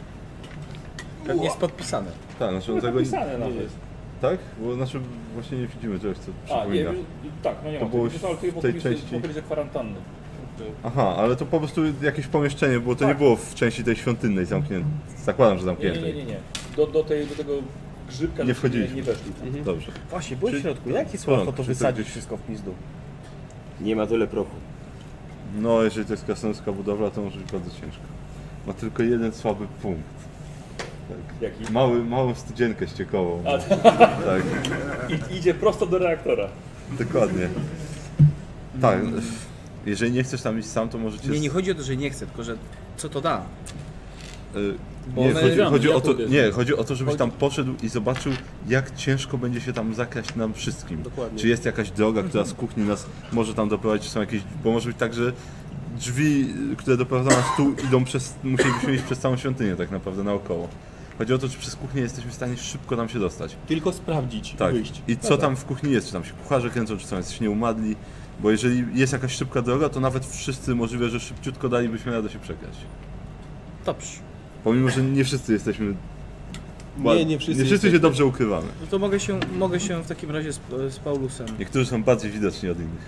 Pewnie jest podpisane. Tak, znaczy on tego... Napisane nawet. Tak? Bo znaczy właśnie nie widzimy czegoś, co A, nie, przypomina. tak, no nie To ma. było To ale to w tej części- w okolicy kwarantanny. Aha, ale to po prostu jakieś pomieszczenie, bo to nie Tak. było w części tej świątynnej zamknięte. Zakładam, że Nie, nie, zamkniętej. nie, nie. Do, do, tej, do tego grzybka Nie nie, wchodziliśmy. nie weszli. tam. Dobrze. Właśnie, byłeś Czy- w środku. Jak jest Skąd? łatwo to Czy to wysadzić gdzieś- wszystko w pizdu? Nie ma tyle prochu. No, jeżeli to jest krasnoludzka budowla, to może być bardzo ciężko. Ma tylko jeden słaby punkt. Tak. Jaki? Mały, małą studzienkę ściekową. A, Tak, I idzie prosto do reaktora. dokładnie. Tak. Jeżeli nie chcesz tam iść sam, to możecie... Nie, nie chodzi o to, że nie chcę, tylko że co to da? Y, Bo Nie, one- chodzi, chodzi, o to, Jakub jest. nie, chodzi o to, żebyś tam poszedł i zobaczył, jak ciężko będzie się tam zakraść nam wszystkim. Dokładnie. Czy jest jakaś droga, która z kuchni nas może tam doprowadzić, czy są jakieś... Bo może być tak, że drzwi, które doprowadzą nas tu, idą przez... Musielibyśmy iść przez całą świątynię tak naprawdę naokoło. Chodzi o to, czy przez kuchnię jesteśmy w stanie szybko tam się dostać. Tylko sprawdzić, Tak. wyjść. I co tam w kuchni jest? Czy tam się kucharze kręcą, czy są jacyś nieumadli? Bo jeżeli jest jakaś szybka droga, to nawet wszyscy możliwe, że szybciutko dalibyśmy radę się przekraść. Dobrze. Pomimo, że nie wszyscy jesteśmy... Nie, nie wszyscy Nie wszyscy się jesteśmy. dobrze ukrywamy. No to mogę się, mogę się w takim razie z, z Paulusem. Niektórzy są bardziej widoczni od innych.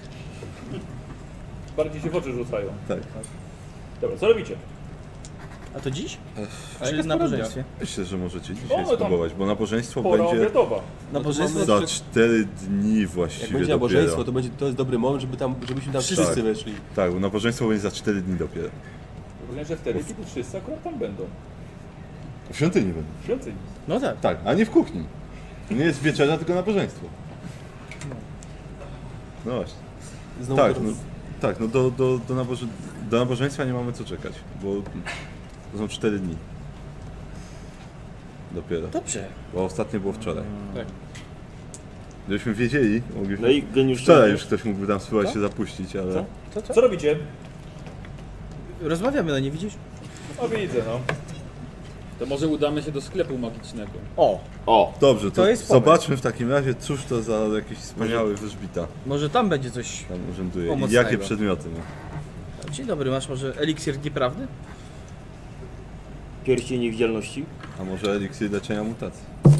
Bardziej się w oczy rzucają. Tak. Dobra, co robicie? A to dziś? A Czy jaka na jest nabożeństwie? Myślę, że możecie O, dzisiaj no tam spróbować, bo nabożeństwo Pora będzie obiadowa. Nabożeństwo? za cztery dni właściwie Jak będzie dopiero. nabożeństwo, to, będzie, to jest dobry moment, żeby tam, żebyśmy tam Wszyscy. wszyscy weszli. Tak, bo nabożeństwo będzie za cztery dni dopiero. Wiem, że wtedy, kiedy wszyscy akurat tam będą. W świątyni będą. W świątyni. No tak. Tak, a nie w kuchni. To nie jest wieczerza, tylko nabożeństwo. No właśnie. Znowu Tak, to- no, tak, no do, do, do, naboże... do nabożeństwa nie mamy co czekać, bo to są cztery dni. Dopiero. Dobrze. Bo ostatnie było wczoraj. Tak. Gdybyśmy wiedzieli, mogliśmy... No i geniusz. Wczoraj już ktoś mógłby tam spróbować się zapuścić, ale... To co? Co robicie? Rozmawiamy, no nie widzisz? No widzę, no. To może udamy się do sklepu magicznego. O, O! Dobrze, to, To jest pomysł. zobaczmy w takim razie, cóż to za jakiś wspaniały wróżbita może tam będzie coś. tam urzęduje i Pomocnego. jakie przedmioty ma. Dzień dobry, masz może eliksir nieprawdy? Pierścień niewidzialności. A może eliksir leczenia mutacji?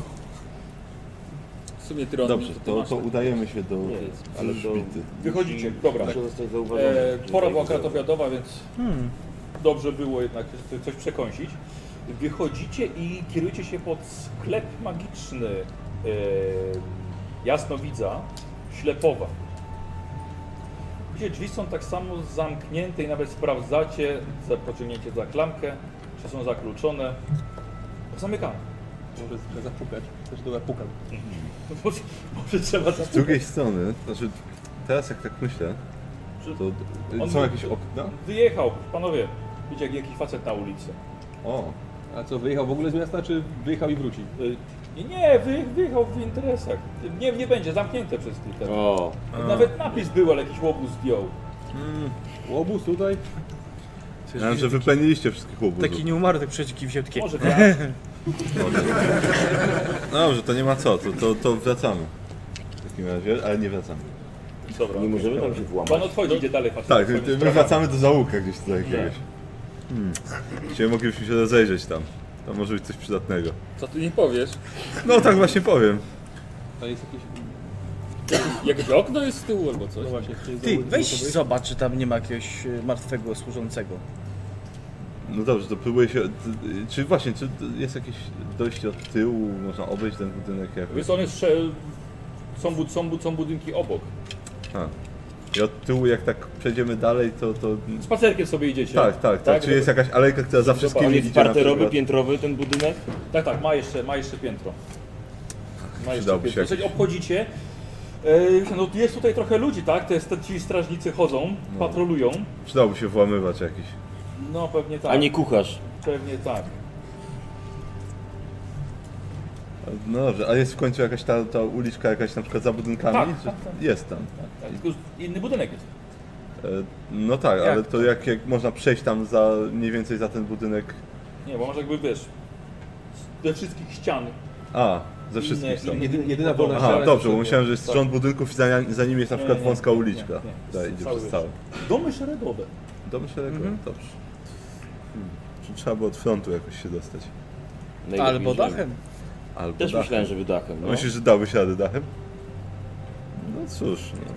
W sumie Tyron, Dobrze, ty to, masz to tak. udajemy się do Nie, ale to- wróżbity. Wychodzicie, dobra. Muszę zostać zauważony. E, pora była akurat obiadowa, więc Hmm. dobrze było jednak coś- coś przekąsić. Wychodzicie i kierujecie się pod sklep magiczny e, Jasnowidza, Ślepowa. Widzicie, drzwi są tak samo zamknięte i nawet sprawdzacie, za pociągnięcie za klamkę, czy są zakluczone. Zamykane. Może trzeba zapukać. Też dobra, pukam. Może, może trzeba Z drugiej strony, znaczy teraz jak tak myślę, to On są wy- jakieś okna? Wyjechał, panowie. Widzicie, jak jakiś facet na ulicy. O, A co, wyjechał w ogóle z miasta, czy wyjechał i wróci? Y, Nie, nie, wy, wyjechał w interesach. Nie, nie będzie zamknięte przez kilka dni. O, Nawet napis był, ale jakiś łobuz zdjął. Łobuz tutaj? Ja wiem, że wypleniliście wszystkich łobuzów. Taki nie umarł, tak przecież wziął takie... Może tak. No dobrze, to nie ma co, to, to, to wracamy. W takim razie, ale nie wracamy. Dobra. nie możemy tam się Pan włamać. odchodzi, idzie dalej. patrzy Tak, na swoją my sprawę. wracamy do załuka gdzieś tutaj jakiegoś. Hmm. Dzisiaj moglibyśmy się rozejrzeć tam. Tam może być coś przydatnego. Co ty nie powiesz? No tak właśnie powiem. To jest jakieś... Jakieś okno jest z tyłu albo coś? No właśnie, czy Ty, za- weź za- zobacz, czy tam nie ma jakiegoś y, martwego służącego. No dobrze, to próbuję się... Czy właśnie, czy jest jakieś dojście od tyłu? Można obejść ten budynek jakoś? Wiesz, on jest... sze- Są, bud- są, bud- są budynki obok. A. I od tyłu jak tak przejdziemy dalej, to... to... Spacerkiem sobie idziecie. Tak, tak, tak. Czy jest jakaś alejka, która za On wszystkimi jest idzie na parterowy, przykład? piętrowy ten budynek? Tak, tak, ma jeszcze, ma jeszcze piętro. Ma jeszcze Przydałoby się piętro. Słuchajcie, obchodzicie. E, No jest tutaj trochę ludzi, tak? To jest, te- ci strażnicy chodzą, patrolują. Przydałoby się włamywać jakiś. No pewnie tak. A nie kucharz. Pewnie tak. No dobrze, a jest w końcu jakaś ta, ta uliczka jakaś na przykład za budynkami? Tak, Czy- tak, tak. Jest tam. tak. Tylko już inny budynek jest. E, No tak, ale to jak, jak można przejść tam za mniej więcej za ten budynek? Nie, bo może jakby wiesz, ze wszystkich ścian. A, ze Inne- wszystkich są. inne- Jedyna, jedyna Dobra. wolna Aha, ściana dobrze, bo jest myślałem, że jest Tak. rząd budynków i za, za nim jest na Nie, przykład nie, wąska nie, uliczka. nie, nie. Tak, idzie Cały przez wiesz. całe. Domy szeregowe. Domy szeregu, Mhm. dobrze. Hmm. Czy trzeba było od frontu jakoś się dostać? Najlepiej Albo ziemi. dachem. Albo Też dachem. myślałem, żeby dachem. No. Myślisz, że dałby się radę dachem? No cóż, no.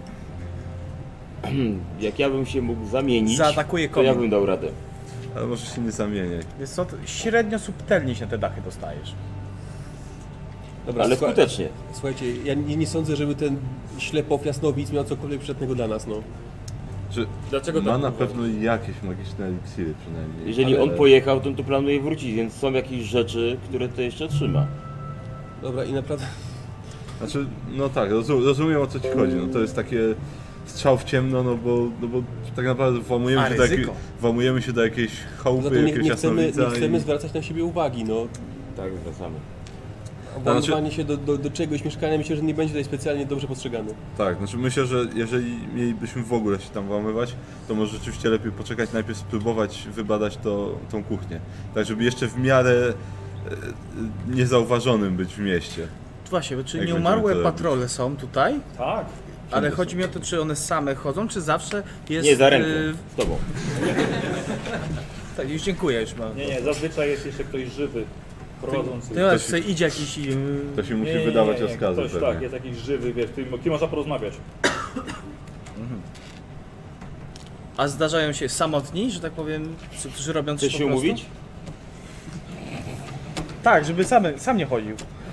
Jak ja bym się mógł zamienić, Zaatakuje to ja komin. bym dał radę. Ale może się nie zamieniaj. Wiesz co, to średnio subtelnie się na te dachy dostajesz. Dobra, Ale słuchaj- skutecznie. Słuchajcie, ja nie, nie sądzę, żeby ten ślepow jasnowic miał cokolwiek przydatnego dla nas, no. Że Dlaczego ma tak na uważasz? pewno jakieś magiczne eliksiry przynajmniej. Jeżeli Ale- on pojechał, to, to planuje wrócić, więc są jakieś rzeczy, które to jeszcze trzyma. Dobra, i naprawdę... Znaczy, no tak, rozum, rozumiem o co ci chodzi. No to jest takie strzał w ciemno, no bo, no bo tak naprawdę włamujemy A, się, do jakiej, ryzyko. włamujemy się do jakiejś Poza chałupy, tym nie, jakiegoś nie, chcemy, jasnowidza nie chcemy i... zwracać na siebie uwagi, no. Tak, wracamy. A znaczy- włamywanie się do, do, do czegoś mieszkania myślę, że nie będzie tutaj specjalnie dobrze postrzegane. Tak, znaczy myślę, że jeżeli mielibyśmy w ogóle się tam włamywać, to może rzeczywiście lepiej poczekać, najpierw spróbować wybadać to, tą kuchnię. Tak, żeby jeszcze w miarę e, e, niezauważonym być w mieście. Właśnie, bo czy Jak nieumarłe będziemy to robić? patrole są tutaj? Tak. Ale chodzi mi o to, czy one same chodzą, czy zawsze jest... Nie, za ręką, y, z tobą. Tak, już dziękuję, już mam. Nie, nie, zazwyczaj jest jeszcze ktoś żywy prowadzący. Ty masz, sobie idzie jakiś... y, To się Nie, musi nie, nie, wydawać nie, nie. rozkazy Ktoś, pewnie. tak, jest jakiś żywy, wiesz, tym, kim można porozmawiać. A zdarzają się samotni, że tak powiem, którzy robią coś Chcesz po się prostu? umówić? Tak, żeby sam, sam nie chodził.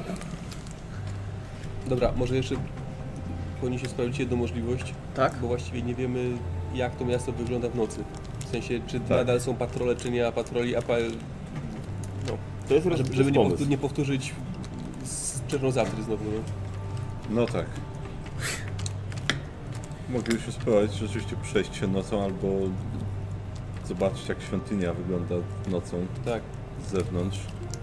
Dobra, może jeszcze powinniśmy sprawdzić jedną możliwość, Tak? bo właściwie nie wiemy, jak to miasto wygląda w nocy. W sensie, czy Tak. nadal są patrole, czy nie ma patroli, a pa... no, To jest roz... żeby, to żeby jest nie, pomysł. powtó- nie powtórzyć z Czernozawtry znowu, no. No tak. Moglibyśmy spróbować rzeczywiście przejść się nocą albo zobaczyć jak świątynia wygląda nocą Tak, z zewnątrz.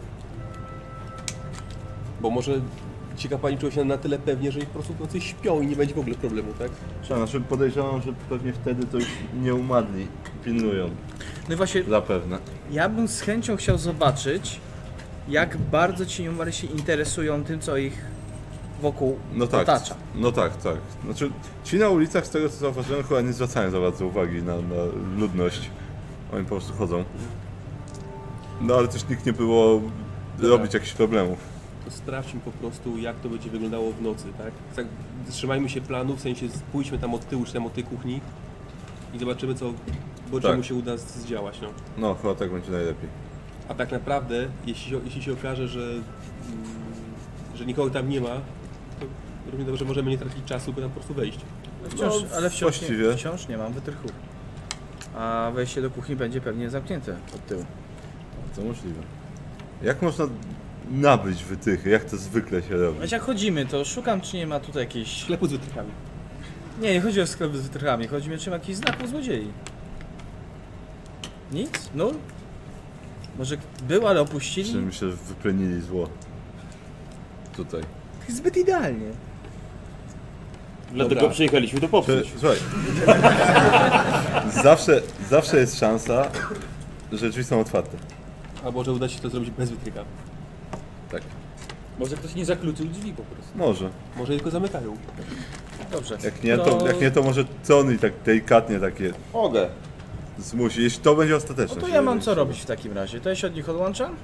bo może ci kapłani czują się na tyle pewnie, że ich po prostu w nocy śpią i nie będzie w ogóle problemu, tak? Trzeba, znaczy podejrzewam, że pewnie wtedy to już nie umadli, pilnują, No i właśnie, zapewne. ja bym z chęcią chciał zobaczyć, jak bardzo ci nieumarli się interesują tym, co ich wokół No tak, otacza. no tak, tak. Znaczy ci na ulicach z tego co zauważyłem chyba nie zwracają za bardzo uwagi na, na ludność. Oni po prostu chodzą. No ale też nikt nie było robić jakichś problemów. To sprawdźmy po prostu, jak to będzie wyglądało w nocy, tak? Tak, trzymajmy się planu, w sensie pójdźmy tam od tyłu, czy tam od tej kuchni i zobaczymy, co Boczemu Tak. się uda z- zdziałać, no. No chyba tak będzie najlepiej. A tak naprawdę, jeśli się, jeśli się okaże, że, mm, że nikogo tam nie ma, to równie dobrze możemy nie tracić czasu, by tam po prostu wejść. Wciąż, No, ale wciąż właściwie. nie, wciąż nie mam wytrychów. A wejście do kuchni będzie pewnie zamknięte od tyłu. To możliwe. Jak można nabyć wytychy? Jak to zwykle się robi? Więc jak chodzimy, to szukam, czy nie ma tutaj jakiejś... Sklepu z wytrychami. Nie, nie chodzi o sklep z wytrychami, chodzi mi, czy ma jakiś znaków złodziei. Nic? Nul? Może był, ale opuścili? Czy myślę, że wyplenili zło. Tutaj. To jest zbyt idealnie. Dlatego Dobra. przyjechaliśmy to popsuć. Czy, słuchaj. zawsze, zawsze jest szansa, że drzwi są otwarte. A może uda się to zrobić bez wytryka. Tak. Może ktoś nie zakluczył drzwi po prostu. Może. Może tylko zamykają. Dobrze. Jak nie, to, To- jak nie, to może Tony tak delikatnie takie Mogę. zmusi, jeśli to będzie ostateczne. No to się ja mam wydaje. co robić w takim razie. To ja się od nich odłączam.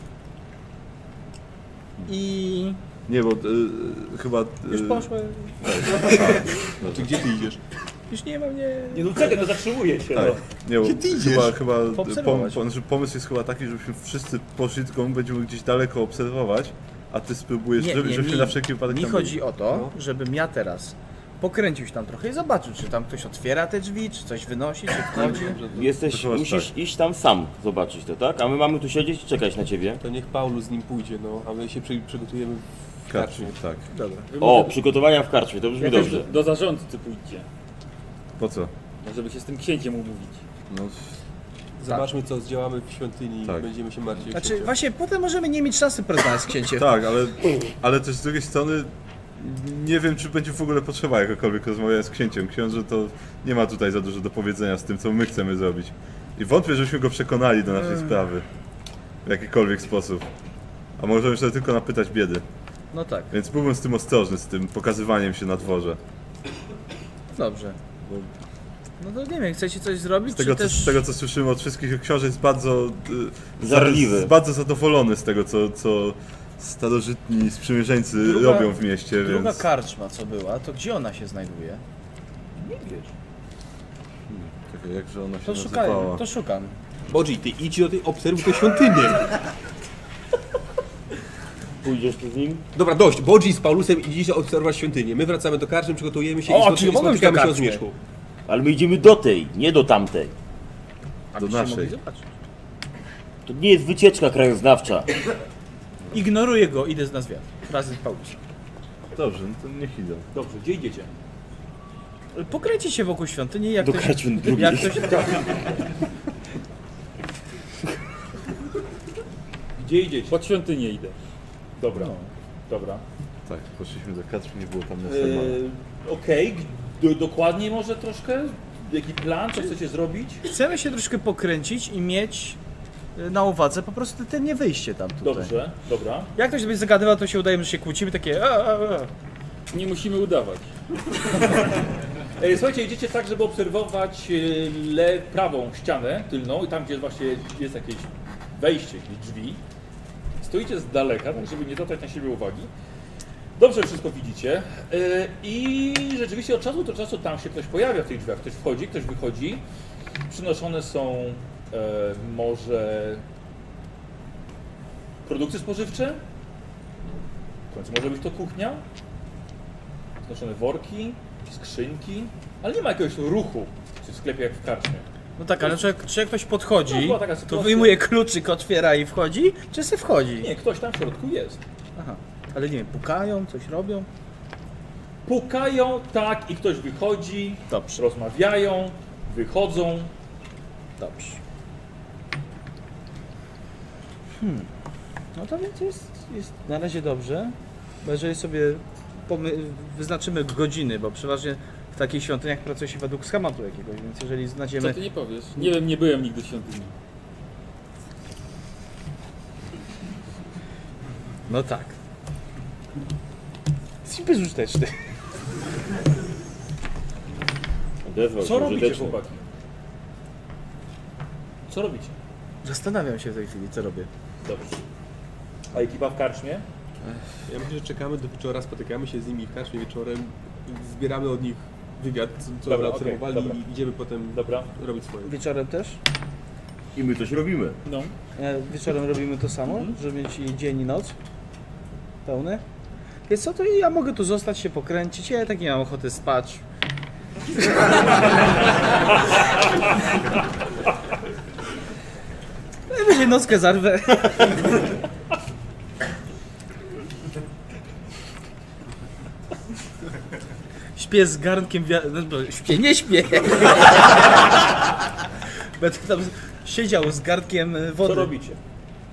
I... Nie, bo y, chyba... Y, Już poszły. Znaczy, gdzie ty idziesz? Już nie mam, nie... Nie no czekaj, no zatrzymuje się. Tak. No. Nie, bo chyba, chyba pom, Poobserwować. pom, znaczy pomysł jest chyba taki, żebyśmy wszyscy poszli, tylko my będziemy gdzieś daleko obserwować, a ty spróbujesz, Nie, żeby, nie, żebyśmy mi, na wszelki wypadek mi tam chodzi o to, No. żebym ja teraz pokręcił się tam trochę i zobaczył, czy tam ktoś otwiera te drzwi, czy coś wynosi, czy wchodzi. Jesteś, To chyba musisz tak. iść tam sam zobaczyć to, tak? A my mamy tu siedzieć i czekać na ciebie. To niech Paulus z nim pójdzie, no, a my się przy, przygotujemy w Karczy, karczmie. tak. Dobra. Wy O, może przygotowania w karczmie, to brzmi jakoś dobrze. do, do zarządcy pójdźcie. Po co? No, żeby się z tym księciem umówić. No, Zobaczmy, co zdziałamy w świątyni Tak. i będziemy się martwić o Znaczy, księcia. właśnie potem możemy nie mieć szansy porozmawiać z księciem. tak, ale, ale też z drugiej strony nie wiem, czy będzie w ogóle potrzeba jakokolwiek rozmawiać z księciem. Książę to nie ma tutaj za dużo do powiedzenia z tym, co my chcemy zrobić. I wątpię, żebyśmy go przekonali do naszej sprawy. W jakikolwiek sposób. A możemy sobie tylko napytać biedy. No tak, Więc byłbym z tym ostrożny, z tym pokazywaniem się na dworze. dobrze. No to nie wiem, chcecie coś zrobić, Z tego, czy co, też... z tego co słyszymy od wszystkich, książę jest bardzo y, Zarliwy. za- bardzo zadowolony z tego, co, co starożytni sprzymierzeńcy Druga- robią w mieście, Druga więc... karczma, co była, to gdzie ona się znajduje? Nie wiesz. Czekaj, jakże ona się To nazywała? szukaj, to szukam. Bodzi, ty idź do tej, obserwuj tę świątynię. Pójdziesz tu z nim? Dobra, dość. Bodzi z Paulusem idziecie obserwować świątynię. My wracamy do karczmy, przygotujemy się O, i spot- czyli i mogę iść do spotykamy się o karczmy. zmierzchu. Ale my idziemy do tej, nie do tamtej. A Do byście naszej. mogli zobaczyć. To nie jest wycieczka krajoznawcza. Ignoruję go, idę z na zwiat. Razem z Paulusem. Dobrze, no to niech idą. Dobrze, gdzie idziecie? Pokręci się wokół świątyni, jak Do ktoś... karczmy drugiej. Jak ktoś... Gdzie idziecie? Pod świątynię idę. Dobra, No. dobra. Tak, poszliśmy do Kacprzy, nie było tam na Eee, Okej, do, dokładniej może troszkę? Jaki plan, co chcecie zrobić? Chcemy się troszkę pokręcić i mieć y, na uwadze po prostu te nie wyjście tam tutaj. Dobrze, dobra. Jak ktoś będzie zagadywał, to się udajemy, że się kłócimy, takie a, a, a. Nie musimy udawać. E, Słuchajcie, idziecie tak, żeby obserwować e, le, prawą ścianę tylną i tam, gdzie właśnie jest jakieś wejście, jakieś drzwi. Stoicie z daleka, tak żeby nie zwracać na siebie uwagi. Dobrze wszystko widzicie. E, I rzeczywiście od czasu do czasu tam się ktoś pojawia w tych drzwiach. Ktoś wchodzi, ktoś wychodzi. Przynoszone są e, może produkty spożywcze. W końcu może być to kuchnia. Znoszone worki, skrzynki, ale nie ma jakiegoś ruchu w sklepie jak w karczmie. No tak, ale czy, czy jak ktoś podchodzi, No, była taka to sytuacja. wyjmuje kluczyk, otwiera i wchodzi, czy se wchodzi? Nie, ktoś tam w środku jest. Aha. Ale nie wiem, pukają, coś robią? Pukają, tak, i ktoś wychodzi, Dobrze. rozmawiają, wychodzą. Dobrze. Hmm. No to więc jest, jest na razie dobrze, bo jeżeli sobie pomy- wyznaczymy godziny, bo przeważnie w takich świątyniach pracuje się według schematu jakiegoś, więc jeżeli Co znajdziemy... ty nie powiesz? Nie wiem, nie byłem nigdy w świątyni. No tak. Jesteś bezużyteczny. Odezwał Co się robicie, użyteczny. chłopaki? Co robicie? Zastanawiam się w tej chwili, co robię. Dobrze. A ekipa w karczmie? Ja myślę, że czekamy do wieczora, spotykamy się z nimi w karczmie wieczorem, zbieramy od nich wywiad, co, co Dobra, obserwowali okej, dobra. i idziemy potem Dobra. robić swoje. Wieczorem też? I my coś robimy. No. E, Wieczorem robimy to samo, żeby mieć i dzień i noc pełne. Więc co, to i ja mogę tu zostać, się pokręcić, ja tak nie mam ochoty spać. Najwyżej nockę zarwę. Śpię z garnkiem wia- no, bo śpię, nie śpię. Będę tam siedział z garnkiem Co wody. robicie?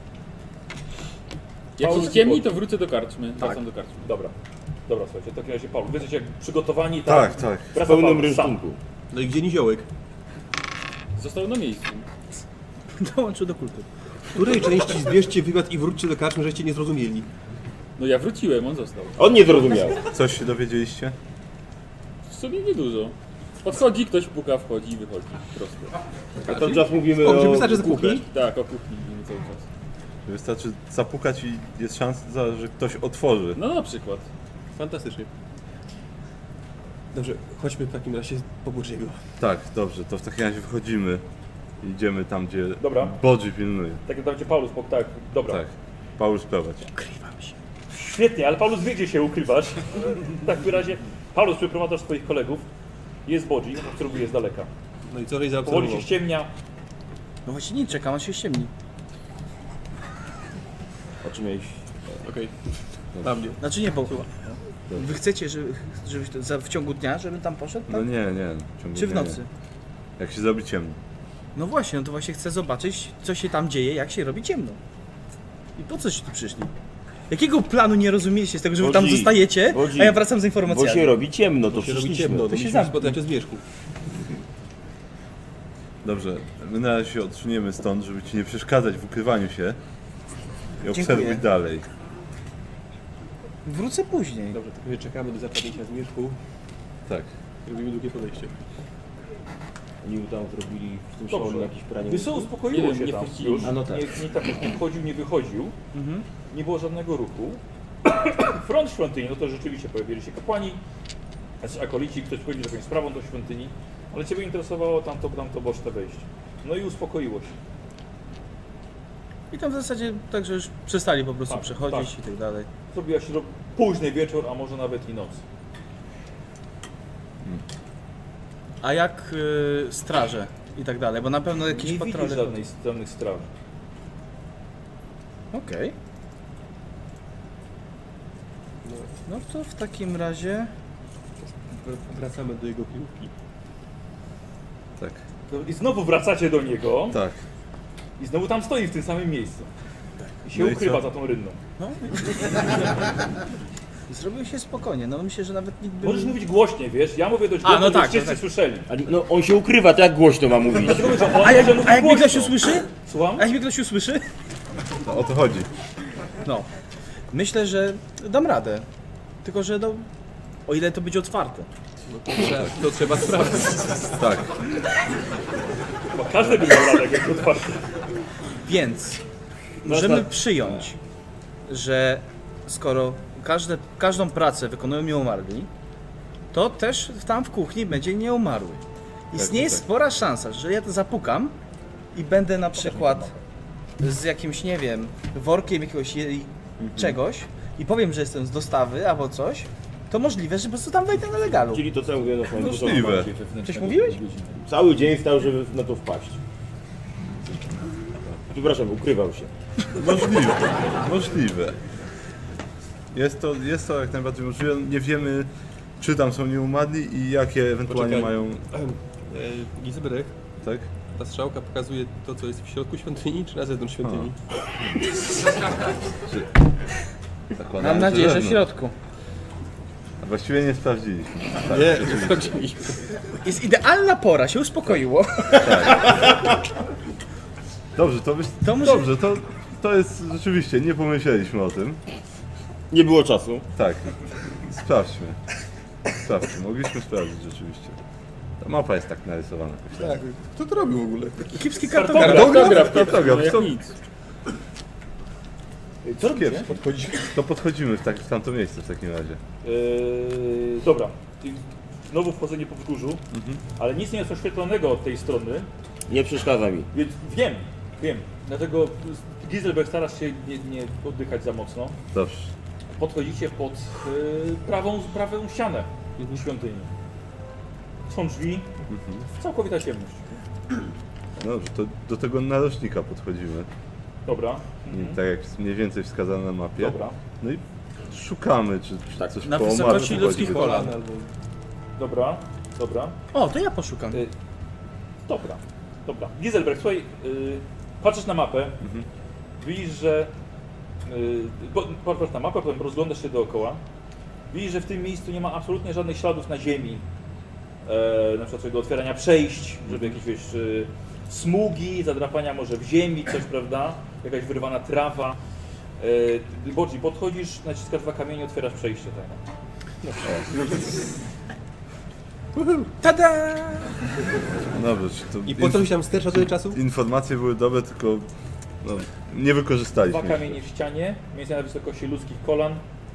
Jak Paulus się ściemni, i to wrócę do karczmy. Wracam do karczmy. Dobra. Dobra, słuchajcie, w takim razie Paulus, wy jesteście jak przygotowani, tak? Tak, tak. W Wraca pełnym Paulus sam. rynsztunku. No i gdzie niziołek? Został na miejscu. Dołączył do kultu. W której części zbierzcie wywiad i wróćcie do karczmy, żeście nie zrozumieli? No ja wróciłem, on został. On nie zrozumiał. Coś się dowiedzieliście? W sumie niedużo. Podchodzi, ktoś puka, wchodzi i wychodzi. Prosto. A cały czas mówimy O, że o wystarczy kuchni. zakupać. Tak, o kuchni mówimy cały czas. Wystarczy zapukać i jest szansa, że ktoś otworzy. No na przykład. Fantastycznie. Dobrze, chodźmy w takim razie po Bodziego. Tak, dobrze, to w takim razie wychodzimy. Idziemy tam, gdzie Dobra. Bodzi pilnuje. Tak, tam gdzie Paulus, po- tak, dobra. Tak. Paulus prowadź. Świetnie, ale Paulus wie, gdzie się ukrywasz. W takim razie Paulus przyprowadzasz swoich kolegów. Jest Bodzi, obserwuje z daleka. No i co żeś Powoli zaobserwował? się ściemnia. No właśnie nie, czekam, aż się ściemni. O czym miałeś? Okej. Na mnie. Znaczy nie, bo wy chcecie, żeby, żebyś to za, w ciągu dnia, żebym tam poszedł? No Tak? nie, nie. ciągu Czy w dnia nocy? Nie. Jak się zrobi ciemno. No właśnie, no to właśnie chcę zobaczyć, co się tam dzieje, jak się robi ciemno. I po coście tu przyszli? Jakiego planu nie rozumieliście z tego, że wy tam Bodzi, zostajecie, Bodzi, a ja wracam z Bo informacjami? się robi ciemno, to To się robi przyszliśmy. ciemno, to się musimy zamknie. spotkać o zmierzchu. Dobrze, my na razie się odsuniemy stąd, żeby ci nie przeszkadzać w ukrywaniu się. I obserwuj Dziękuję. dalej. Wrócę później. Dobrze, to my czekamy do zapadnięcia zmierzchu Tak. i robimy długie podejście. Oni tam zrobili w tym Dobrze. szału jakieś pranie. Wiesz co, mózgu? uspokoiło Nie, się nie tam wpuścili. już. A no tak. Nie, nie, tak, nie wchodził, nie wychodził. Mhm. Nie było żadnego ruchu. Front świątyni, no to rzeczywiście pojawili się kapłani, znaczy akolici, ktoś wchodzi z jakąś sprawą do świątyni, ale Ciebie interesowało tamto, tamto boczne wejście. No i uspokoiło się. I tam w zasadzie tak, że już przestali po prostu Tak, przechodzić tak. i tak dalej. Zrobiła się późny wieczór, a może nawet i noc. A jak y, straże i tak dalej, bo na pewno jakieś Nie patrole... widzisz żadnej żadnych straży. Okej. No to w takim razie... Wracamy do jego kryjówki. Tak. No I znowu wracacie do niego Tak. i znowu tam stoi w tym samym miejscu. I się No i ukrywa co? za tą rynną. No. Zrobił się spokojnie, no myślę, że nawet nikt by... Możesz mówić głośniej, wiesz? Ja mówię dość A, głośno, no tak, żeby wszyscy no tak. słyszeli. A, no on się ukrywa, to jak głośno ma mówić? Dlatego mówię, że on A jak, może mówić a jak mnie głośno. ktoś usłyszy? Słucham? A jak mnie ktoś usłyszy? To o to chodzi. No. Myślę, że dam radę. Tylko, że no... O ile to będzie otwarte. No to, trzeba, to trzeba sprawdzić. Tak. Bo każdy by miał radę, jak jest otwarty. Więc No możemy tak. przyjąć, że skoro każde, każdą pracę wykonują nieumarli, to też tam w kuchni będzie nieumarły. Istnieje tak. spora szansa, że ja to zapukam i będę na przykład z jakimś, nie wiem, workiem jakiegoś je- czegoś i powiem, że jestem z dostawy albo coś, to możliwe, że po prostu tam wejdę na legalu. Czyli to co ja mówię, no fajnie. Możliwe. Coś mówiłeś? Cały dzień stał, żeby na to wpaść. Przepraszam, ukrywał się. Możliwe. Możliwe. Jest to, jest to jak najbardziej możliwe. Nie wiemy, czy tam są nieumarli i jakie ewentualnie Poczekaj. mają. E, Gizberek, Tak? ta strzałka pokazuje to, co jest w środku świątyni, czy na zewnątrz świątyni? Zakładamy, Mam nadzieję, że w zewnątrz. środku. A właściwie nie sprawdziliśmy. Nie, sprawdziliśmy. Jest idealna pora, się uspokoiło. Dobrze, to, byś, To może- dobrze, to, to jest rzeczywiście, nie pomyśleliśmy o tym. Nie było czasu. Tak, sprawdźmy. Sprawdźmy, mogliśmy sprawdzić rzeczywiście. Ta mapa jest tak narysowana. Tak, kto to robił w ogóle? Kiepski Kartograf. kartograf. Kartograf, Kartograf, no jak co? nic. Co robicie? Kiepski. To podchodzimy w, tak, w tamto miejsce w takim razie. Yy, dobra. I znowu wchodzenie po wzgórzu, ale nic nie jest oświetlonego od tej strony, Nie przeszkadza mi. więc wiem, wiem. Dlatego Giselberg starasz się nie, nie oddychać za mocno. Dobrze. Podchodzicie pod yy, prawą, prawą ścianę świątyni. Są drzwi, całkowita ciemność. Dobrze, to do tego narożnika podchodzimy. Dobra, I tak jak jest mniej więcej wskazane na mapie. dobra, No i szukamy, czy, czy Tak, coś na koło wysokości mapy ludzkich chodzi. kolan. albo... dobra, dobra. O, to ja poszukam. Y, dobra, dobra. Giselberg, słuchaj, y, patrzysz na mapę, widzisz, że Patrz na mapę, potem rozglądasz się dookoła. Widzisz, że w tym miejscu nie ma absolutnie żadnych śladów na ziemi. E, na przykład do otwierania przejść, żeby jakieś wiesz, y, smugi, zadrapania może w ziemi, coś, prawda? Jakaś wyrwana trawa. E, Bodzi, podchodzisz, naciskasz dwa kamienie, otwierasz przejście tajne. Tada! Dobrze, to I po co mi tam stercza tyle czasu? informacje były dobre, tylko no, nie wykorzystaliśmy. Dwa kamienie w ścianie, mniej więcej na wysokości ludzkich kolan.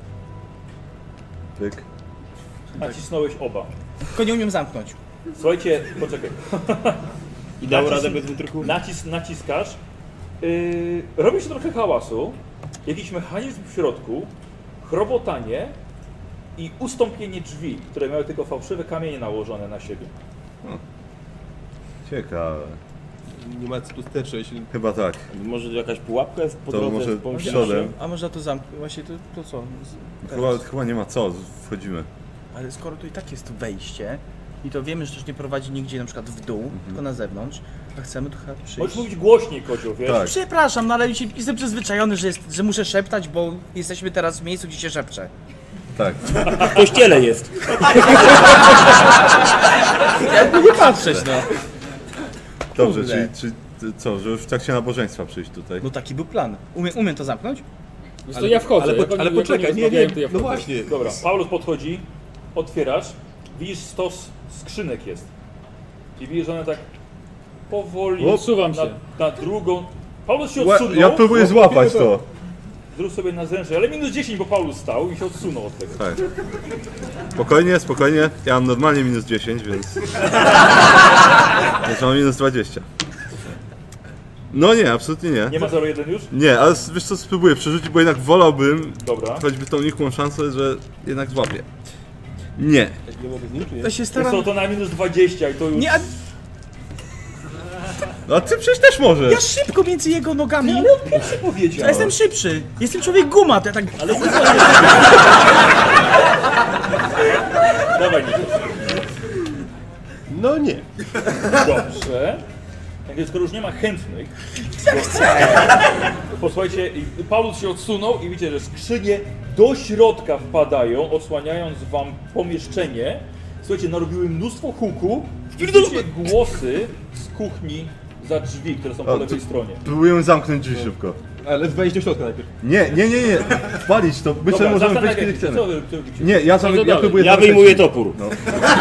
Pyk. Nacisnąłeś oba. Tylko nie umiem zamknąć. Słuchajcie, poczekaj. I dał Nacis- radę bez wytrychu? Nacis, naciskasz. Yy, robi się trochę hałasu. Jakiś mechanizm w środku, chrobotanie i ustąpienie drzwi, które miały tylko fałszywe kamienie nałożone na siebie. Ciekawe. Nie ma co tu sterczeć. Chyba tak. Może jakaś pułapka jest po To drodze? może pomyślałem, przodem. A można to zamknąć? Właśnie to, to co? Z- Chyba, teraz. chyba nie ma co, wchodzimy. Ale skoro to i tak jest wejście i to wiemy, że też nie prowadzi nigdzie na przykład w dół, tylko na zewnątrz, a chcemy tu chyba przyjść. Możesz mówić głośniej, Kozioł, wiesz? Tak. Przepraszam, no ale się- jestem przyzwyczajony, że, jest, że muszę szeptać, bo jesteśmy teraz w miejscu, gdzie się szepcze. Tak. W kościele jest. Jakby nie patrzeć, no. Dobrze, Kurde. czyli, czyli ty- co, że już w trakcie nabożeństwa przyjść tutaj? No taki był plan. Umie, umiem to zamknąć? Wiesz co, ja wchodzę. Ale, jak po, oni- ale jak oni poczekaj, nie, rozmawiają, nie, to ja no wchodzę. właśnie. Dobra, Paulus podchodzi, otwierasz, widzisz stos skrzynek jest. I widzisz, że one tak powoli Odsuwam na, się. na drugą. Paulus się Ła- odsunął. Ja próbuję złapać to. Zrób sobie na zręcze, ale minus dziesięć, bo Paulus stał i się odsunął od tego. Tak. Spokojnie, spokojnie. Ja mam normalnie minus dziesięć, więc... więc mam minus dwadzieścia. No nie, absolutnie nie. Nie ma zero jeden już? Nie, ale wiesz co, spróbuję przerzucić, bo jednak wolałbym, Dobra. choćby tą nikłą szansę, że jednak złapię. Nie. Nie mogę z nim, czy nie? To się Jest staram... to, to na minus dwadzieścia i to już... Nie, a No a ty przecież też możesz. ja szybko między jego nogami. Ale on pierwszy powiedział. Ja jestem szybszy. Jestem człowiek guma, to ja tak... Ale Dawaj, Nikos. No nie. Dobrze. Tak więc skoro już nie ma chętnych, to posłuchajcie, i Paulus się odsunął i widzicie, że skrzynie do środka wpadają, odsłaniając wam pomieszczenie. Słuchajcie, narobiły mnóstwo huku i słyszycie głosy z kuchni za drzwi, które są po O, lewej tu- stronie. Próbuję zamknąć drzwi szybko. Ale wejść do środka najpierw. Nie, nie, nie, nie. Walić to. My sobie możemy zastanawiaj wejść kiedy się, chcemy. co wy- co wy robicie? Nie, ja, zam, ja dalej. próbuję Ja zamknąć wyjmuję drzwi. topór. No.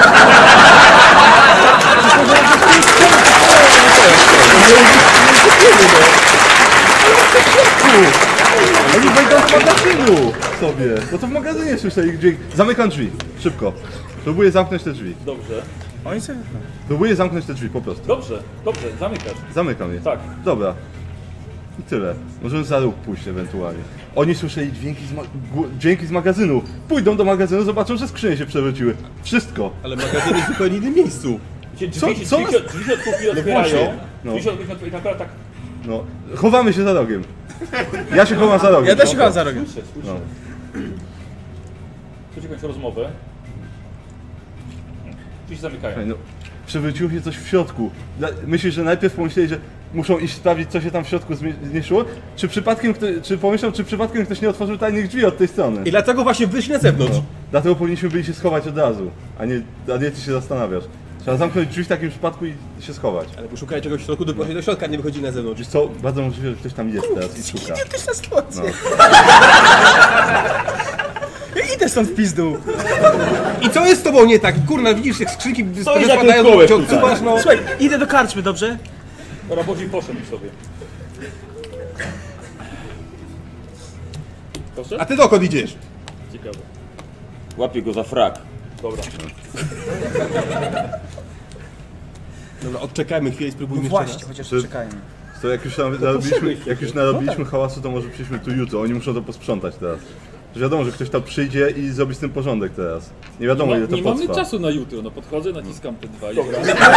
Oni wejdą w magazynu sobie. No to w magazynie słyszę ich dźwięk. Zamykam drzwi. Szybko. Próbuję zamknąć te drzwi. Dobrze, Oni sobie... Próbuję zamknąć te drzwi po prostu. dobrze, dobrze, zamykasz. Zamykam je. Tak. Dobra. I tyle. Możemy za róg pójść ewentualnie. Oni słyszeli dźwięki z, ma- gło- dźwięki z magazynu. Pójdą do magazynu, zobaczą, że skrzynie się przewróciły. Wszystko. Ale magazyn jest w zupełnie innym miejscu. Wiecie, Co- Drzwi, co? drzwi, się- drzwi się od kuchni otwierają, właśnie. No. drzwi się od kuchni otwierają i akurat tak No. Chowamy się za rogiem. Ja się chowam za rogiem. Ja też się chowam za rogiem. słyszę, słyszę. No. Słyszę jakąś rozmowę. Drzwi się zamykają. Ej, no, przewróciło się coś w środku. Dla- Myślisz, że najpierw pomyśleli, że muszą iść sprawdzić, co się tam w środku zmi- zmniejszyło? Czy przypadkiem, kto, czy pomyślał, czy przypadkiem ktoś nie otworzył tajnych drzwi od tej strony? I dlatego właśnie wyszli na zewnątrz. No. Dlatego powinniśmy byli się schować od razu, a nie, a nie ty się zastanawiasz. Trzeba zamknąć drzwi w takim przypadku i się schować. Ale poszukali czegoś w środku, to poszli do środka, nie wychodzili na zewnątrz. Wiesz co, bardzo możliwe, że ktoś tam jest teraz i szuka. Idiotyczna sytuacja. No. Ja idę stąd w pizdu. I co jest z tobą nie tak? Kurna, widzisz, jak skrzynki Stoisz jak spadają, kołek cię tutaj. odsuwasz, no. Słuchaj, idę do karczmy, dobrze? Robodzi poszedł sobie. Proszę? A ty dokąd idziesz? Ciekawe. Łapię go za frak. Dobra. Dobra, odczekajmy chwilę i No spróbujmy jeszcze właśnie, raz. chociaż Czy- czekajmy. To jak już narobiliśmy, jak już narobiliśmy hałasu, to może przyjdźmy tu jutro. Oni muszą to posprzątać teraz. Że wiadomo, że ktoś tam przyjdzie i zrobi z tym porządek teraz. Nie wiadomo, ile to Nie mamy potrwa. czasu na jutro, no podchodzę, naciskam te dwa i... Dobra.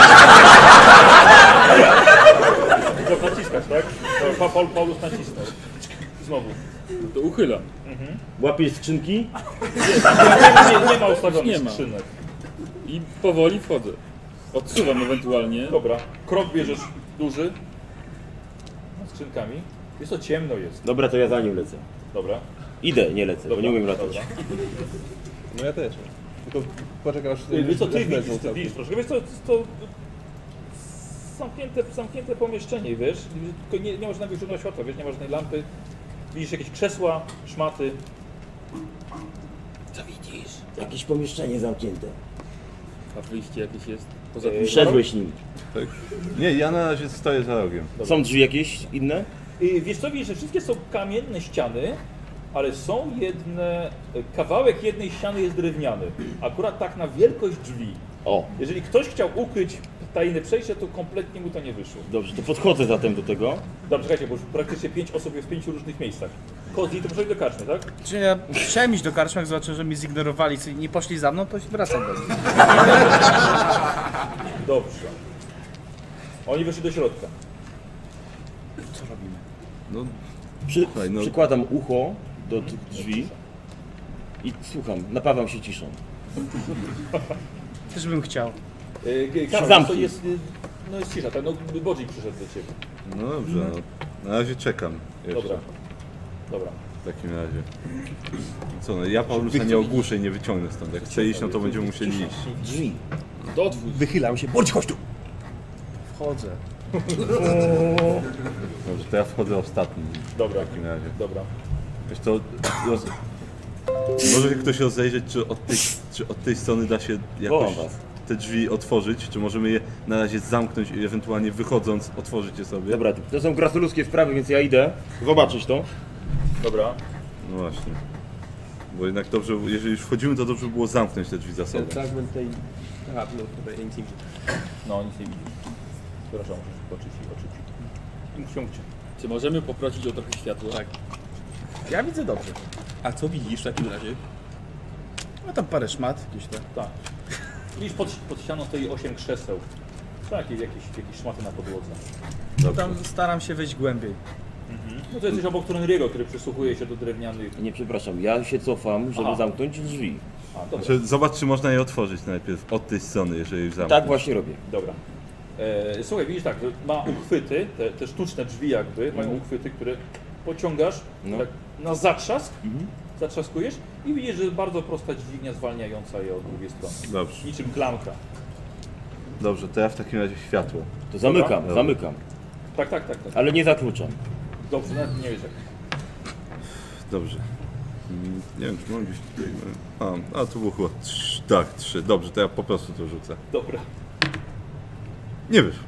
To naciskasz, tak? Dobra, Pa- Paul, Paulus nacisnął. Znowu. To uchylam. Łapiesz skrzynki? Nie, nie, nie ma ustawionych Nie ma. skrzynek. I powoli wchodzę. Odsuwam ewentualnie. Dobra. Krok bierzesz duży. Z skrzynkami. Jest to ciemno jest. Dobra, to ja za nim lecę. Dobra. Idę, nie lecę, bo nie umiem latać. Dobra. No ja też. Tylko poczekaj aż... Yy, Wiesz co, ty aż wezmą widzisz, ty całkiem. widzisz, proszę, wiesz co, to zamknięte, zamknięte pomieszczenie, wiesz, tylko nie, nie ma żadnego źródła światła, wiesz, nie ma żadnej lampy, widzisz jakieś krzesła, szmaty. Co widzisz? Jakieś pomieszczenie zamknięte. A wyjście jakieś jest? Poza Yy, tym. Wszedłeś nim. Tak. Nie, ja na razie stoję za rogiem. Są drzwi jakieś inne? Yy, Wiesz co, widzisz, że wszystkie są kamienne ściany, ale są jedne, kawałek jednej ściany jest drewniany, akurat tak na wielkość drzwi. O, Jeżeli ktoś chciał ukryć tajne przejście, to kompletnie mu to nie wyszło. dobrze, to podchodzę zatem do tego. Dobrze, czekajcie, bo już praktycznie pięć osób jest w pięciu różnych miejscach. Kozli, to muszę do karczmy, tak? Czy ja chciałem iść do karczmy, jak zobaczyłem, że mnie zignorowali i nie poszli za mną, to wracam do nich. Dobrze. Oni weszli do środka. Co robimy? No, Przy, Słuchaj, no- Przykładam ucho do tych drzwi i słucham, napawam się ciszą. Też bym chciał. Yy, Karol, Zamknij. to jest, yy, no jest cisza, tak? No Bodzi przyszedł do ciebie. no dobrze, no. Na razie czekam jeszcze. Dobra. Dobra. W takim razie. Co no, ja Paulusa nie ogłuszę i nie wyciągnę stąd. Jak chce iść, no to będziemy musieli iść. Drzwi. To otwórz. Wychylam się. Bądź, chodź tu! Wchodzę. Dobrze, to ja wchodzę ostatni. Dobra. W takim razie. Dobra. Wiesz to... Roz... Może się ktoś rozejrzeć, czy od tej, czy od tej strony da się jakoś Wołam was. te drzwi otworzyć, czy możemy je na razie zamknąć i ewentualnie wychodząc otworzyć je sobie? Dobra, to są krasnoludzkie sprawy, więc ja idę zobaczyć to. Dobra. No właśnie. Bo jednak dobrze, jeżeli już wchodzimy, to dobrze by było zamknąć te drzwi za sobą. Ten fragment tej... Aha, no dobra, ja nic nie widzę. No, nic nie widzisz. Przepraszam, muszę skoczyć i oczyć. I ciągcie. Czy możemy poprosić o trochę światła? Tak. Ja widzę dobrze. A co widzisz w takim razie? No tam parę szmat, jakieś te. Tak. Widzisz, pod, pod ścianą stoi osiem krzeseł. Są jakieś, jakieś, jakieś szmaty na podłodze. No tam staram się wejść głębiej. No to jesteś obok Tronriego, który przysłuchuje się do drewnianych... Nie, przepraszam, ja się cofam, żeby Aha. zamknąć drzwi. A, dobra. Znaczy, zobacz, czy można je otworzyć najpierw od tej strony, jeżeli już zamkniesz. Tak właśnie robię. Dobra. E, słuchaj, widzisz tak, że ma uchwyty, te, te sztuczne drzwi jakby, mają Mhm. uchwyty, które pociągasz No. tak, na zatrzask, Mhm. zatrzaskujesz i widzisz, że jest bardzo prosta dźwignia zwalniająca je od drugiej strony. Dobrze, Niczym klamka. dobrze, to ja w takim razie światło. To zamykam, Dobra. zamykam. Tak, tak, tak. tak. Ale nie zakluczam. Dobrze, nawet nie wiesz jak. Dobrze. Mm, Nie wiem, czy mam gdzieś tutaj... A, a tu było chyba trz, tak, trzy. Dobrze, to ja po prostu to rzucę. Dobra. Nie wiesz.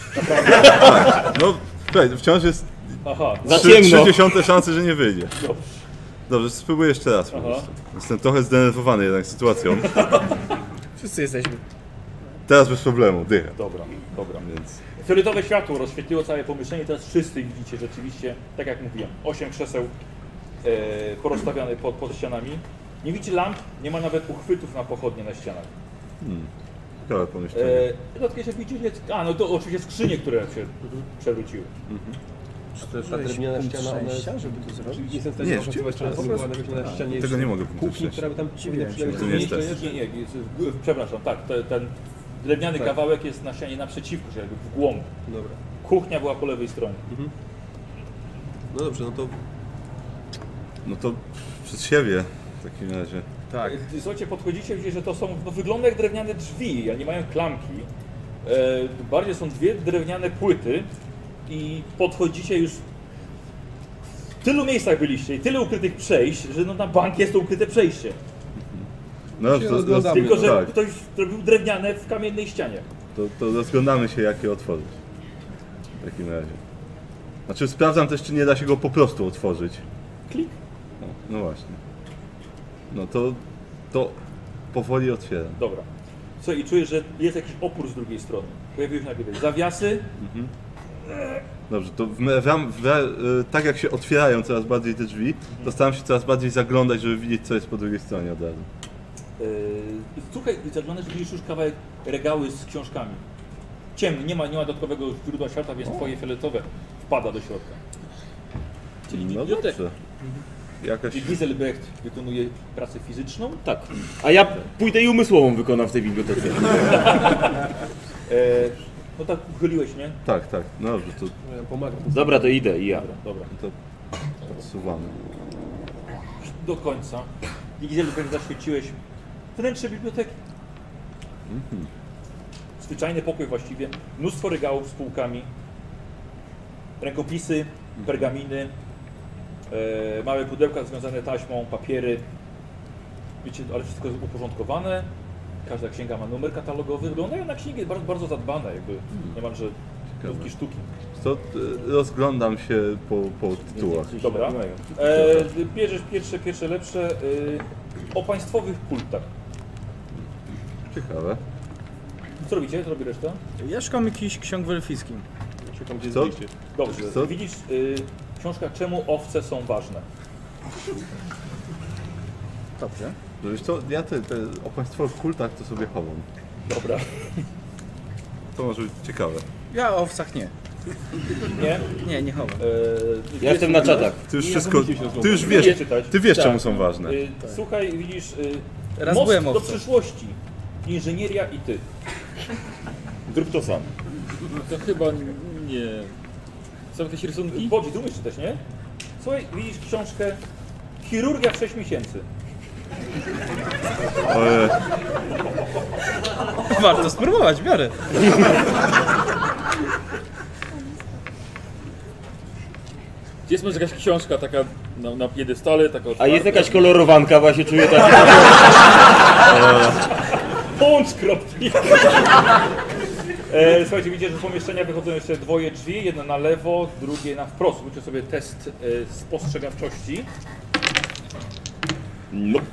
Tak, no, słuchaj, wciąż jest Aha, Za trzy, ciemno. trzy dziesiąte szansy, że nie wyjdzie. dobrze. Dobrze, spróbuję jeszcze raz po Aha. prostu. Jestem trochę zdenerwowany jednak sytuacją. Wszyscy jesteśmy. Teraz bez problemu, dychę. Dobra, dobra. Więc Fioletowe światło rozświetliło całe pomieszczenie, teraz wszyscy widzicie rzeczywiście, tak jak mówiłem, osiem krzeseł e, porozstawiane pod, pod ścianami. Nie widzicie lamp, nie ma nawet uchwytów na pochodnie na ścianach. ciekawe pomieszczenie. E, dodatkowo jeszcze widzicie, a no to oczywiście skrzynie, które się przewróciły. Czy to jest ta drewniana punkt ściana, ona jest... przejścia, żeby to zrobić? Nie jestem w stanie Nie, oszacować, czy ona po jest prostu- na ścianie Tego nie mogę kuchni, punktu która by tam powinna Dziwiłem się, przynajmniej to nie jest miejsce test. Nie, nie, jest, w- przepraszam, tak, te, ten drewniany Tak. kawałek jest na ścianie naprzeciwko, czyli jakby w głąb. Dobra. Kuchnia była po lewej stronie. No dobrze, no to No to przed siebie w takim razie. Tak. E, Słuchajcie, podchodzicie, widzicie, że to są, no wygląda jak drewniane drzwi, ale nie mają klamki. E, bardziej są dwie drewniane płyty i podchodzicie już... W tylu miejscach byliście i tyle ukrytych przejść, że no na bank jest to ukryte przejście. No dobrze, to, rozglądamy. Tylko, że tak, ktoś zrobił drewniane w kamiennej ścianie. to, to rozglądamy się, jak je otworzyć. W takim razie. Znaczy sprawdzam też, czy nie da się go po prostu otworzyć. Klik. No, no właśnie. No to, to powoli otwieram. Dobra. Co i czujesz, że jest jakiś opór z drugiej strony. Pojawiły się najpierw zawiasy. Dobrze, to w, w, ram- w, ra- y, tak jak się otwierają coraz bardziej te drzwi, to staram się coraz bardziej zaglądać, żeby widzieć, co jest po drugiej stronie od razu. Yy, słuchaj, zaglądasz, widzisz już kawałek regały z książkami. Ciemny, nie ma, nie ma dodatkowego źródła światła, więc twoje fioletowe wpada do środka. Czyli No biblioteka. dobrze. Jakaś... Czyli Giselbrecht wykonuje pracę fizyczną. Tak. A ja pójdę i umysłową wykonam w tej bibliotece. E, no tak uchyliłeś, nie? Tak, tak, no dobrze, to, ja pomagam. Dobra, to idę i ja. Dobra. to odsuwamy. do końca i gdzie dopiero zaświeciłeś wnętrze biblioteki. Zwyczajny pokój właściwie, mnóstwo regałów z półkami, rękopisy, pergaminy, e, małe pudełka związane taśmą, papiery. Wiecie, ale wszystko jest uporządkowane, każda księga ma numer katalogowy, wyglądają na księgi bardzo, bardzo zadbane, jakby niemalże sztuki sztuki. To y, rozglądam się po, po tytułach. Dobra. E, bierzesz pierwsze, pierwsze lepsze e, o państwowych kultach. Ciekawe. Co robicie? Co robi reszta? Ja szukam jakichś ksiąg w elfickim. Szukam gdzie Co? jest wyjście. Dobrze. Co? Widzisz y, książka Czemu owce są ważne. Dobrze. No wiesz co, ja te, te o państwowych kultach to sobie chowam. Dobra. To może być ciekawe. Ja o owcach nie. Nie? Nie, nie chowam. E, Ja jestem na czatach. Ty już Ja wszystko, zamyślił się ty już Wiesz, wiesz, czytać. ty wiesz Tak. czemu są ważne. Y, słuchaj, widzisz y, Raz most byłem do owcą. przyszłości. Inżynieria i ty. Zrób to sam. To chyba nie. Są jakieś rysunki? Bodzi, ty umiesz czytać, nie? Słuchaj, widzisz książkę Chirurgia w sześć miesięcy. Ale Warto spróbować, biorę. Gdzie jest może jakaś książka taka na, na piedestale, taka A otwarta? jest jakaś kolorowanka, właśnie czuję tak. Połącz kropki. E, słuchajcie, widzicie, że z pomieszczenia wychodzą jeszcze dwoje drzwi, jedno na lewo, drugie na wprost. Róbcie sobie test e, spostrzegawczości. Nope.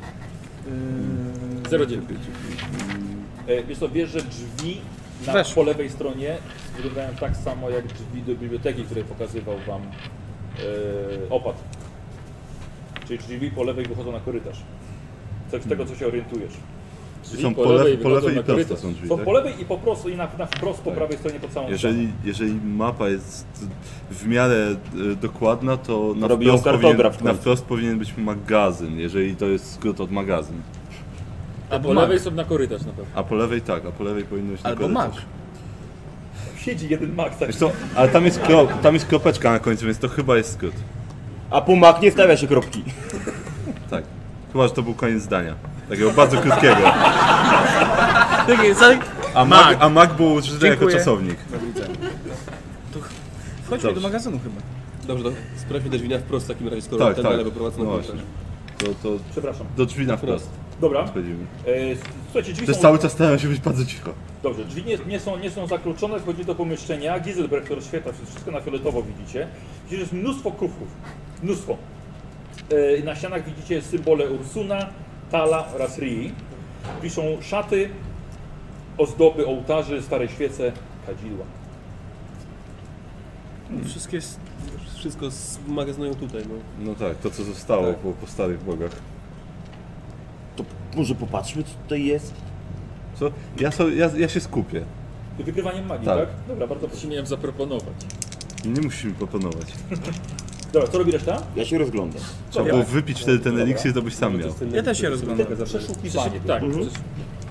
zero dziewięć. E, wiesz co, wiesz, że drzwi na, Weszło. po lewej stronie wyglądają tak samo jak drzwi do biblioteki, które pokazywał wam e, opad. Czyli drzwi po lewej wychodzą na korytarz. Co z tego, co się orientujesz. są po po, lewej lewej, po lewej wychodzą i na prosto korytarz. są drzwi, Są tak? po lewej i po prostu i na, na wprost po prawej stronie pod całą Jeżeli, jeżeli mapa jest w miarę e, dokładna, to na Robi ją wprost, powinien, kartograf w na końcu. wprost powinien być magazyn, jeżeli to jest skrót od magazyn. A po mag. lewej są na korytarz na pewno. A po lewej tak, a po lewej powinno być na Albo korytarz. mag. stron. Siedzi jeden mag, tak. Wiesz co, ale tam jest, kro, tam jest kropeczka na końcu, więc to chyba jest skrót. A po mak nie stawia się kropki. Tak. Chyba, że to był koniec zdania. Takiego bardzo krótkiego. Takie, za- A mag, a mag był użyty jako Dziękuję. czasownik. Wchodźmy Dobrze. do magazynu chyba. Dobrze, to sprawdźmy te drzwi na wprost w takim razie, skoro Tak, ten tak. na lewo prowadzą na No korytarz. właśnie. To, to Przepraszam. do drzwi na wprost Dobra. wchodzimy. E, słuchajcie, drzwi Też są... cały czas starają się być bardzo cicho. Dobrze, drzwi nie, nie, są, nie są zakluczone, wchodzicie do pomieszczenia. Giselbrecht rozświetla, wszystko na fioletowo widzicie. Widzicie, że jest mnóstwo kufrów. Mnóstwo. E, na ścianach widzicie symbole Ursuna, Tala oraz Rii. Piszą szaty, ozdoby ołtarzy, stare świece, kadzidła. Wszystkie jest... Wszystko magazynują tutaj, no. No tak, to co zostało Tak. po, po starych bogach. To może popatrzmy, co tutaj jest? Co? Ja, so, ja, ja się skupię. Wykrywaniem magii, tak? Tak. Dobra, bardzo Ci proszę. miałem zaproponować. Nie musisz mi proponować. Dobra, co robi reszta? Ja się rozglądam. Trzeba Dobra. było wypić wtedy ten Dobra. eliksir, to byś sam miał. Ja też się rozglądam. Przeszukiwanie. Tak, Mhm. przecież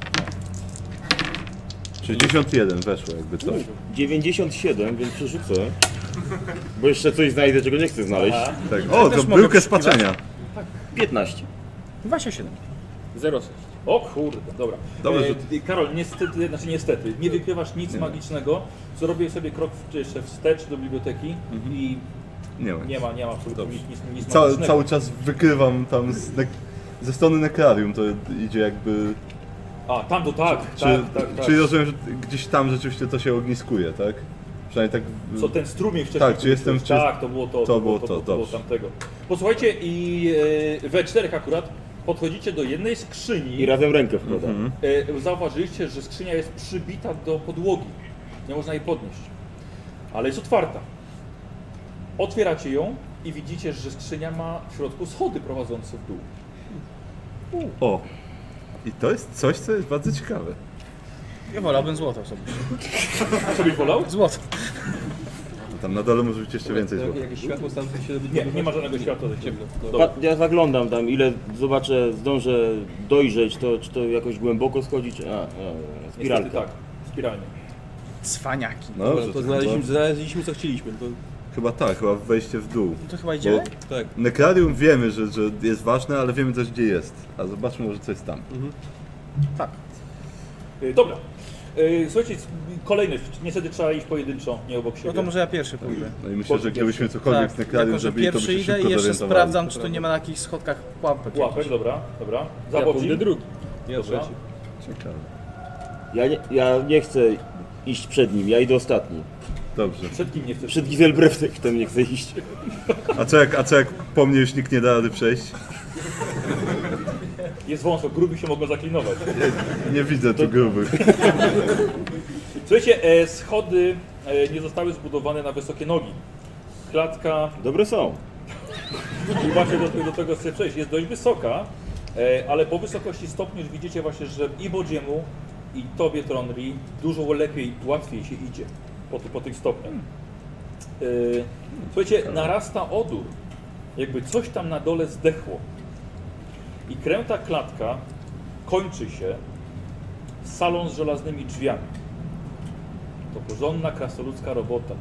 sześćdziesiąt jeden weszło jakby coś. dziewięćdziesiąt siedem, więc przerzucę. Bo jeszcze coś znajdę, czego nie chcę znaleźć. Aha. Tak. O, to też mogę bryłkę przeszukiwać? spaczenia. piętnaście. dwadzieścia siedem. zero sześć. O kurde, dobra. Dobrze, e, Karol, niestety, znaczy niestety, nie wykrywasz nic Nie. magicznego. Zrobię sobie krok w- jeszcze wstecz do biblioteki i Nie ma. nie ma, nie ma absolutnie Dobrze. nic, nic, nic Cały, magicznego. cały czas wykrywam tam z nek- ze strony nekrarium, to idzie jakby... A, tam to tak, Czy, tak, tak, tak. Czyli rozumiem, że gdzieś tam rzeczywiście to się ogniskuje, tak? Przynajmniej tak... Co ten strumień wcześniej. Tak, czy jestem- czy- Tak, to było to, to to, było to, to, było dobrze. tamtego. Posłuchajcie i e, we czterech akurat podchodzicie do jednej skrzyni. I razem rękę wkładam. Mhm. E, zauważyliście, że skrzynia jest przybita do podłogi. Nie można jej podnieść. Ale jest otwarta. Otwieracie ją i widzicie, że skrzynia ma w środku schody prowadzące w dół. O! I to jest coś, co jest bardzo ciekawe. Ja wolałbym złoto sobie. Co byś wolał? Złoto. Tam na dole może być jeszcze więcej Jak- złota. Jakieś światło tam się robi? Nie, nie ma żadnego światła. Ciemno. No. Dobra. Pa- Ja zaglądam tam, ile zobaczę, zdążę dojrzeć, to czy to jakoś głęboko schodzi, czy... A, a Niestety spiralka. tak, spiralnie. Cwaniaki. No Dobra, dobrze, to to znaleźliśmy, chyba- znaleźliśmy co chcieliśmy. To Chyba tak, chyba wejście w dół. To chyba idziemy? Tak. Nekrarium wiemy, że, że jest ważne, ale wiemy też gdzie jest. A zobaczmy może co jest tam. Tak. Y, Dobra. Y, Słuchajcie, kolejność. Niestety trzeba iść pojedynczo, nie obok siebie. No to może ja pierwszy pójdę. No i myślę, że gdybyśmy cokolwiek z nekrarium jako że zrobili, to by pierwszy się idę szybko i jeszcze zorientowali. sprawdzam, czy tu nie ma na jakichś schodkach pułapek. Łapek, jakichś. dobra, dobra. Ja Zabobzi. pójdę drugi. Ja Dobra. trzeci. Ciekawe. Ja nie, ja nie chcę iść przed nim, ja idę ostatni. Dobrze. Przed kim nie chcesz? Przed Giselbrechtem nie chcę iść. A co jak, a co jak po mnie już nikt nie da rady przejść? Jest wąsko, grubi się mogą zaklinować. Nie widzę tu grubych. Słuchajcie, e, schody e, nie zostały zbudowane na wysokie nogi. Klatka, Dobre są. i właśnie do, do tego chcę przejść, jest dość wysoka, e, ale po wysokości stopni już widzicie właśnie, że i Bodziemu, i tobie, Tronri, dużo lepiej, łatwiej się idzie po, po tych stopniach. E, słuchajcie, narasta odór, jakby coś tam na dole zdechło. I kręta klatka kończy się salą z żelaznymi drzwiami. To porządna, krasnoludzka robota.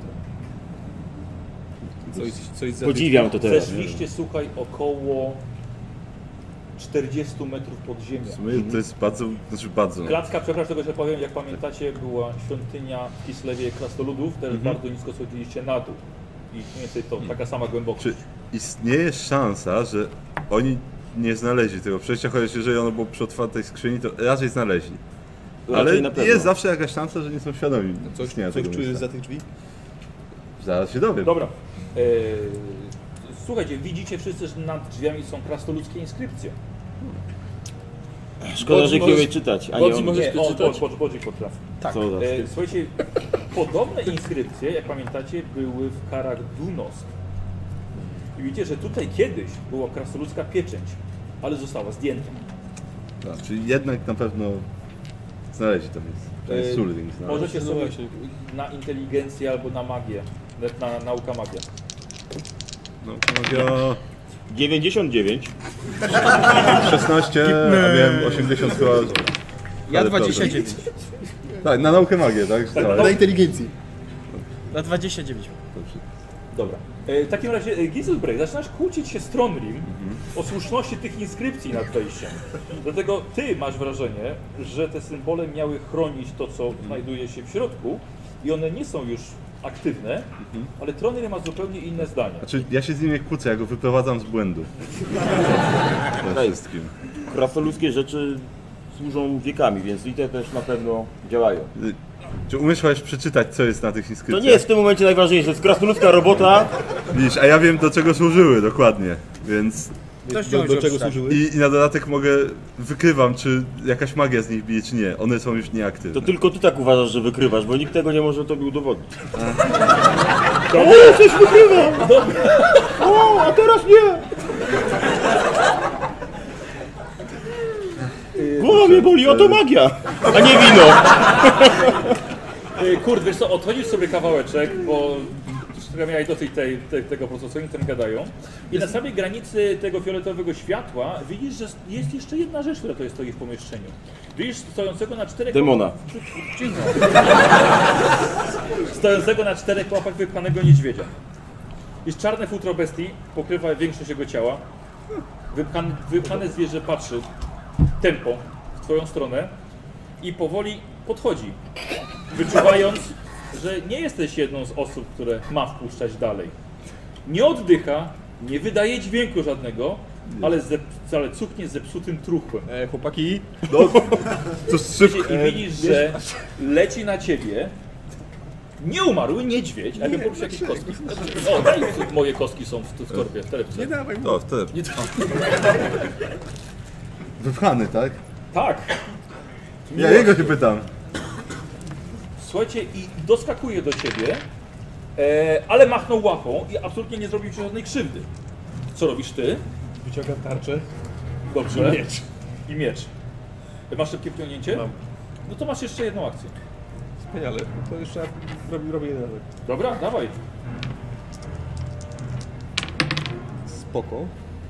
Coś, coś za Podziwiam to teraz. Zeszliście, słuchaj, około czterdzieści metrów pod ziemią. W sumie to jest bardzo, znaczy bardzo. Klatka, przepraszam tego, że powiem, jak pamiętacie, była świątynia w Kislewie krasnoludów, też bardzo nisko schodziliście na dół. I mniej więcej to taka sama głębokość. Czy istnieje szansa, że oni nie znaleźli tego przejścia, chociaż jeżeli ono było przy otwartej skrzyni, to raczej znaleźli. Ale Raczej na pewno. jest zawsze jakaś szansa, że nie są świadomi Coś, istnienia coś tego czujesz miejsca. za tych drzwi? Zaraz się dowiem. Dobra. Eee, słuchajcie, widzicie wszyscy, że nad drzwiami są krasnoludzkie inskrypcje. Szkoda, że Bodzi nie umie możesz- czytać. A Bodzi nie on. możesz- Nie, to o, czytać? Bodź, Bodzik potrafi. Tak. Co za E, wstyd. słuchajcie, podobne inskrypcje, jak pamiętacie, były w karach Dunost. I widzicie, że tutaj kiedyś była krasnoludzka pieczęć, ale została zdjęta. Tak, czyli jednak na pewno znaleźli to miejsce. To jest Yy, Sulring znalazł. Możecie No sobie właśnie. na inteligencję albo na magię, na, na nauka magia. No, magia dziewięćdziesiąt dziewięć. szesnaście, a miałem osiemdziesiąt chyba. Ja ale dwadzieścia dobra. dziewięć. Tak, na naukę magię, tak? Tak, Tak. no. Na inteligencji. Na dwadzieścia dziewięć. Dobra. E, w takim razie, e, Giselbrecht, zaczynasz kłócić się z Tronrim o słuszności tych inskrypcji nad wejściem. Dlatego ty masz wrażenie, że te symbole miały chronić to, co znajduje się w środku i one nie są już aktywne, ale Tronrim ma zupełnie inne zdanie. Znaczy, ja się z nim nie kłócę, ja go wyprowadzam z błędu. To wszystkim. Krasnoludzkie rzeczy służą wiekami, więc i te też na pewno działają. Czy umiesz chociaż przeczytać, co jest na tych To inskrypcjach? nie jest w tym momencie najważniejsze, to jest krasnoludzka robota. Widzisz, a ja wiem, do czego służyły dokładnie, więc... Ktoś Do, do czego służyły? I, I na dodatek mogę, wykrywam, czy jakaś magia z nich bije, czy nie. One są już nieaktywne. To tylko ty tak uważasz, że wykrywasz, bo nikt tego nie może tobie udowodnić. O, a teraz nie! Głowa mnie boli, oto magia, a nie wino. E, Kurde, wiesz co, odchodzisz sobie kawałeczek, bo trochę miałeś dosyć tej, tej, tego procesu, oni tam gadają. I na samej granicy tego fioletowego światła widzisz, że jest jeszcze jedna rzecz, która tutaj stoi w pomieszczeniu. Widzisz stojącego na czterech Demona. łapach... Cicho. Stojącego na czterech łapach wypchanego niedźwiedzia. Jest czarne futro bestii, pokrywa większość jego ciała. Wypchane, wypchane zwierzę patrzy tempo w twoją stronę i powoli podchodzi, wyczuwając, że nie jesteś jedną z osób, które ma wpuszczać dalej. Nie oddycha, nie wydaje dźwięku żadnego, ale, zep, ale cuchnie zepsutym truchłem. E, chłopaki, To szybko. I widzisz, że leci na ciebie nieumarły niedźwiedź, a ja poproszę jakieś kostki. O, daj, moje kostki są w, w torbie, w torebce. dawaj mu. O, wtedy. Nie, to... Wypchany, tak? Tak. Ja jego się pytam. Słuchajcie, i doskakuje do ciebie, e, ale machnął łapą i absolutnie nie zrobił ci żadnej krzywdy. Co robisz ty? Wyciągam tarczę. Dobrze. I miecz. I miecz. Masz szybkie płynięcie? Mam. No to masz jeszcze jedną akcję. Wspaniale. To jeszcze robię, robię jeden razy. Dobra, dawaj. Spoko.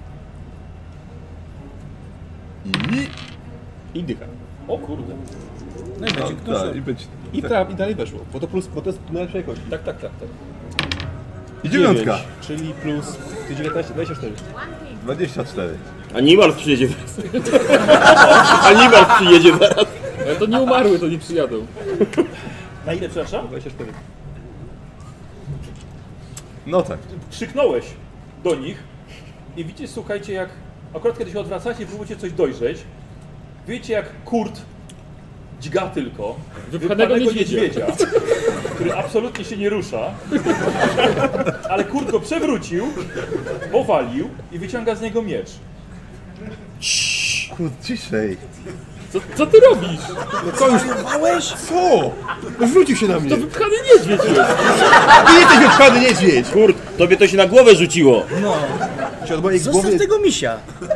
I... I dycha. O kurde. No i będzie ktoś. Tak, i być. I, tra- I dalej weszło, bo to plus, bo to jest najlepsza jakość. Tak, tak, tak, tak. I dziewiątka. Czyli plus dziewiętnaście, dwadzieścia cztery. dwadzieścia cztery. Animal przyjedzie zaraz. Animal przyjedzie zaraz. Ale to nie umarły, to nie przyjadą. Na ile, przepraszam? dwadzieścia cztery. No tak. Krzyknąłeś do nich i widzicie, słuchajcie, jak akurat kiedy się odwracacie i próbujecie coś dojrzeć, widzicie jak Kurt dźga tylko Wypchanego niedźwiedzia. który absolutnie się nie rusza, ale Kurt go przewrócił, powalił i wyciąga z niego miecz. Kurde, ciszej. Co, co ty robisz? No co już? Co? No rzucił się na mnie. To wypchany niedźwiedź jest. Ty jesteś wypchany niedźwiedź! Kurt, tobie to się na głowę rzuciło. Ci od mojej Zostaw głowy... tego misia.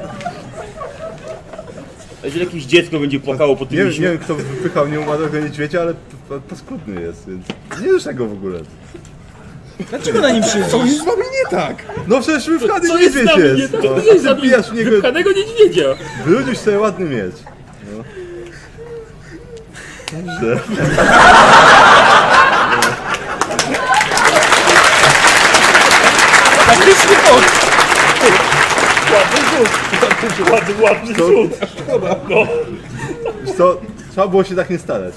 A jeżeli jakieś dziecko będzie płakało po Nie, tym wiem- misiu? nie wiem kto wypychał nieumarłego niedźwiedzia, ale p- paskudny jest, więc nie ruszaj go w ogóle. Dlaczego na nim Co przyjedziesz? jest z wami nie tak? No przecież wypchany Co jest z niedźwiedź nami nie jest. tak? No. Ty jest za Wbijasz w niego, wypchanego niedźwiedzia. wyrodzisz sobie ładny miecz. No. Dobrze. Faktycznie chodź! Ładny rzut! Ładny, ładny To- rzut! No. Wiesz co, trzeba było się tak nie starać.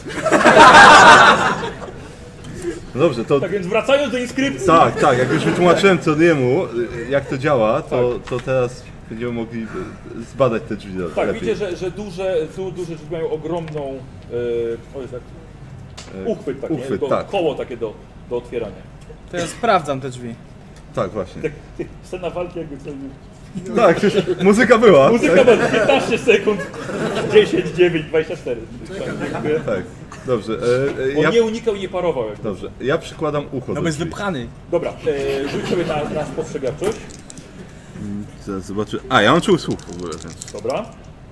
No dobrze, to Tak więc wracając do inskrypcji. tak, tak, jak już wytłumaczyłem Codiemu, jak to działa, to, to teraz będziemy mogli y, zbadać te drzwi Tak, lepiej. widzicie, że, że duże, du, duże drzwi mają ogromną yy, o jest tak, uchwyt, taki, uchwyt, nie? tak. Koło takie do, do otwierania. To ja sprawdzam te drzwi. Tak, właśnie. Tak, scena walki jakby coś... Tak, muzyka była. Muzyka tak? ma piętnaście sekund, dziesięć, dziewięć, dwadzieścia cztery. Dziękuję. Tak, dobrze. E, e, On ja, nie unikał i nie parował. Jakby. dobrze, ja przykładam ucho No do bo jest drzwi. wypchany. Dobra, e, rzuć sobie na, na spostrzegawczość. Zaraz zobaczę. A, ja mam czuł słuch w ogóle, więc... Dobra.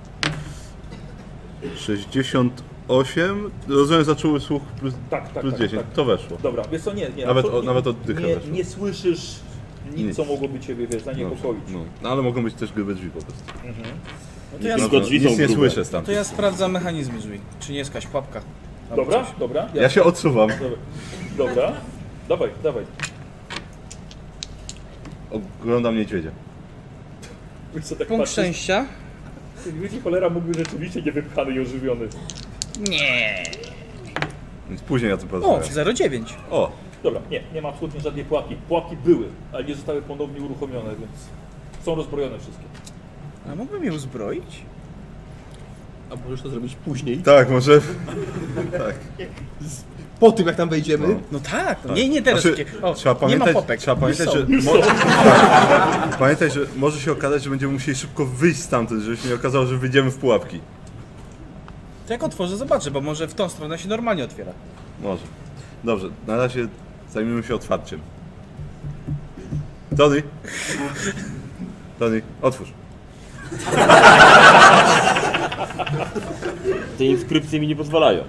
sześćdziesiąt osiem, rozumiem, za czuły słuch plus, Tak, tak, plus tak, dziesięć, tak. to weszło. Dobra, wiesz co, nie, nie. Nawet absolutnie o- nawet oddycha nie, weszło. nie słyszysz nic, Nic. co mogłoby ciebie, wiesz, zaniepokoić. No, no, ale mogą być też grube drzwi po prostu. No to ja, Tylko drzwi są Nic nie grube. słyszę to stamtąd. ja sprawdzam mechanizmy drzwi. Czy nie jest jakaś pułapka? Albo Dobra, coś. dobra. Ja się odsuwam. Dobra. Dobra. Dawaj, dawaj. Oglądam niedźwiedzia. Wiesz co, tak Punkt patrzysz, szczęścia. Widzi, cholera mógłby rzeczywiście niewypchany i ożywiony. Nie. Więc później o tym O, porozmawiam. zero dziewięć. O, Dobra, nie, nie ma absolutnie żadnej pułapki. Pułapki były, ale nie zostały ponownie uruchomione, więc są rozbrojone wszystkie. A mógłbym je uzbroić? A możesz to zrobić później? tak, może... tak. Po tym jak tam wejdziemy? No. No tak, no nie, nie teraz. Znaczy, takie- o, trzeba nie pamiętać, ma popek. trzeba pamiętać, Już że... są. Mo- tak, pamiętaj, że może się okazać, że będziemy musieli szybko wyjść stamtąd, żeby się nie okazało, że wyjdziemy w pułapki. To jak otworzę, zobaczę, bo może w tą stronę się normalnie otwiera. Może. Dobrze, na razie zajmiemy się otwarciem. Tony! Tony, otwórz. Te inskrypcje mi nie pozwalają.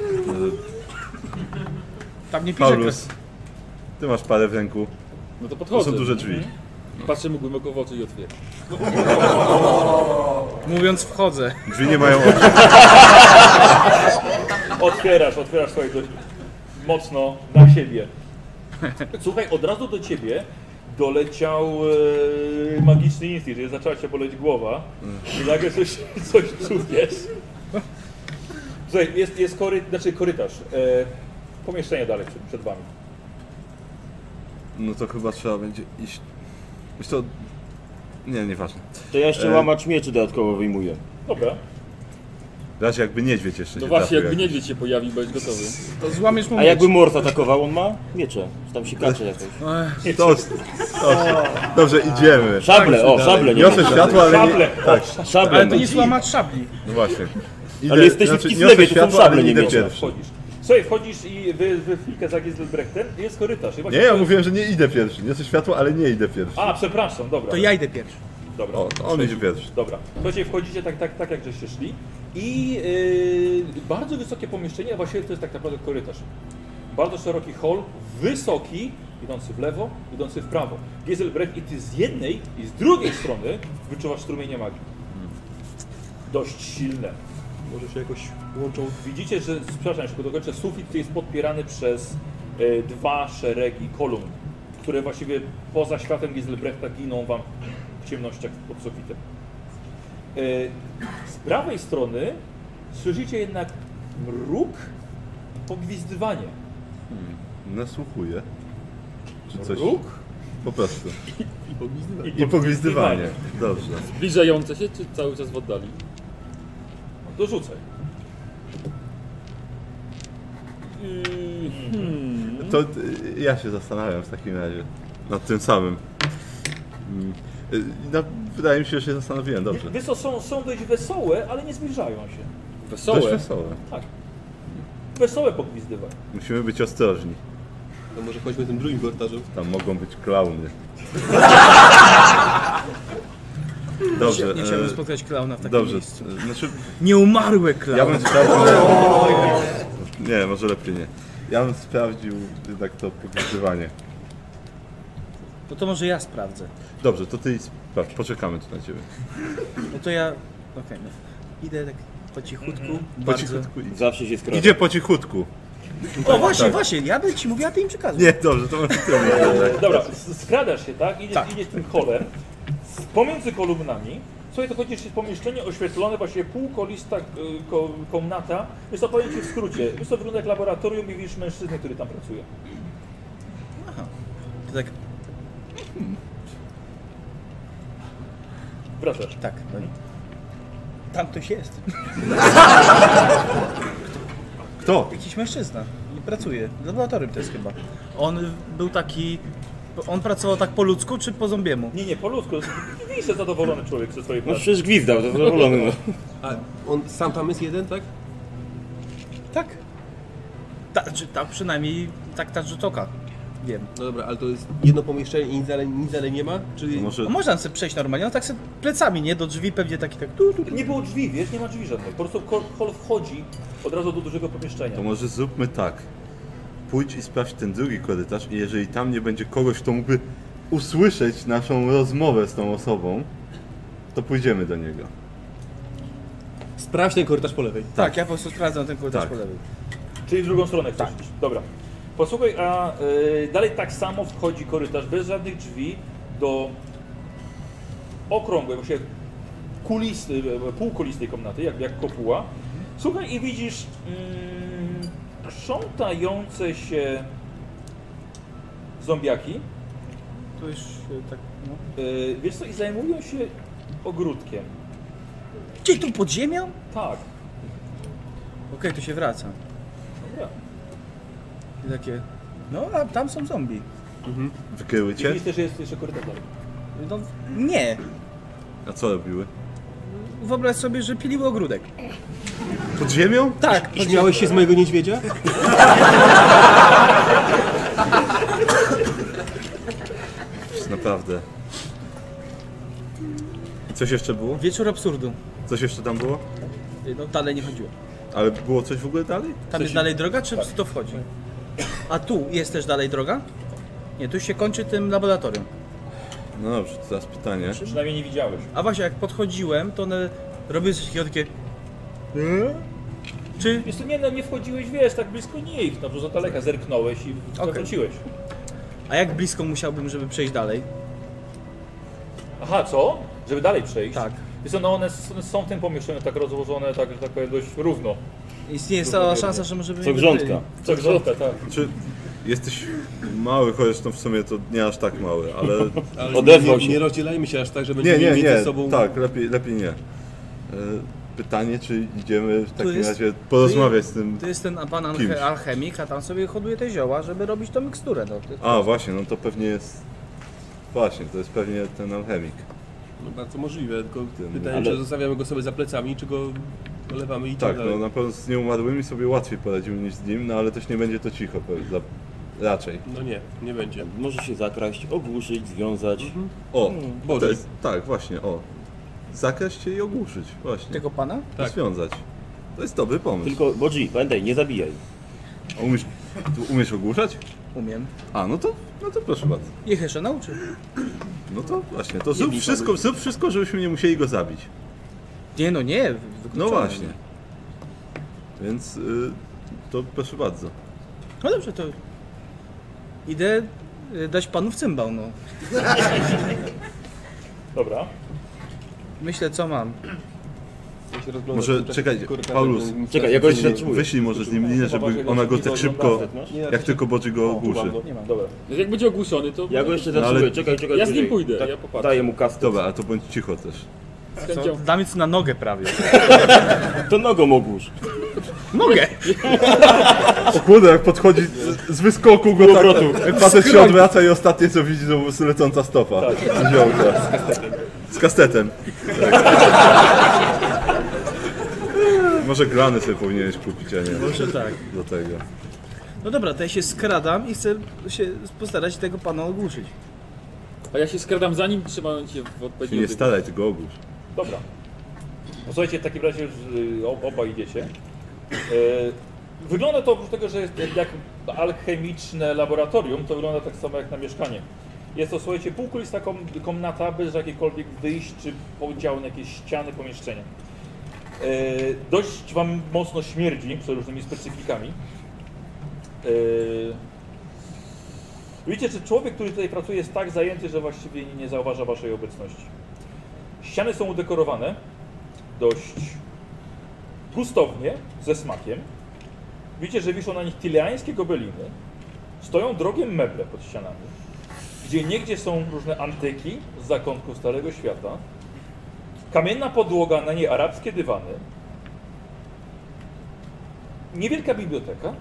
Tam nie pisze Paulus, ty masz parę w ręku. No to To podchodzę. są duże drzwi. Patrzę mu głęboko w oczy i otwieram. Mówiąc wchodzę. Drzwi nie mają oczu. Otwierasz, otwierasz swoje dość mocno na siebie. Słuchaj, od razu do ciebie doleciał e, magiczny instynkt, że zaczęła cię boleć głowa i nagle coś, coś czujesz. Słuchaj, jest, jest kory, znaczy korytarz, e, pomieszczenie dalej przed, przed wami. No to chyba trzeba będzie iść... Wiesz co... Nie, nieważne. To ja jeszcze E. łamacz mieczy dodatkowo wyjmuję. Dobra. W razie jakby niedźwiedź jeszcze No nie właśnie, trafił jakby jakiś. niedźwiedź się pojawił, będziesz gotowy. To złamiesz mu A miecz. jakby Mors atakował, on ma miecze. Czy tam sikacze jakoś. To, to, dobrze, idziemy. Szable, o, szable, nie Niosę światło, ale nie... Szable! Tak, Szable, Ale to no. nie słamacz szabli. no właśnie. Idę, Ale jesteśmy w Kislewie, niosę to są światło, szable, ale nie idę miecze. pierwszy. Wchodzisz. Słuchaj, wchodzisz i wy, wy chwilkę za Giselbrechtem i jest korytarz. I Nie, właśnie ja to jest- mówiłem, że nie idę pierwszy. Niosę światło, ale nie idę pierwszy. A, przepraszam, dobra. To ja idę pierwszy. Dobra. O, to on idzie pierwszy. Dobra. Słuchajcie, wchodzicie tak, tak, tak jak żeście szli i yy, bardzo wysokie pomieszczenie, a właściwie to jest tak naprawdę korytarz. Bardzo szeroki hol, wysoki, idący w lewo, idący w prawo. Giselbrecht i ty z jednej i z drugiej strony wyczuwasz strumienie magii. Dość silne. Może się jakoś łączą. Widzicie, że, przepraszam, jeszcze dokończę, sufit jest podpierany przez e, dwa szeregi kolumn. które właściwie poza światem Giselbrechta giną wam w ciemnościach pod sufitem. E, z prawej strony słyszycie jednak mruk, pogwizdywanie. Hmm. Nasłuchuję. Czy coś? Mruk Po prostu. I pogwizdywanie. I pogwizdywanie. Dobrze. Zbliżające się, czy cały czas w oddali? Dorzucaj. Hmm. To y, ja się zastanawiam w takim razie nad tym samym. Mm. Y, No, wydaje mi się, że się zastanowiłem, dobrze. Wiesz co, są, są dość wesołe, ale nie zbliżają się. Wesołe. Dość wesołe. Tak. Wesołe pogwizdywanie. Musimy być ostrożni. To może chodźmy tym drugim korytarzem. Tam mogą być klauny. Dobrze. Nie chciałbym e, spotkać klauna w takim Dobrze. miejscu. e, Znaczy, Nieumarły ja klaun. bym sprawdził... Nie, może lepiej nie. Ja bym sprawdził jednak to pogwizdywanie. No to może ja sprawdzę. Dobrze, to ty sprawdź, poczekamy tu na ciebie. No to ja... Okej, no. Idę tak po cichutku, Po bardzo... cichutku idzie. Zawsze się skradza. Idzie po cichutku. O właśnie, Tak. właśnie, ja bym ci mówił, a ty im przekazuj. Nie, dobrze, to może ty mówisz. Dobra, s- skradasz się, tak? Idziesz, Tak. idziesz tym holem. S- Pomiędzy kolumnami. Słuchaj, to chodzisz w pomieszczenie oświetlone, właściwie półkolista y, ko, komnata. Jest to, powiem ci w skrócie, jest to wygląda jak laboratorium i widzisz mężczyznę, który tam pracuje. Aha. To tak, Wracasz. tak. No. Tam ktoś jest. Kto? Jakiś mężczyzna. I pracuje. W laboratorium to jest chyba. On był taki... On pracował tak po ludzku, czy po zombiemu? Nie, nie, po ludzku. Widzisz, że zadowolony człowiek ze swojej No pracy. przecież gwizdał, to zadowolony. No. A on sam tam jest jeden, tak? Tak. Ta, czy, tak przynajmniej tak ta rzut oka. Wiem. No dobra, ale to jest jedno pomieszczenie i nic dalej, nic dalej nie ma? Czy... To może, A można sobie przejść normalnie, no tak sobie plecami, nie? Do drzwi pewnie taki tak tu, tu, tu. Nie było drzwi, wiesz, nie ma drzwi żadnych. Po prostu hol- hol wchodzi od razu do dużego pomieszczenia. to może zróbmy tak. Pójdź i sprawdź ten drugi korytarz i jeżeli tam nie będzie kogoś, kto mógłby usłyszeć naszą rozmowę z tą osobą, to pójdziemy do niego. Sprawdź ten korytarz po lewej. Tak, ja po prostu sprawdzam ten korytarz Tak. po lewej. Czyli w drugą stronę chcesz iść. Dobra. Posłuchaj, a y, dalej tak samo wchodzi korytarz bez żadnych drzwi do okrągłej, właśnie kulisty, półkulistej komnaty, jak, jak kopuła. Słuchaj i widzisz mm, krzątające się zombiaki. Tu już e, tak, no. Y, wiesz co, i zajmują się ogródkiem. Gdzie tu pod ziemią? Tak. Okej, to się wraca. Dobra. I takie, no a tam są zombie. Wykryły I cię? widzisz też, że jest jeszcze korytarz dalej. No nie. A co robiły? Wyobraź sobie, że piliły ogródek. Pod ziemią? Tak, Śmiałeś się z mojego niedźwiedzia? Naprawdę. Coś jeszcze było? wieczór absurdu. Coś jeszcze tam było? No dalej nie chodziło. Ale było coś w ogóle dalej? Tam jest dalej droga, czy to wchodzi? A tu jest też dalej droga? Nie, tu się kończy tym laboratorium. No dobrze, to teraz pytanie. Przynajmniej nie widziałeś. A właśnie, jak podchodziłem, to one robiły coś takiego takie... Czy... Wiesz co, nie, no nie wchodziłeś, wiesz, tak blisko nich, no bo za daleka zerknąłeś i Okej. zawróciłeś. A jak blisko musiałbym, żeby przejść dalej? Aha, co? Żeby dalej przejść? Tak. Wiesz co, no one, s- one są w tym pomieszczeniu tak rozłożone, tak, że tak powiem, dość równo. Istnieje stała szansa, że możemy... Co grządka. Co grządka, tak. Czy jesteś mały, chociaż no w sumie to nie aż tak mały, ale... Ale Odezwał nie, się. nie rozdzielajmy się aż tak, że Nie, będziemy nie, mieli nie, między sobą... tak, lepiej, lepiej nie. E, Pytanie, czy idziemy w takim jest- razie porozmawiać z tym... To jest ten pan Kimś. alche- alchemik, a tam sobie hoduje te zioła, żeby robić tą miksturę. No, to jest A, właśnie, no to pewnie jest... Właśnie, to jest pewnie ten alchemik. No bardzo możliwe, tylko Tym- pytanie, ale- czy zostawiamy go sobie za plecami, czy go olewamy i tak Tak, dalej. no na pewno z nieumarłymi sobie łatwiej poradzimy niż z nim, no ale też nie będzie to cicho, pewnie, dla... raczej. No nie, nie będzie. Może się zakraść, ogłuszyć, związać. O, Boże. to jest, tak, właśnie, o. Zakraść się i ogłuszyć, właśnie. tego pana? Tak. Związać. To jest dobry pomysł. Tylko, Bodzi, pamiętaj, nie zabijaj. A umiesz, tu umiesz ogłuszać? Umiem. A, no to, no to proszę bardzo. Niech jeszcze nauczy. No to właśnie, to zrób mi wszystko, zrób wszystko, żebyśmy nie musieli go zabić. Nie no nie, No wykluczone. właśnie. Więc y, to proszę bardzo. No dobrze, to idę y, dać panu w cymbał, no. Dobra. Myślę, co mam. Ja się rozglądam Może, w tym czasie czekaj, w korytarzu, Paulus. żeby mi Czekaj, ja go wskazać, jeszcze- Wyślij może z nim linię, żeby ona go tak szybko, Nie, jak tylko Bodzi go ogłuszy. mam, no. Nie mam. Dobra. Jak będzie ogłuszony, to Ja go jeszcze No, ale- zatrzymuję, czekaj, czekaj. Ja z nim czekaj. pójdę, Tak, ja popatrzę. daję mu kastet. Dobra, a to bądź cicho też. z Co? chęcią. Dam ci na nogę prawie. To nogą ogłusz. Nogę! O kurde, jak podchodzi z, z wyskoku go tak, facet się odwraca i ostatnie co widzi to po prostu lecąca stopa. Tak. Z kastetem. Z kastetem. Może grany sobie powinieneś kupić, a nie Może tak. do tego. No dobra, to ja się skradam i chcę się postarać tego pana ogłuszyć. A ja się skradam za nim, trzymając się w Się odpowiedniej nie odległości. staraj, tylko ogłusz. Dobra. No, słuchajcie, w takim razie już y, ob- oba idziecie. Y, Wygląda to oprócz tego, że jest jak alchemiczne laboratorium, to wygląda tak samo jak na mieszkanie. Jest to, słuchajcie, półkulista kom komnata bez jakichkolwiek wyjść czy podziału na jakieś ściany, pomieszczenia. Y, Dość wam mocno śmierdzi przeróżnymi specyfikami. Y, Widzicie, że człowiek, który tutaj pracuje, jest tak zajęty, że właściwie nie zauważa waszej obecności. Ściany są udekorowane dość gustownie, ze smakiem. Widzicie, że wiszą na nich tyleańskie gobeliny. Stoją drogie meble pod ścianami, gdzie niegdzie są różne antyki z zakątków Starego Świata. Kamienna podłoga, na niej arabskie dywany. Niewielka biblioteka.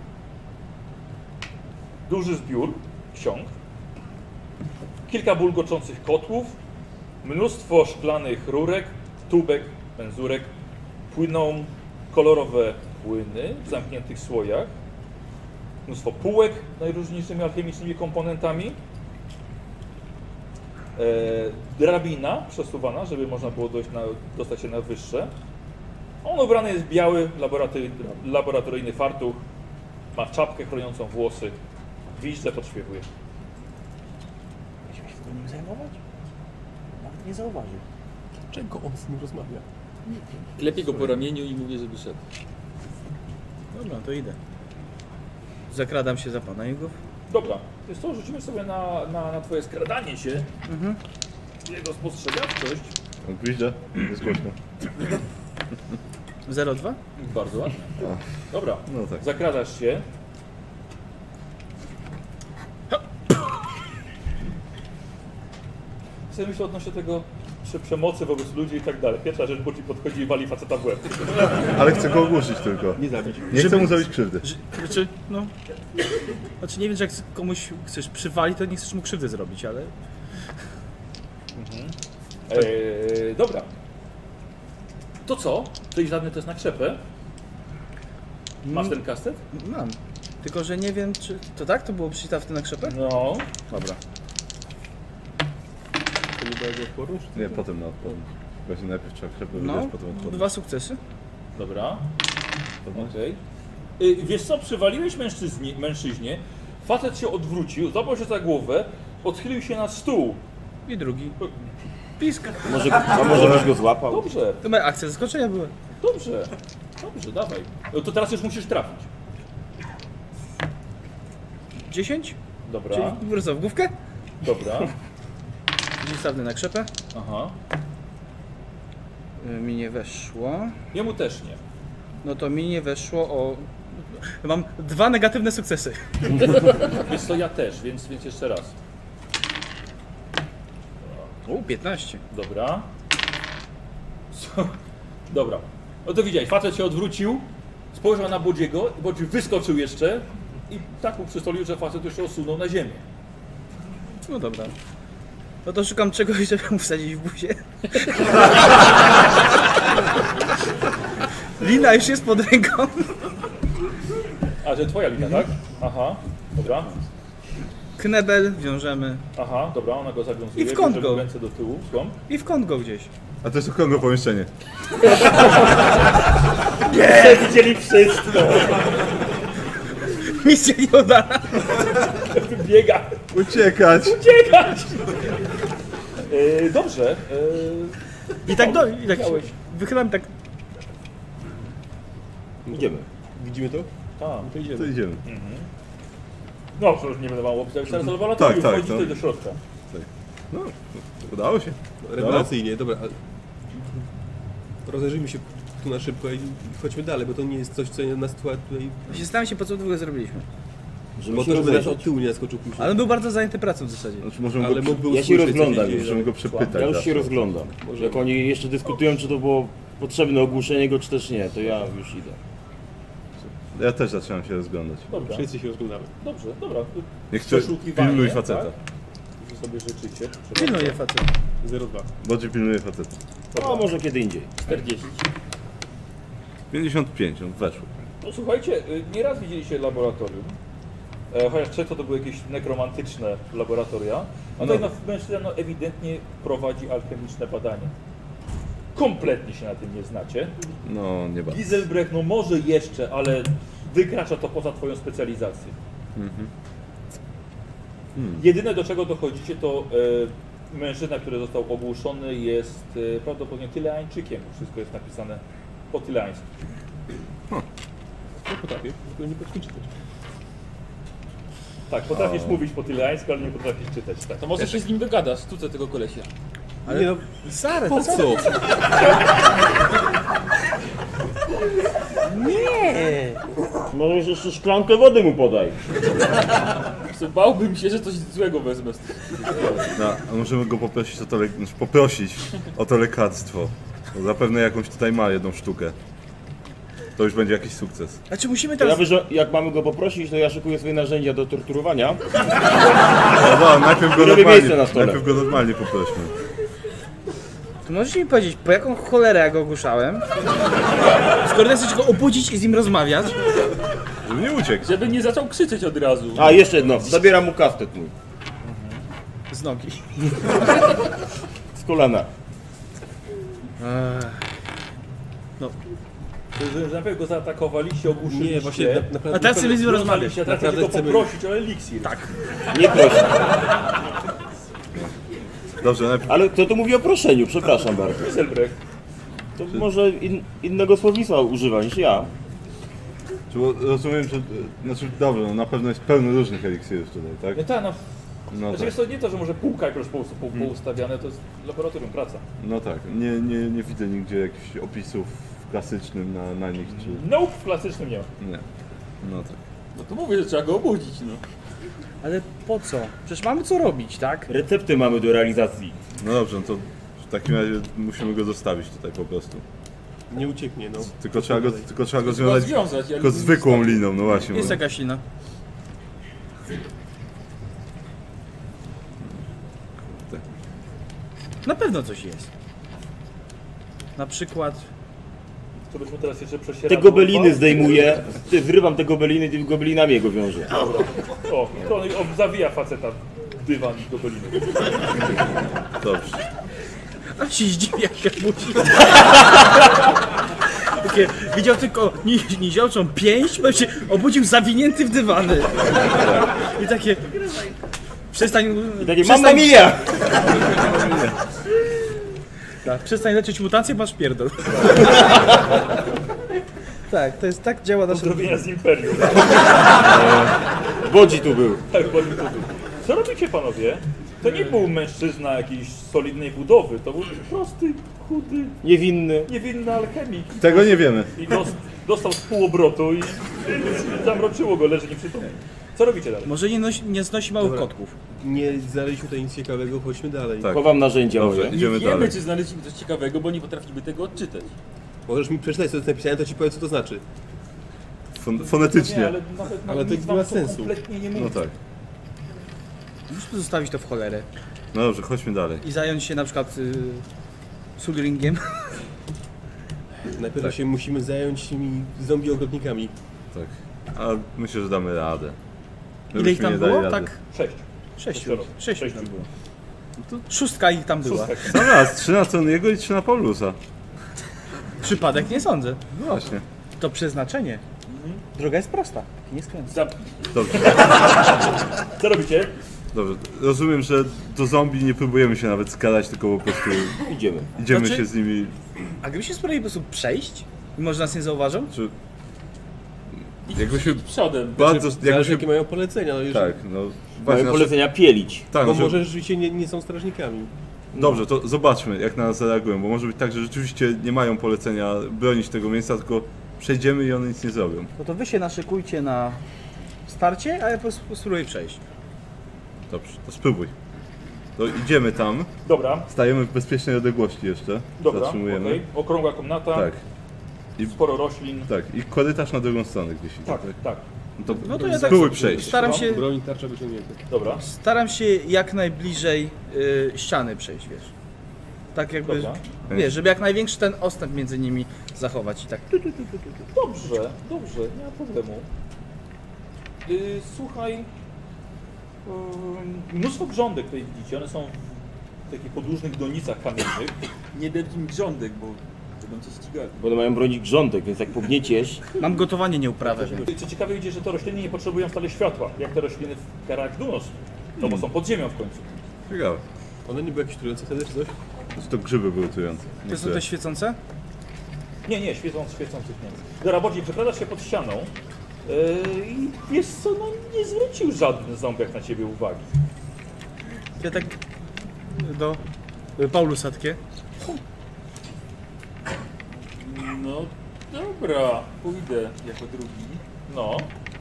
Duży zbiór ksiąg. Kilka bulgoczących kotłów. Mnóstwo szklanych rurek, tubek, pędzurek. Płyną kolorowe płyny w zamkniętych słojach. Mnóstwo półek z najróżniejszymi alchemicznymi komponentami. E, drabina przesuwana, żeby można było dojść na, dostać się na wyższe. On ubrany jest w biały laboratory, laboratoryjny fartuch. Ma czapkę chroniącą włosy. Gwizdze podśpiewuje. Będziemy się to nim zajmować? Nawet nie zauważył. Czego on z nim rozmawia? Klepię go po ramieniu i mówię, żeby szedł. Dobra, to idę. Zakradam się za pana Jugów. Dobra, jest to, rzucimy sobie na, na, na twoje skradanie się. Mhm. Jego spostrzegawczość. Gwizdże? Jest głośno. zero dwa? Bardzo ładnie. Dobra, No tak. zakradasz się. Sobie myślę odnośnie tego prze- przemocy wobec ludzi i tak dalej. Pierwsza rzecz, bo ci podchodzi i wali faceta w łeb. Ale chcę go ogłuszyć tylko. Nie zabić. Nie chcę mu zrobić krzywdy. Że, znaczy, no... Znaczy nie wiem, że jak komuś chcesz przywalić, to nie chcesz mu krzywdy zrobić, ale... Eee, dobra. To co? To iść żadny test na krzepę. Masz ten kastet? Mam. Tylko, że nie wiem, czy... To tak? To było przytawne na krzepę? No. Dobra. To nie będzie odporność? Nie, potem na odporność. Właśnie najpierw trzeba krzepę No, wydać, potem odporność. dwa sukcesy. Dobra. Okej. Y, Wiesz co, przywaliłeś mężczyźnie, mężczyźnie, facet się odwrócił, złapał się za głowę, odchylił się na stół. I drugi. Pisk. Może, a może byś go złapał? Dobrze, To moja akcja zaskoczenia była. dobrze, dobrze, dawaj. No to teraz już musisz trafić. dziesięć? Dobra, Czyli po prostu w główkę. dobra, Przystawny na krzepę. aha. Y, Mi nie weszło. Jemu też nie. No to mi nie weszło o... Mam dwa negatywne sukcesy. Wiesz co, ja też, więc, więc jeszcze raz. U, piętnaście. Dobra. Co? Dobra. No to widziałeś, facet się odwrócił, spojrzał na Bodziego, Bodzi wyskoczył jeszcze i tak mu przystolił, że facet już się osunął na ziemię. No dobra. No to szukam czegoś, żeby mu wsadzić w buzię. Lina już jest pod ręką. A, że twoja lina, tak? Aha, dobra. Knebel wiążemy. Aha, dobra, ona go zawiązuje. I w kąt bierze go. ręce do tyłu. Skąd? I w kąt go gdzieś. A to jest okrągłe pomieszczenie. Nie, widzieli wszystko. Misja nie udana. Biega. Uciekać! Uciekać! Yy, dobrze. Yy, I tak do... I tak Chciałeś. wychylam tak... Idziemy. Widzimy to? tam. To idziemy. To idziemy. No, przecież nie będę wam opisać teraz laboratorium, Tak, tak, wchodzi to- tutaj do środka. No, udało się. Rewelacyjnie, dobra. ale- Rozejrzyjmy się tu na szybko i chodźmy dalej, bo to nie jest coś, co nas tu tutaj... Właśnie zastanawiam się, po co w ogóle zrobiliśmy. Żeby Bo się to, żeby nas od rozejrzeć. tyłu nie naskoczył później. Ale on był bardzo zajęty pracą w zasadzie. Znaczy, możemy Ale go, mógłby Ja się usłyszeć, co rozglądam dzieje, już. możemy go przepytać. Ja już się zawsze. rozglądam. Może- Jak oni jeszcze dyskutują, czy to było potrzebne ogłoszenie go, czy też nie, to ja już idę. Ja też zaczynam się rozglądać. Dobra, Wszyscy się rozglądamy. dobrze, dobra. Niech ktoś Przeszukiwanie, pilnuj faceta. tak? Że sobie życzycie. Pilnuję facet. zero dwa. Bodzi pilnuje faceta. A może kiedy indziej. czterdzieści. pięćdziesiąt pięć, on weszło. No słuchajcie, y, nieraz widzieliście laboratorium, e, chociaż często to były jakieś nekromantyczne laboratoria, a tutaj no. mężczyzna no, ewidentnie prowadzi alchemiczne badania. Kompletnie się na tym nie znacie. No, nie bardzo. Giselbrecht, no może jeszcze, ale wykracza to poza twoją specjalizację. Mhm. Hmm. Jedyne do czego dochodzicie to e, mężczyzna, który został ogłuszony jest e, prawdopodobnie Tyleańczykiem, bo wszystko jest napisane po tyleańsku. Ja potrafię, tylko nie potrafię czytać. Tak, potrafisz O. mówić po tyleańsku, ale nie potrafisz czytać. Tak. To może się z nim dogadasz, tu tego kolesia. Ale Nie no, zaraz, po co? co? Nie! Może jeszcze szklankę wody mu podaj. Co, bałbym się, że coś złego wezmę z tego. No, a możemy go poprosić o to, le... znaczy poprosić o to lekarstwo. Bo zapewne jakąś tutaj ma jedną sztukę. To już będzie jakiś sukces. Znaczy musimy To ja teraz... wiem, że jak mamy go poprosić, to ja szykuję swoje narzędzia do torturowania. No, no najpierw go Żeby normalnie, miejsce na stole. najpierw go normalnie poprośmy. To możesz mi powiedzieć, po jaką cholerę ja go ogłuszałem? Skoro chcesz go obudzić i z nim rozmawiać? Żeby nie uciekł. Żeby nie zaczął krzyczeć od razu. A, jeszcze jedno. Zabieram mu kastet mój. Z nogi. Z kolana. No. Że najpierw go zaatakowaliście, ogłuszyliście. Nie, właśnie na, naprawdę... A teraz chcemy z nim rozmawiać. rozmawialiście, a teraz chcecie go Naprawdę chcemy- poprosić o eliksir. Tak. Nie proszę. Dobrze, najpierw... Ale kto tu mówi o proszeniu? Przepraszam bardzo. Giselbrecht. To może in, innego słownictwa używa niż ja. Czy bo rozumiem, że... Znaczy, dobrze, no na pewno jest pełno różnych eliksirów tutaj, tak? No tak, no. No Znaczy tak, jest to nie to, że może półka jakoś po, po, poustawiane, to jest laboratorium, praca. no tak. Nie, nie, nie widzę nigdzie jakichś opisów klasycznym na, na nich, czy... Nope, w klasycznym nie ma. Nie. No tak. No to mówię, że trzeba go obudzić, no. Ale po co? Przecież mamy co robić, tak? Recepty mamy do realizacji. No dobrze, no to w takim razie musimy go zostawić tutaj po prostu. Nie ucieknie, no. Tylko trzeba go, tylko trzeba go Trzeba związać związać. tylko zwykłą liną, no właśnie. Jest bo- jakaś lina. Na pewno coś jest. Na przykład... To byśmy teraz jeszcze przesierali. Te gobeliny zdejmuję, ty, zrywam te gobeliny i tymi gobelinami jego wiążę. O, to on on zawija faceta w dywan i gobeliny. Dobrze. A się zdziwi jak się budzi. Takie, widział tylko ni niziołczą pięść, bo się obudził zawinięty w dywany. I takie... Przestań... I takie, przestań, mamma mia! Tak, przestań leczyć mutację, masz pierdol. Tak, to jest tak działa nasze... Pozdrowienia z Imperium. Bodzi tu był. Tak, powiem to tu. Co robicie panowie? To nie był mężczyzna jakiejś solidnej budowy, to był prosty, chudy, Niewinny. niewinny alchemik. Tego nie wiemy. I dos, dostał z półobrotu i zamroczyło go, leży nieprzytomny. Co robicie dalej? Może nie, nosi, nie znosi małych Dobra. kotków. Nie znaleźliśmy tutaj nic ciekawego, chodźmy dalej. Tak. Chowam narzędzia Dobrze, moje. idziemy Nie wiemy, dalej. czy znaleźliśmy coś ciekawego, bo nie potrafimy tego odczytać. Możesz mi przeczytać, co jest napisane, to ci powiem, co to znaczy. Fon Nie, fonetycznie. ale nawet Ale to nic nie wam ma to sensu. kompletnie nie mówi. No tak. Musimy zostawić to w cholerę. No dobrze, chodźmy dalej. I zająć się na przykład y, Sulringiem. Najpierw się musimy zająć tymi zombie ogrodnikami. Tak. A myślę, że damy radę. My Ile ich byśmy tam nie dali było? rady. Tak, Sześć. sześciu. Sześcioro. Sześciu Sześciu. tam było. Szóstka ich tam była. Szóstek. Sam raz, trzy na Tony'ego i trzy na Paulusa. Przypadek nie sądzę. No właśnie. To przeznaczenie. Droga jest prosta. Nie skręca. Za... Dobrze. Co robicie? Dobrze. Rozumiem, że do zombie nie próbujemy się nawet skarać, tylko po prostu Idziemy. idziemy Znaczy- się z nimi... A gdyby się spróbowali po prostu przejść i może nas nie zauważą? Czy... Jakbyśmy Przodem. bardzo... Zależy, Jakbyśmy, jakie mają polecenia. No, jeżeli, tak, no... Mamy Właśnie nasze, polecenia pielić. tak, bo no, że- może rzeczywiście nie, nie są strażnikami. Dobrze, to zobaczmy, jak na nas zareagują, bo może być tak, że rzeczywiście nie mają polecenia bronić tego miejsca, tylko przejdziemy i one nic nie zrobią. No to wy się naszykujcie na starcie, a ja pos- spróbuję przejść. Dobrze, to spróbuj. To idziemy tam, Dobra, stajemy w bezpiecznej odległości jeszcze, dobra, zatrzymujemy. okej. Okrągła komnata, Tak, i, sporo roślin. tak, i korytarz na drugą stronę gdzieś idzie, Tak, tak? tak. No to, No to ja tak spróbuj przejść. staram się, Broń, tarcza wyciągnięta. Dobra, staram się jak najbliżej y, ściany przejść, wiesz. Tak jakby, dobra. wiesz, żeby jak największy ten odstęp między nimi zachować i tak. Tu, tu, tu, tu, tu, tu. Dobrze, dobrze, nie ma problemu. Yy, słuchaj, yy, mnóstwo grządek tutaj widzicie, one są w takich podłużnych donicach kamiennych. Nie daj im grządek, bo będą cię ścigali. Bo one mają bronić grządek, więc jak pognieciesz, Mam gotowanie nieuprawę, więc. Co ciekawe, widzicie, że te rośliny nie potrzebują wcale światła, jak te rośliny w Karak Dunos, no bo są pod ziemią w końcu. Ciekawe. One nie były jakieś trujące wtedy, czy coś? To grzyby były trujące. To są niektóre. te świecące? Nie, nie, świecąc, świecących nie. Dobra, bardziej przekradasz się pod ścianą yy, i wiesz co, no nie zwrócił żaden ząbek na ciebie uwagi. Ja tak do Paulusa takie. No dobra, pójdę jako drugi. No,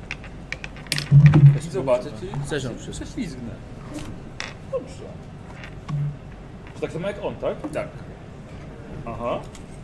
I zobaczę, czy Zerzął czy wszystko. prześlizgnę. dobrze. To tak samo jak on, tak? Tak. Aha.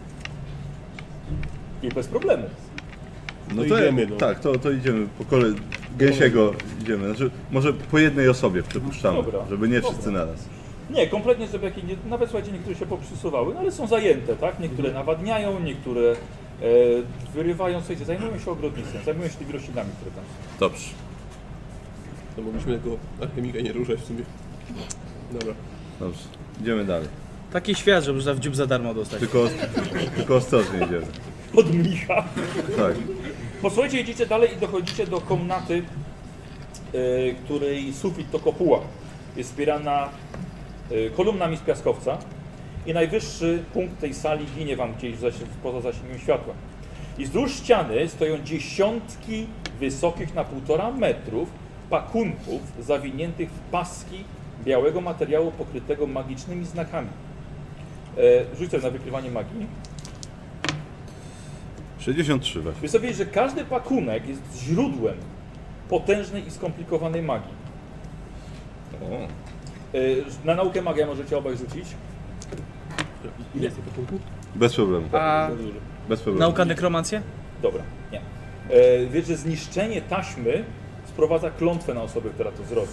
I bez problemu. No To to idziemy, no. Tak, to, to idziemy po kolei. Gęsiego idziemy. Znaczy, może po jednej osobie przepuszczamy, Dobra, żeby nie wszyscy dobra. naraz. Nie, kompletnie sobie jakieś, nie, nawet słuchajcie, niektóre się poprzysuwały, no ale są zajęte, tak? Niektóre nawadniają, niektóre e, wyrywają, słuchajcie, zajmują się ogrodnictwem, zajmują się tymi roślinami, które tam są. Dobrze. To mogliśmy tego alchemika nie ruszać w sumie. Dobra. Dobrze. Idziemy dalej. Taki świat, żeby za w dziób za darmo dostać. Tylko, tylko ostrożnie idziemy. Pod mnicha. Tak. Posłuchajcie, jedziecie dalej i dochodzicie do komnaty, e, której sufit to kopuła. Jest wspierana e, kolumnami z piaskowca i najwyższy punkt tej sali ginie wam gdzieś zaś, poza zasięgiem światła. I wzdłuż ściany stoją dziesiątki wysokich na półtora metrów pakunków zawiniętych w paski białego materiału pokrytego magicznymi znakami. E, rzuć sobie na wykrywanie magii. sześćdziesiąt trzy właśnie. Wy sobie, że każdy pakunek jest źródłem potężnej i skomplikowanej magii. O, E, Na naukę magia możecie obaj rzucić. Ile jest tych pakunków? bez problemu. A Bez problemu. nauka nekromancję? Dobra, nie. E, Wiesz, że zniszczenie taśmy sprowadza klątwę na osobę, która to zrobi.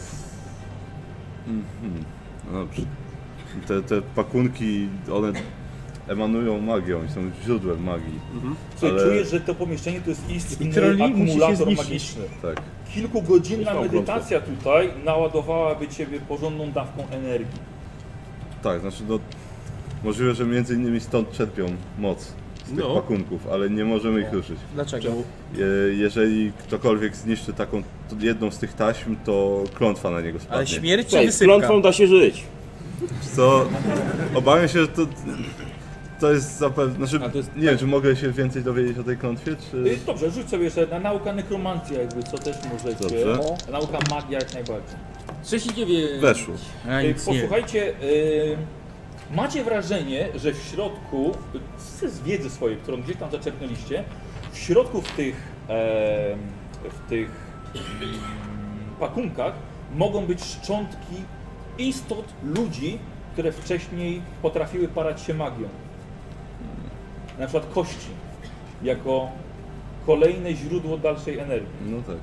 Mhm. No dobrze. Te, te pakunki, one emanują magią i są źródłem magii. Słuchaj, Ale- czujesz, że to pomieszczenie to jest istny trolli musi się akumulator zniszczyć. magiczny. Tak. Kilkugodzinna Myślał medytacja tutaj naładowałaby ciebie porządną dawką energii. Tak, znaczy no, możliwe, że między innymi stąd czerpią moc z tych No. pakunków, ale nie możemy ich ruszyć. Dlaczego? Czemu? Je, jeżeli ktokolwiek zniszczy taką to jedną z tych taśm, to klątwa na niego spadnie. Ale śmierć czy słuchaj, z wysypka? klątwą da się żyć. Co? Obawiam się, że to, to jest zapewne... Znaczy, A to jest- nie wiem, czy mogę się więcej dowiedzieć o tej klątwie, Y, czy... Dobrze, rzuć sobie jeszcze na nauka nekromancja, jakby co też możecie. Dobrze. Nauka magia jak najbardziej. sześć i dziewięć. Weszło. Ja Y, nic nie wiem. Posłuchajcie, y, macie wrażenie, że w środku, y, z wiedzy swojej, którą gdzieś tam zaczerpnęliście, w środku w tych, e, w tych mm, pakunkach mogą być szczątki istot, ludzi, które wcześniej potrafiły parać się magią. Na przykład kości, jako kolejne źródło dalszej energii. No tak.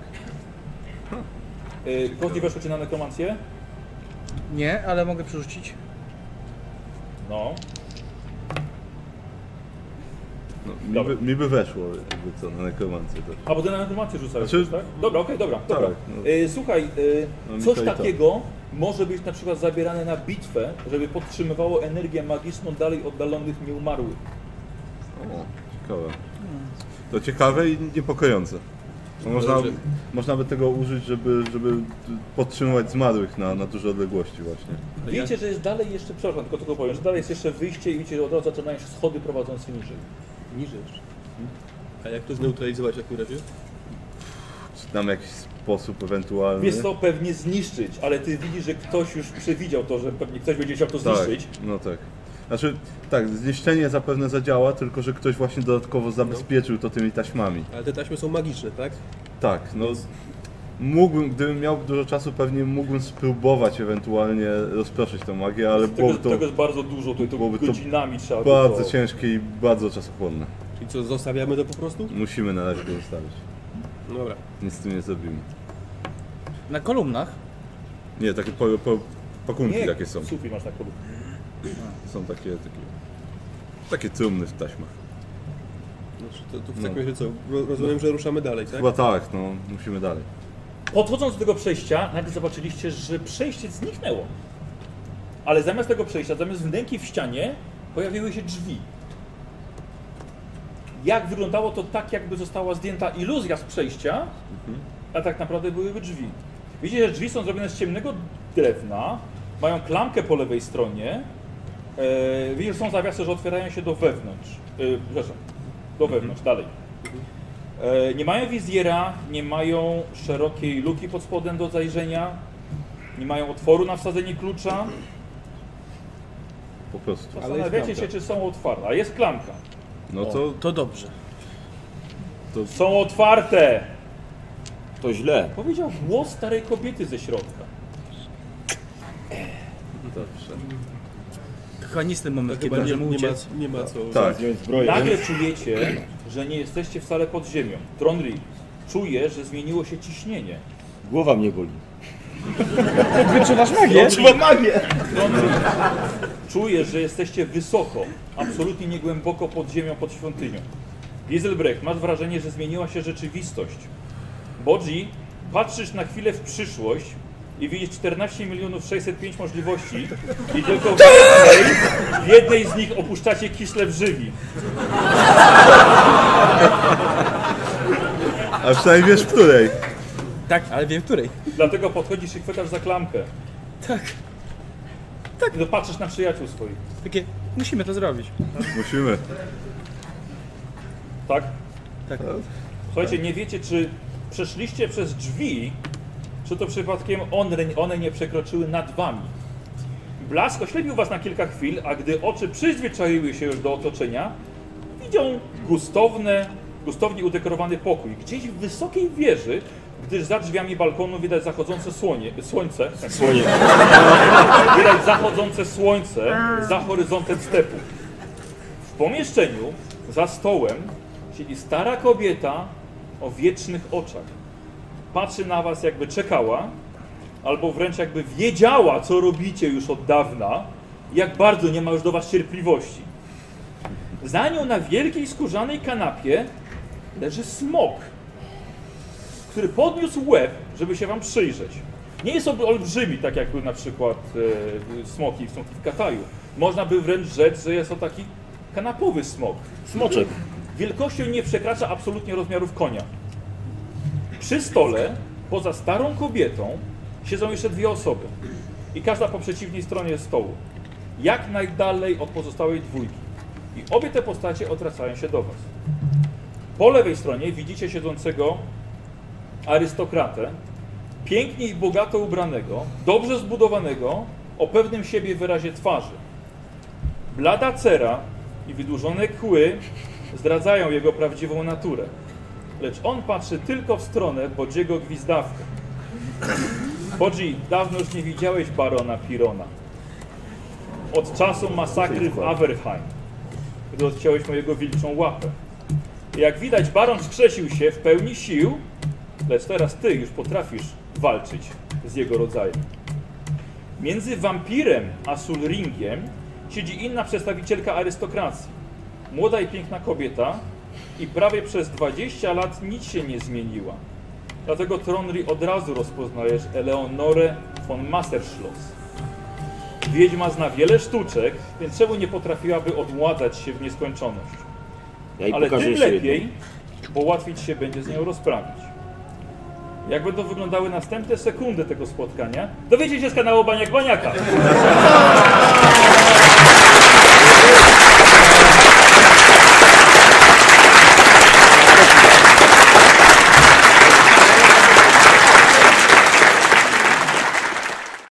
Y, Kości weszły ci na nekromancję? Nie, ale mogę przerzucić. No. No, mi, Dobra. by, mi by weszło, jakby co, na nekromancję też. A bo ty na informację rzucałeś, Znaczy- tak? Dobra, okej, dobra, Tak, dobra. no. Y, słuchaj, y, No mi coś to i to. takiego może być na przykład zabierane na bitwę, żeby podtrzymywało energię magiczną dalej oddalonych nieumarłych. O, ciekawe. To ciekawe i niepokojące. No, można, Dobrze. można by tego użyć, żeby, żeby podtrzymywać zmarłych na, na duże odległości właśnie. A ja- Wiecie, że jest dalej jeszcze, przepraszam, tylko tylko powiem, że dalej jest jeszcze wyjście i widzicie, że od razu zaczynają się schody prowadzące niżej. Niżej jeszcze. A jak to zneutralizować w takim razie? Czy tam jakiś sposób ewentualny? Wiesz co, pewnie zniszczyć, ale ty widzisz, że ktoś już przewidział to, że pewnie ktoś będzie chciał to Tak, zniszczyć. no tak. Znaczy, tak, zniszczenie zapewne zadziała, tylko że ktoś właśnie dodatkowo zabezpieczył to tymi taśmami. Ale te taśmy są magiczne, tak? Tak, no mógłbym, gdybym miał dużo czasu, pewnie mógłbym spróbować ewentualnie rozproszyć tą magię, ale Tego, byłoby to tego jest bardzo dużo, to, to byłoby to godzinami trzeba by bardzo to... ciężkie i bardzo czasochłonne. Czyli co, zostawiamy to po prostu? Musimy na razie to zostawić. Dobra. Nic z tym nie zrobimy. Na kolumnach? Nie, takie po, po, pakunki Nie, takie są. sufit masz na kolu. Są takie, takie, takie trumny w taśmach. Znaczy, to, to w No. takim razie co? Ro- Rozumiem, że ruszamy dalej, tak? Chyba tak, no musimy dalej. Podchodząc do tego przejścia, nagle zobaczyliście, że przejście zniknęło. Ale zamiast tego przejścia, zamiast wnęki w ścianie, pojawiły się drzwi. Jak wyglądało to tak, jakby została zdjęta iluzja z przejścia, a tak naprawdę byłyby drzwi. Widzicie, że drzwi są zrobione z ciemnego drewna, mają klamkę po lewej stronie. E, widzicie, że są zawiasy, że otwierają się do wewnątrz. E, przepraszam, do wewnątrz, dalej. E, nie mają wizjera, nie mają szerokiej luki pod spodem do zajrzenia, nie mają otworu na wsadzenie klucza. Po prostu. Zastanawiacie klamka. się, czy są otwarte, a jest klamka. No to, To dobrze. Są otwarte! To źle. Powiedział głos starej kobiety ze środka. dobrze. Chyba nie jest ten moment, Chyba kiedy nie, możemy nie, ma, uciec. nie ma co. Tak. Zdjąć zbroję. Nagle czujecie, że nie jesteście wcale pod ziemią. Tronri czuje, że zmieniło się ciśnienie. Głowa mnie boli. Wyczuwasz magię? magię! Tronri czuje, że jesteście wysoko, absolutnie nie głęboko pod ziemią, pod świątynią. Giselbrecht, masz wrażenie, że zmieniła się rzeczywistość. Bodzi, patrzysz na chwilę w przyszłość i widzisz czternaście milionów sześćset pięć możliwości i tylko w jednej, w jednej z nich opuszczacie Kislev żywi. A przynajmniej wiesz w której. Tak, ale wiem w której. Dlatego podchodzisz i chwytasz za klamkę. Tak. I patrzysz na przyjaciół swoich. Takie, musimy to zrobić. Musimy. Tak? Tak. Słuchajcie, nie wiecie, czy przeszliście przez drzwi, czy to przypadkiem one, one nie przekroczyły nad wami. Blask oślepił was na kilka chwil, a gdy oczy przyzwyczaiły się już do otoczenia, widzą gustowne, gustownie udekorowany pokój. Gdzieś w wysokiej wieży, gdyż za drzwiami balkonu widać zachodzące słonie, słońce. Słonie. Widać zachodzące słońce za horyzontem stepu. W pomieszczeniu, za stołem, siedzi stara kobieta o wiecznych oczach. Patrzy na was, jakby czekała, albo wręcz jakby wiedziała, co robicie już od dawna, i jak bardzo nie ma już do was cierpliwości. Za nią na wielkiej skórzanej kanapie leży smok, który podniósł łeb, żeby się wam przyjrzeć. Nie jest olbrzymi, tak jak był na przykład e, smoki, smoki w Kataju. Można by wręcz rzec, że jest to taki kanapowy smok. Smoczek. Wielkością nie przekracza absolutnie rozmiarów konia. Przy stole, poza starą kobietą, siedzą jeszcze dwie osoby. I każda po przeciwnej stronie stołu. Jak najdalej od pozostałej dwójki. I obie te postacie odwracają się do was. Po lewej stronie widzicie siedzącego arystokratę, pięknie i bogato ubranego, dobrze zbudowanego, o pewnym siebie wyrazie twarzy. Blada cera i wydłużone kły zdradzają jego prawdziwą naturę. Lecz on patrzy tylko w stronę Bodziego Gwizdawka. Bodzi, dawno już nie widziałeś barona Pirona. Od czasu masakry w Averheim, gdy odciąłeś mojego wilczą łapę. Jak widać, baron wskrzesił się w pełni sił, lecz teraz ty już potrafisz walczyć z jego rodzajem. Między wampirem a Sulringiem siedzi inna przedstawicielka arystokracji. Młoda i piękna kobieta i prawie przez dwadzieścia lat nic się nie zmieniła. Dlatego Tronri od razu rozpoznajesz Eleonorę von Masserschloss. Wiedźma zna wiele sztuczek, więc czemu nie potrafiłaby odmładzać się w nieskończoność? Ja jej Ale pokażę tym jeszcze lepiej, jedną. bo łatwiej ci się będzie z nią rozprawić. Jak będą wyglądały następne sekundy tego spotkania, dowiecie się z kanału Baniak Baniaka.